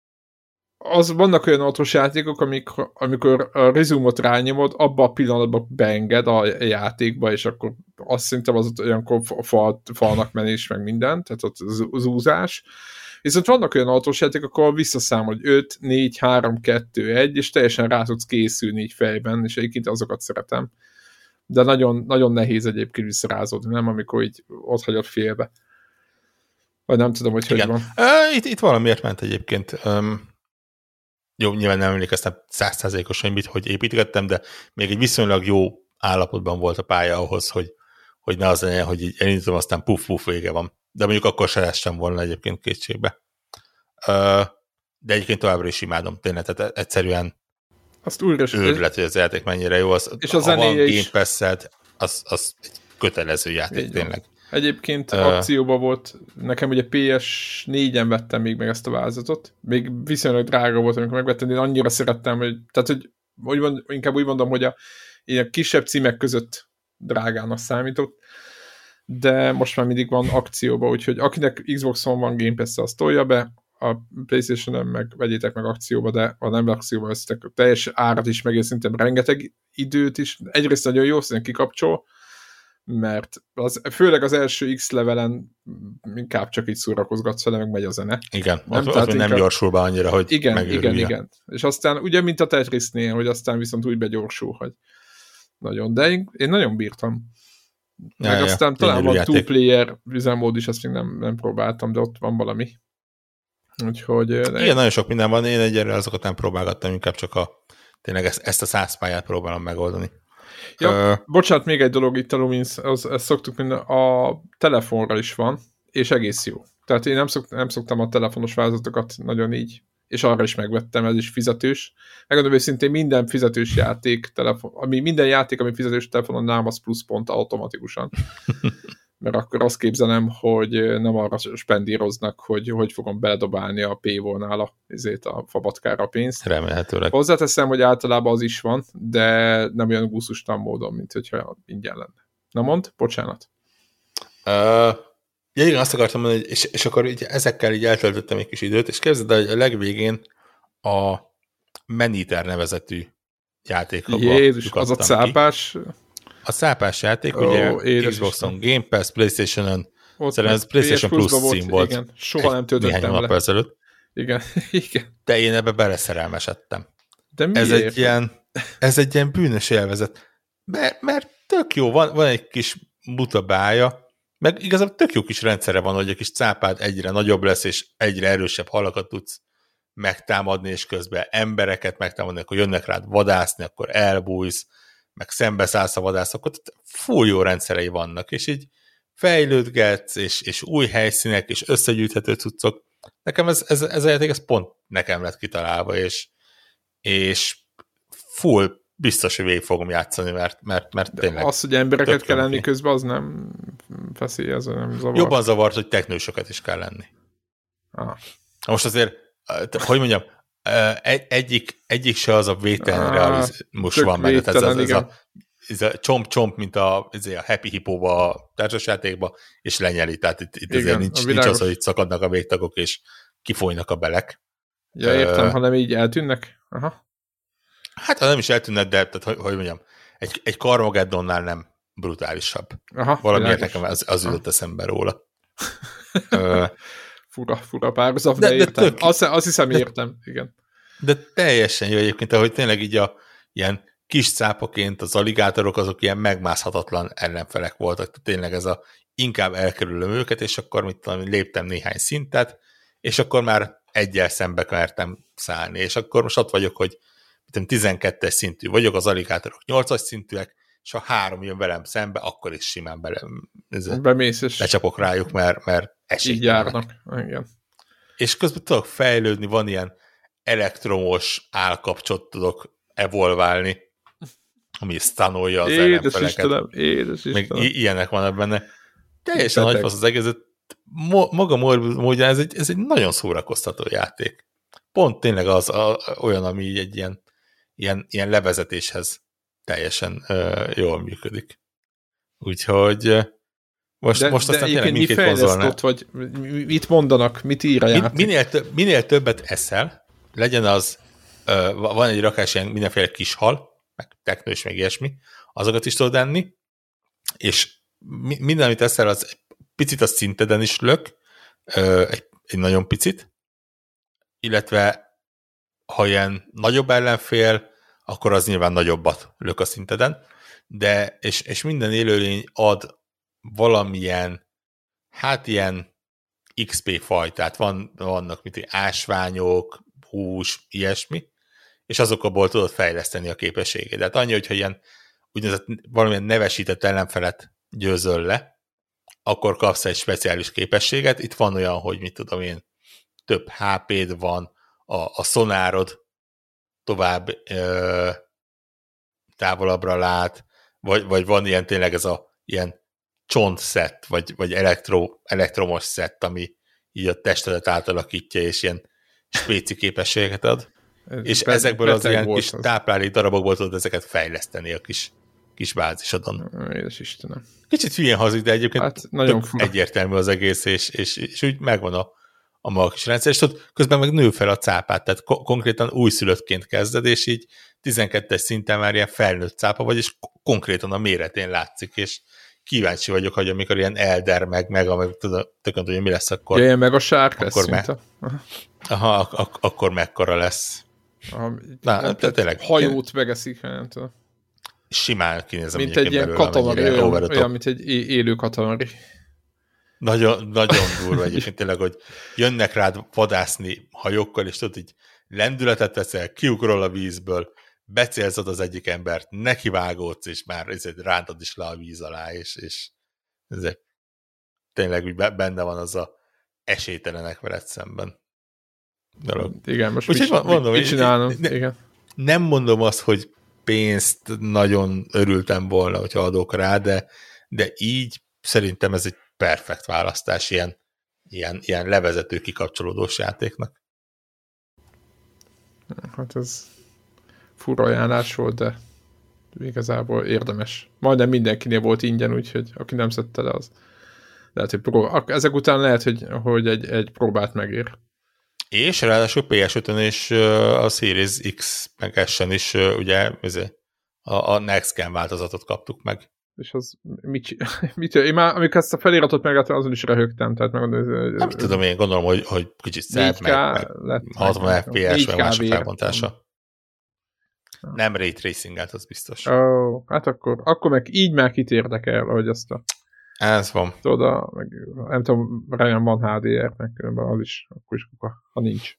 Speaker 1: az, vannak olyan autós játékok, amik, amikor a rezumot rányomod, abba a pillanatban beenged a játékba, és akkor azt szerintem az olyankor fal, falnak menés, meg minden, tehát ott az úzás. Viszont vannak olyan autós játékok, ahol visszaszámol, hogy öt, négy, három, kettő, egy, és teljesen rá tudsz készülni így fejben, és egyébként azokat szeretem. De nagyon, nagyon nehéz egyébként visszarázódni, nem? Amikor így ott hagyod félbe. Vagy nem tudom, hogy
Speaker 2: Igen.
Speaker 1: hogy van.
Speaker 2: Uh, itt, itt valamiért ment egyébként. Um, jó, nyilván nem emlékeztem száz százalékosan, hogy mit, hogy építgettem, de még egy viszonylag jó állapotban volt a pálya ahhoz, hogy, hogy ne az legyen, hogy így elindítom, aztán puf-puf vége van. De mondjuk akkor se estem volna egyébként kétségbe. Uh, de egyébként továbbra is imádom. Tényleg, tehát egyszerűen
Speaker 1: azt újra
Speaker 2: őrület, hogy az játék mennyire jó. Az,
Speaker 1: és a zenéje is.
Speaker 2: Game Pass-ed, az, az egy kötelező játék, tényleg.
Speaker 1: Egyébként uh, akcióban volt, nekem ugye pé es négyen vettem még meg ezt a vázatot, még viszonylag drága volt, amikor megvettem, én annyira szerettem, hogy, tehát, hogy, hogy mond, inkább úgy mondom, hogy a, a kisebb címek között drágának számított, de most már mindig van akcióban, úgyhogy akinek Xboxon van Game Pass-e, azt tolja be, a PlayStation-en meg vegyétek meg akcióba, de ha nem akcióba veszitek, a teljes árat is meg, és szerintem rengeteg időt is. Egyrészt nagyon jó, szerintem kikapcsol, mert az, főleg az első X-levelen inkább csak így szórakozgatsz vele, meg megy a zene.
Speaker 2: Igen, nem, az, az inkább... nem gyorsul be annyira, hogy
Speaker 1: igen,
Speaker 2: megőrülje.
Speaker 1: Igen, igen. És aztán ugye, mint a Tetrisnél, hogy aztán viszont úgy begyorsul, hogy nagyon. De én, én nagyon bírtam. Meg ja, aztán ja, talán van two-player üzemmód is, azt még nem, nem próbáltam, de ott van valami. Úgyhogy...
Speaker 2: Igen, én... nagyon sok minden van, én egyelőre azokat nem próbálgattam, inkább csak a, tényleg ezt, ezt a száz pályát próbálom megoldani.
Speaker 1: Ja, uh, bocsánat, még egy dolog itt a Lumins, az, ezt szoktuk minden, a telefonra is van, és egész jó. Tehát én nem, szokt, nem szoktam a telefonos változatokat nagyon így, és arra is megvettem, ez is fizetős. Megmondom őszintén, minden fizetős játék, telefon, ami, minden játék, ami fizetős telefonon nálam, az pluszpont automatikusan. Mert akkor azt képzelem, hogy nem arra spendíroznak, hogy hogy fogom beledobálni a paywall-nál a, a fabatkára a pénzt.
Speaker 2: Remélhetőleg.
Speaker 1: Hozzáteszem, hogy általában az is van, de nem olyan gusztustalan módon, mint hogyha ingyen lenne. Na mondd, bocsánat.
Speaker 2: Uh, ja, igen, azt akartam mondani, és, és akkor így, ezekkel így eltöltöttem egy kis időt, és képzeld el, hogy a legvégén a Maneater nevezetű játékba
Speaker 1: Jézus, az a cápás... Ki.
Speaker 2: A szápás játék, oh, ugye Xboxon, Game Pass, PlayStation-on, szerintem ez PlayStation Plus cím volt.
Speaker 1: Igen, soha nem töltöttem
Speaker 2: néhány hónap ezelőtt.
Speaker 1: Igen, igen.
Speaker 2: De én ebbe beleszerelmesedtem.
Speaker 1: De miért?
Speaker 2: Ez egy ilyen, ez egy ilyen bűnös élvezet. Mert, mert tök jó, van, van egy kis buta bája, meg igazából tök jó kis rendszere van, hogy a kis cápád egyre nagyobb lesz, és egyre erősebb halakat tudsz megtámadni, és közben embereket megtámadni, akkor jönnek rád vadászni, akkor elbújsz, meg szembeszállsz a vadászokkal, full jó rendszerei vannak, és így fejlődgetsz, és, és új helyszínek, és összegyűjthető cuccok. Nekem ez, ez, ez a játék, ez pont nekem lett kitalálva, és, és full biztos, hogy végig fogom játszani, mert, mert, mert tényleg...
Speaker 1: Az, hogy embereket kell lenni közben, az nem feszély, az nem zavar.
Speaker 2: Jobban zavart, hogy technősöket is kell lenni.
Speaker 1: Ah.
Speaker 2: Most azért, hogy mondjam, Egy, egyik, egyik se az a végtelen ah, realizmus van meg. Ez, ez, ez, a, ez a csomp-csomp, mint a, ez a Happy Hippo-ba, a társasjátékba, és lenyeli. Tehát itt, itt igen, nincs, nincs az, hogy itt szakadnak a végtagok, és kifolynak a belek.
Speaker 1: Ja, értem, uh, hanem így eltűnnek? Aha.
Speaker 2: Hát, ha nem is eltűnnek, de tehát, hogy, hogy mondjam, egy, egy Carmageddonnál nem brutálisabb. Aha, valamiért világos. Nekem az, az jutott eszembe róla. uh,
Speaker 1: Fura, fura párhuzam, de, de, de értem. Tök, azt, azt hiszem, de, értem, igen.
Speaker 2: De teljesen jó egyébként, ahogy tényleg így a ilyen kis cápaként az aligátorok azok ilyen megmászhatatlan ellenfelek voltak. Tényleg ez a inkább elkerülöm őket, és akkor mit tudom, léptem néhány szintet, és akkor már egyel szembe mertem szállni, és akkor most ott vagyok, hogy tudom, tizenkettes szintű vagyok, az aligátorok nyolcas szintűek, és ha három jön velem szembe, akkor is simán bele,
Speaker 1: bemész, és
Speaker 2: becsapok rájuk, mert, mert esélyt
Speaker 1: így járnak. Igen.
Speaker 2: És közben tudok fejlődni, van ilyen elektromos állkapcsot tudok evolválni, ami stanolja az
Speaker 1: édes
Speaker 2: ellenfeleket.
Speaker 1: Istenem, édes Istenem.
Speaker 2: Még i- ilyenek vannak benne. Teljesen nagy fasz az egészet. Mo- maga módján ez egy, ez egy nagyon szórakoztató játék. Pont tényleg az a, olyan, ami így egy ilyen, ilyen, ilyen levezetéshez teljesen uh, jól működik. Úgyhogy most,
Speaker 1: de,
Speaker 2: most
Speaker 1: de
Speaker 2: aztán tényleg mindkét
Speaker 1: konzolnál. Vagy mit mondanak, mit ír a játék?
Speaker 2: Min, minél, több, minél többet eszel, legyen az, uh, van egy rakás ilyen mindenféle kis hal, meg teknős, meg ilyesmi, azokat is tudod enni, és mi, minden, amit eszel, az picit a szinteden is lök, uh, egy, egy nagyon picit, illetve ha ilyen nagyobb ellenfél, akkor az nyilván nagyobbat lök a szinteden, de, és, és minden élőlény ad valamilyen, hát ilyen iksz pé fajtát, van, vannak mint ásványok, hús, ilyesmi, és azokból tudod fejleszteni a képességedet. Annyi, hogyha ilyen úgynevezett valamilyen nevesített ellenfelet győzöl le, akkor kapsz egy speciális képességet. Itt van olyan, hogy mit tudom én, több há péd van, a, a szonárod tovább ö, távolabbra lát, vagy, vagy van ilyen tényleg ez a ilyen csontszett, vagy, vagy elektro, elektromos szett, ami így a testedet átalakítja, és ilyen spéci képességeket ad. Ez és be, ezekből az ilyen kis az. táplálék darabokból tudod ezeket fejleszteni a kis, kis bázisodon.
Speaker 1: Édes Istenem.
Speaker 2: Kicsit hülyén hazik, de egyébként
Speaker 1: hát nagyon
Speaker 2: egyértelmű az egész, és, és, és úgy megvan a, a maga kis rendszer, és tudod, közben meg nő fel a cápát, tehát ko- konkrétan újszülöttként kezded, és így tizenkettes szinten már ilyen felnőtt cápa vagy, és konkrétan a méretén látszik, és kíváncsi vagyok, hogy amikor ilyen elder meg, meg amíg tudom, tökön tudja, mi lesz, akkor...
Speaker 1: Jöjjön meg a sárk lesz
Speaker 2: akkor me- Aha, ak- ak- akkor mekkora lesz.
Speaker 1: Aha,
Speaker 2: Na, nem, te, tényleg.
Speaker 1: Hajót megeszik, nem tudom.
Speaker 2: Simán kinézem.
Speaker 1: Mint egy ilyen katamari, olyan, olyan, mint egy élő katamari.
Speaker 2: Nagyon, nagyon durva egyébként tényleg, hogy jönnek rád vadászni hajókkal, és tudod, így lendületet veszel, kiugrol a vízből, becélzod az egyik embert, nekivágódsz, és már ezért rántad is le a víz alá, és, és ezért tényleg úgy benne van az a esélytelenek veled szemben dolog.
Speaker 1: Igen, most
Speaker 2: mit,
Speaker 1: mit,
Speaker 2: mondom,
Speaker 1: mit csinálnom?
Speaker 2: Ne,
Speaker 1: Igen.
Speaker 2: Nem mondom azt, hogy pénzt nagyon örültem volna, hogyha adok rá, de, de így szerintem ez egy perfekt választás ilyen, ilyen, ilyen levezető kikapcsolódós játéknak.
Speaker 1: Hát ez fura ajánlás volt, de igazából érdemes. Majdnem mindenkinél volt ingyen, úgyhogy aki nem szedte le, az lehet, hogy prób- ezek után lehet, hogy, hogy egy, egy próbát megér.
Speaker 2: És ráadásul pé es ötön és a Series X meg S-en is ugye a, a Next Gen változatot kaptuk meg.
Speaker 1: És az mit, mit én már, amikor ezt a feliratot megláttam, azon is röhögtem. Tehát megmondom, ez,
Speaker 2: nem tudom, én gondolom, hogy, hogy kicsit szebb, meg, meg hatvan ef pé es, vagy mások felbontása. Nem ray tracing-át, az biztos.
Speaker 1: Ó, oh, hát akkor, akkor meg így már kit érdekel, hogy azt a...
Speaker 2: Ez van.
Speaker 1: Tudod, meg, nem tudom, Ryan van há dé er, meg különben az is, akkor is kuka, ha nincs.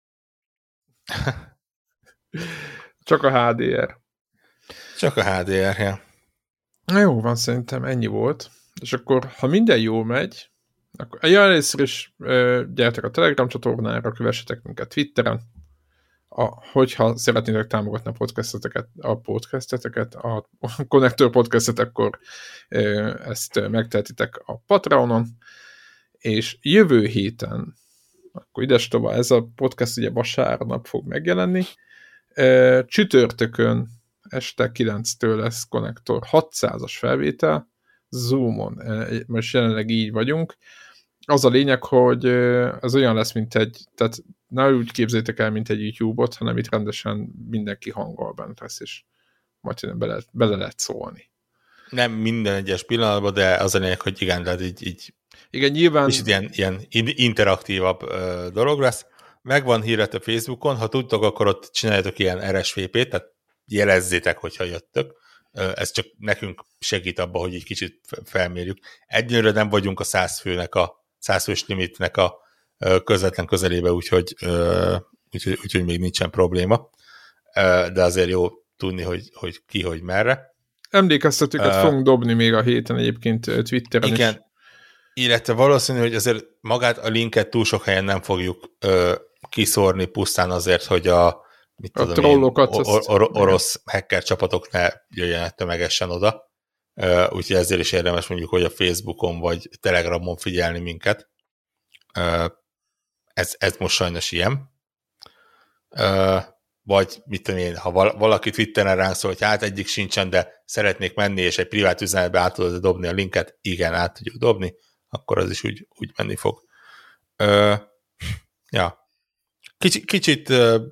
Speaker 1: Csak a há dé er.
Speaker 2: Csak a há dé er, ja.
Speaker 1: Na jó van, szerintem ennyi volt. És akkor, ha minden jól megy, akkor ja, először is uh, gyertek a Telegram csatornára, kövessetek minket Twitteren, a, hogyha szeretnétek támogatni a podcasteteket, a podcasteteket, a Connector podcastet, akkor uh, ezt megtehetitek a Patreonon, és jövő héten, akkor ides tovább, ez a podcast ugye vasárnap fog megjelenni, uh, csütörtökön este kilenctől lesz Connector hatszázas felvétel, Zoomon, most jelenleg így vagyunk. Az a lényeg, hogy ez olyan lesz, mint egy, tehát ne úgy képzeljétek el, mint egy YouTube-ot, hanem itt rendesen mindenki hangol bent lesz, és majd bele, bele lehet szólni.
Speaker 2: Nem minden egyes pillanatban, de az a lényeg, hogy igen, tehát így, így
Speaker 1: igen, nyilván...
Speaker 2: és ilyen, ilyen interaktívabb ö, dolog lesz. Megvan híret a Facebookon, ha tudtok, akkor ott csináljátok ilyen er es vé pét, tehát jelezzétek, hogyha jöttök. Ez csak nekünk segít abban, hogy egy kicsit felmérjük. Egyelőre nem vagyunk a száz főnek, a száz fős limitnek a közvetlen közelébe, úgyhogy, úgyhogy, úgyhogy még nincsen probléma. De azért jó tudni, hogy, hogy ki, hogy merre.
Speaker 1: Emlékeztetőket uh, fogunk dobni még a héten egyébként Twitteren
Speaker 2: igen,
Speaker 1: is.
Speaker 2: Illetve valószínű, hogy azért magát a linket túl sok helyen nem fogjuk uh, kiszórni pusztán azért, hogy a mit
Speaker 1: a
Speaker 2: tudom
Speaker 1: trollokat
Speaker 2: én, or- or- orosz hacker csapatok ne jöjjenek tömegesen oda. Uh, úgyhogy ezért is érdemes mondjuk, hogy a Facebookon vagy Telegramon figyelni minket. Uh, ez, ez most sajnos ilyen. Uh, vagy mit tudom én, ha valaki Twitteren ránk szól, hogy hát egyik sincsen, de szeretnék menni, és egy privát üzenetbe át tudod dobni a linket, igen, át tudjuk dobni, akkor az is úgy, úgy menni fog. Uh, ja. Kicsit, kicsit uh,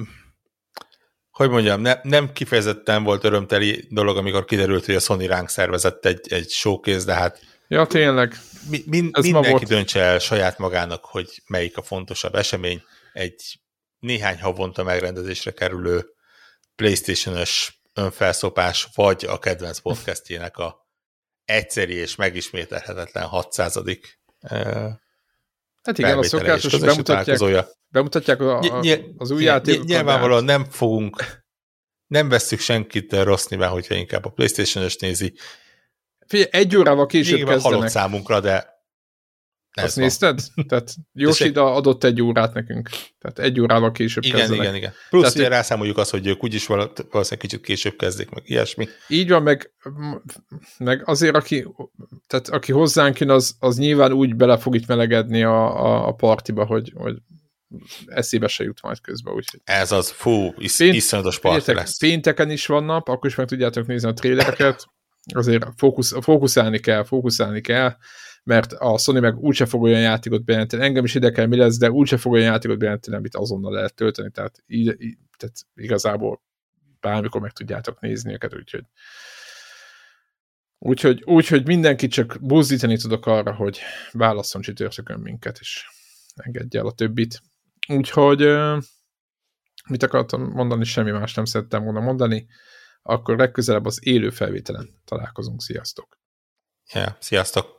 Speaker 2: hogy mondjam, ne, nem kifejezetten volt örömteli dolog, amikor kiderült, hogy a Sony ránk szervezett egy, egy showcase, de hát
Speaker 1: ja, tényleg.
Speaker 2: Mi, min, mindenki döntse el saját magának, hogy melyik a fontosabb esemény. Egy néhány havonta megrendezésre kerülő PlayStation-ös önfelszopás, vagy a kedvenc podcastjének a egyszeri és megismételhetetlen hatszázadik
Speaker 1: Hát igen, a szokásos bemutatják, bemutatják a, a,
Speaker 2: ny-
Speaker 1: az új játékokat.
Speaker 2: Nyilvánvalóan nem fogunk, nem vesszük senkit rossz nyilván, hogyha inkább a PlayStation-ös nézi.
Speaker 1: Figyelj, egy órával később
Speaker 2: nyilván
Speaker 1: kezdenek.
Speaker 2: halott számunkra, de
Speaker 1: azt nézted? Tehát Yoshida adott egy órát nekünk. Tehát egy órával később
Speaker 2: igen,
Speaker 1: kezdenek.
Speaker 2: Igen, igen, Plusz
Speaker 1: Tehát,
Speaker 2: ugye rászámoljuk azt, hogy ők úgyis valószínűleg kicsit később kezdik, meg ilyesmi.
Speaker 1: Így van, meg, meg azért, aki, tehát aki hozzánk jön, az, az nyilván úgy bele fog itt melegedni a, a, a partiba, hogy, hogy eszébe se jut majd közben. Úgyhogy.
Speaker 2: Ez az, fú, is,
Speaker 1: Pént,
Speaker 2: iszonyatos parti lesz.
Speaker 1: Pénteken is van nap, akkor is meg tudjátok nézni a trélereket. Azért fókusz, fókuszálni kell, fókuszálni kell, mert a Sony meg úgyse fog olyan játékot bejelenteni. Engem is érdekel, mi lesz, de úgyse fog olyan játékot bejelenteni, amit azonnal lehet tölteni. Tehát, így, így, tehát igazából bármikor meg tudjátok nézni őket, úgyhogy úgyhogy, úgyhogy mindenki csak buzdítani tudok arra, hogy válasszon csütörtökön minket, és engedje el a többit. Úgyhogy mit akartam mondani, semmi más nem szerettem volna mondani, akkor legközelebb az élő felvételen találkozunk. Sziasztok!
Speaker 2: Yeah, sziasztok!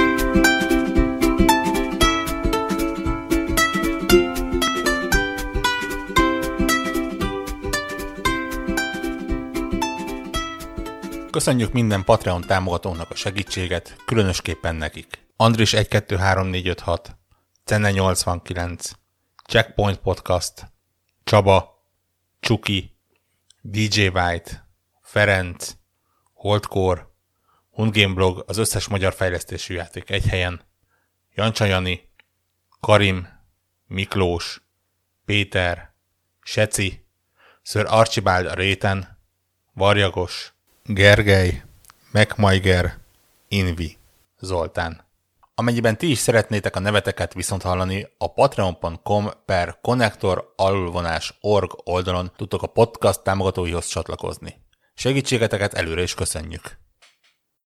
Speaker 2: Köszönjük minden Patreon támogatónak a segítséget, különösképpen nekik. Andris egy kettő három négy öt hat, Cenne nyolcvankilenc, Checkpoint Podcast, Csaba, Csuki, dé dzsé White, Ferenc, Holdcore, Hundgame Blog, az összes magyar fejlesztésű játék egy helyen, Jancsa Jani, Karim, Miklós, Péter, Seci, Sir Archibald a réten, Varjagos, Gergely, MacMaiger, Invi, Zoltán. Amennyiben ti is szeretnétek a neveteket viszont hallani, a patreon pont com per connector alulvonás org oldalon tudtok a podcast támogatóihoz csatlakozni. Segítségeteket előre is köszönjük!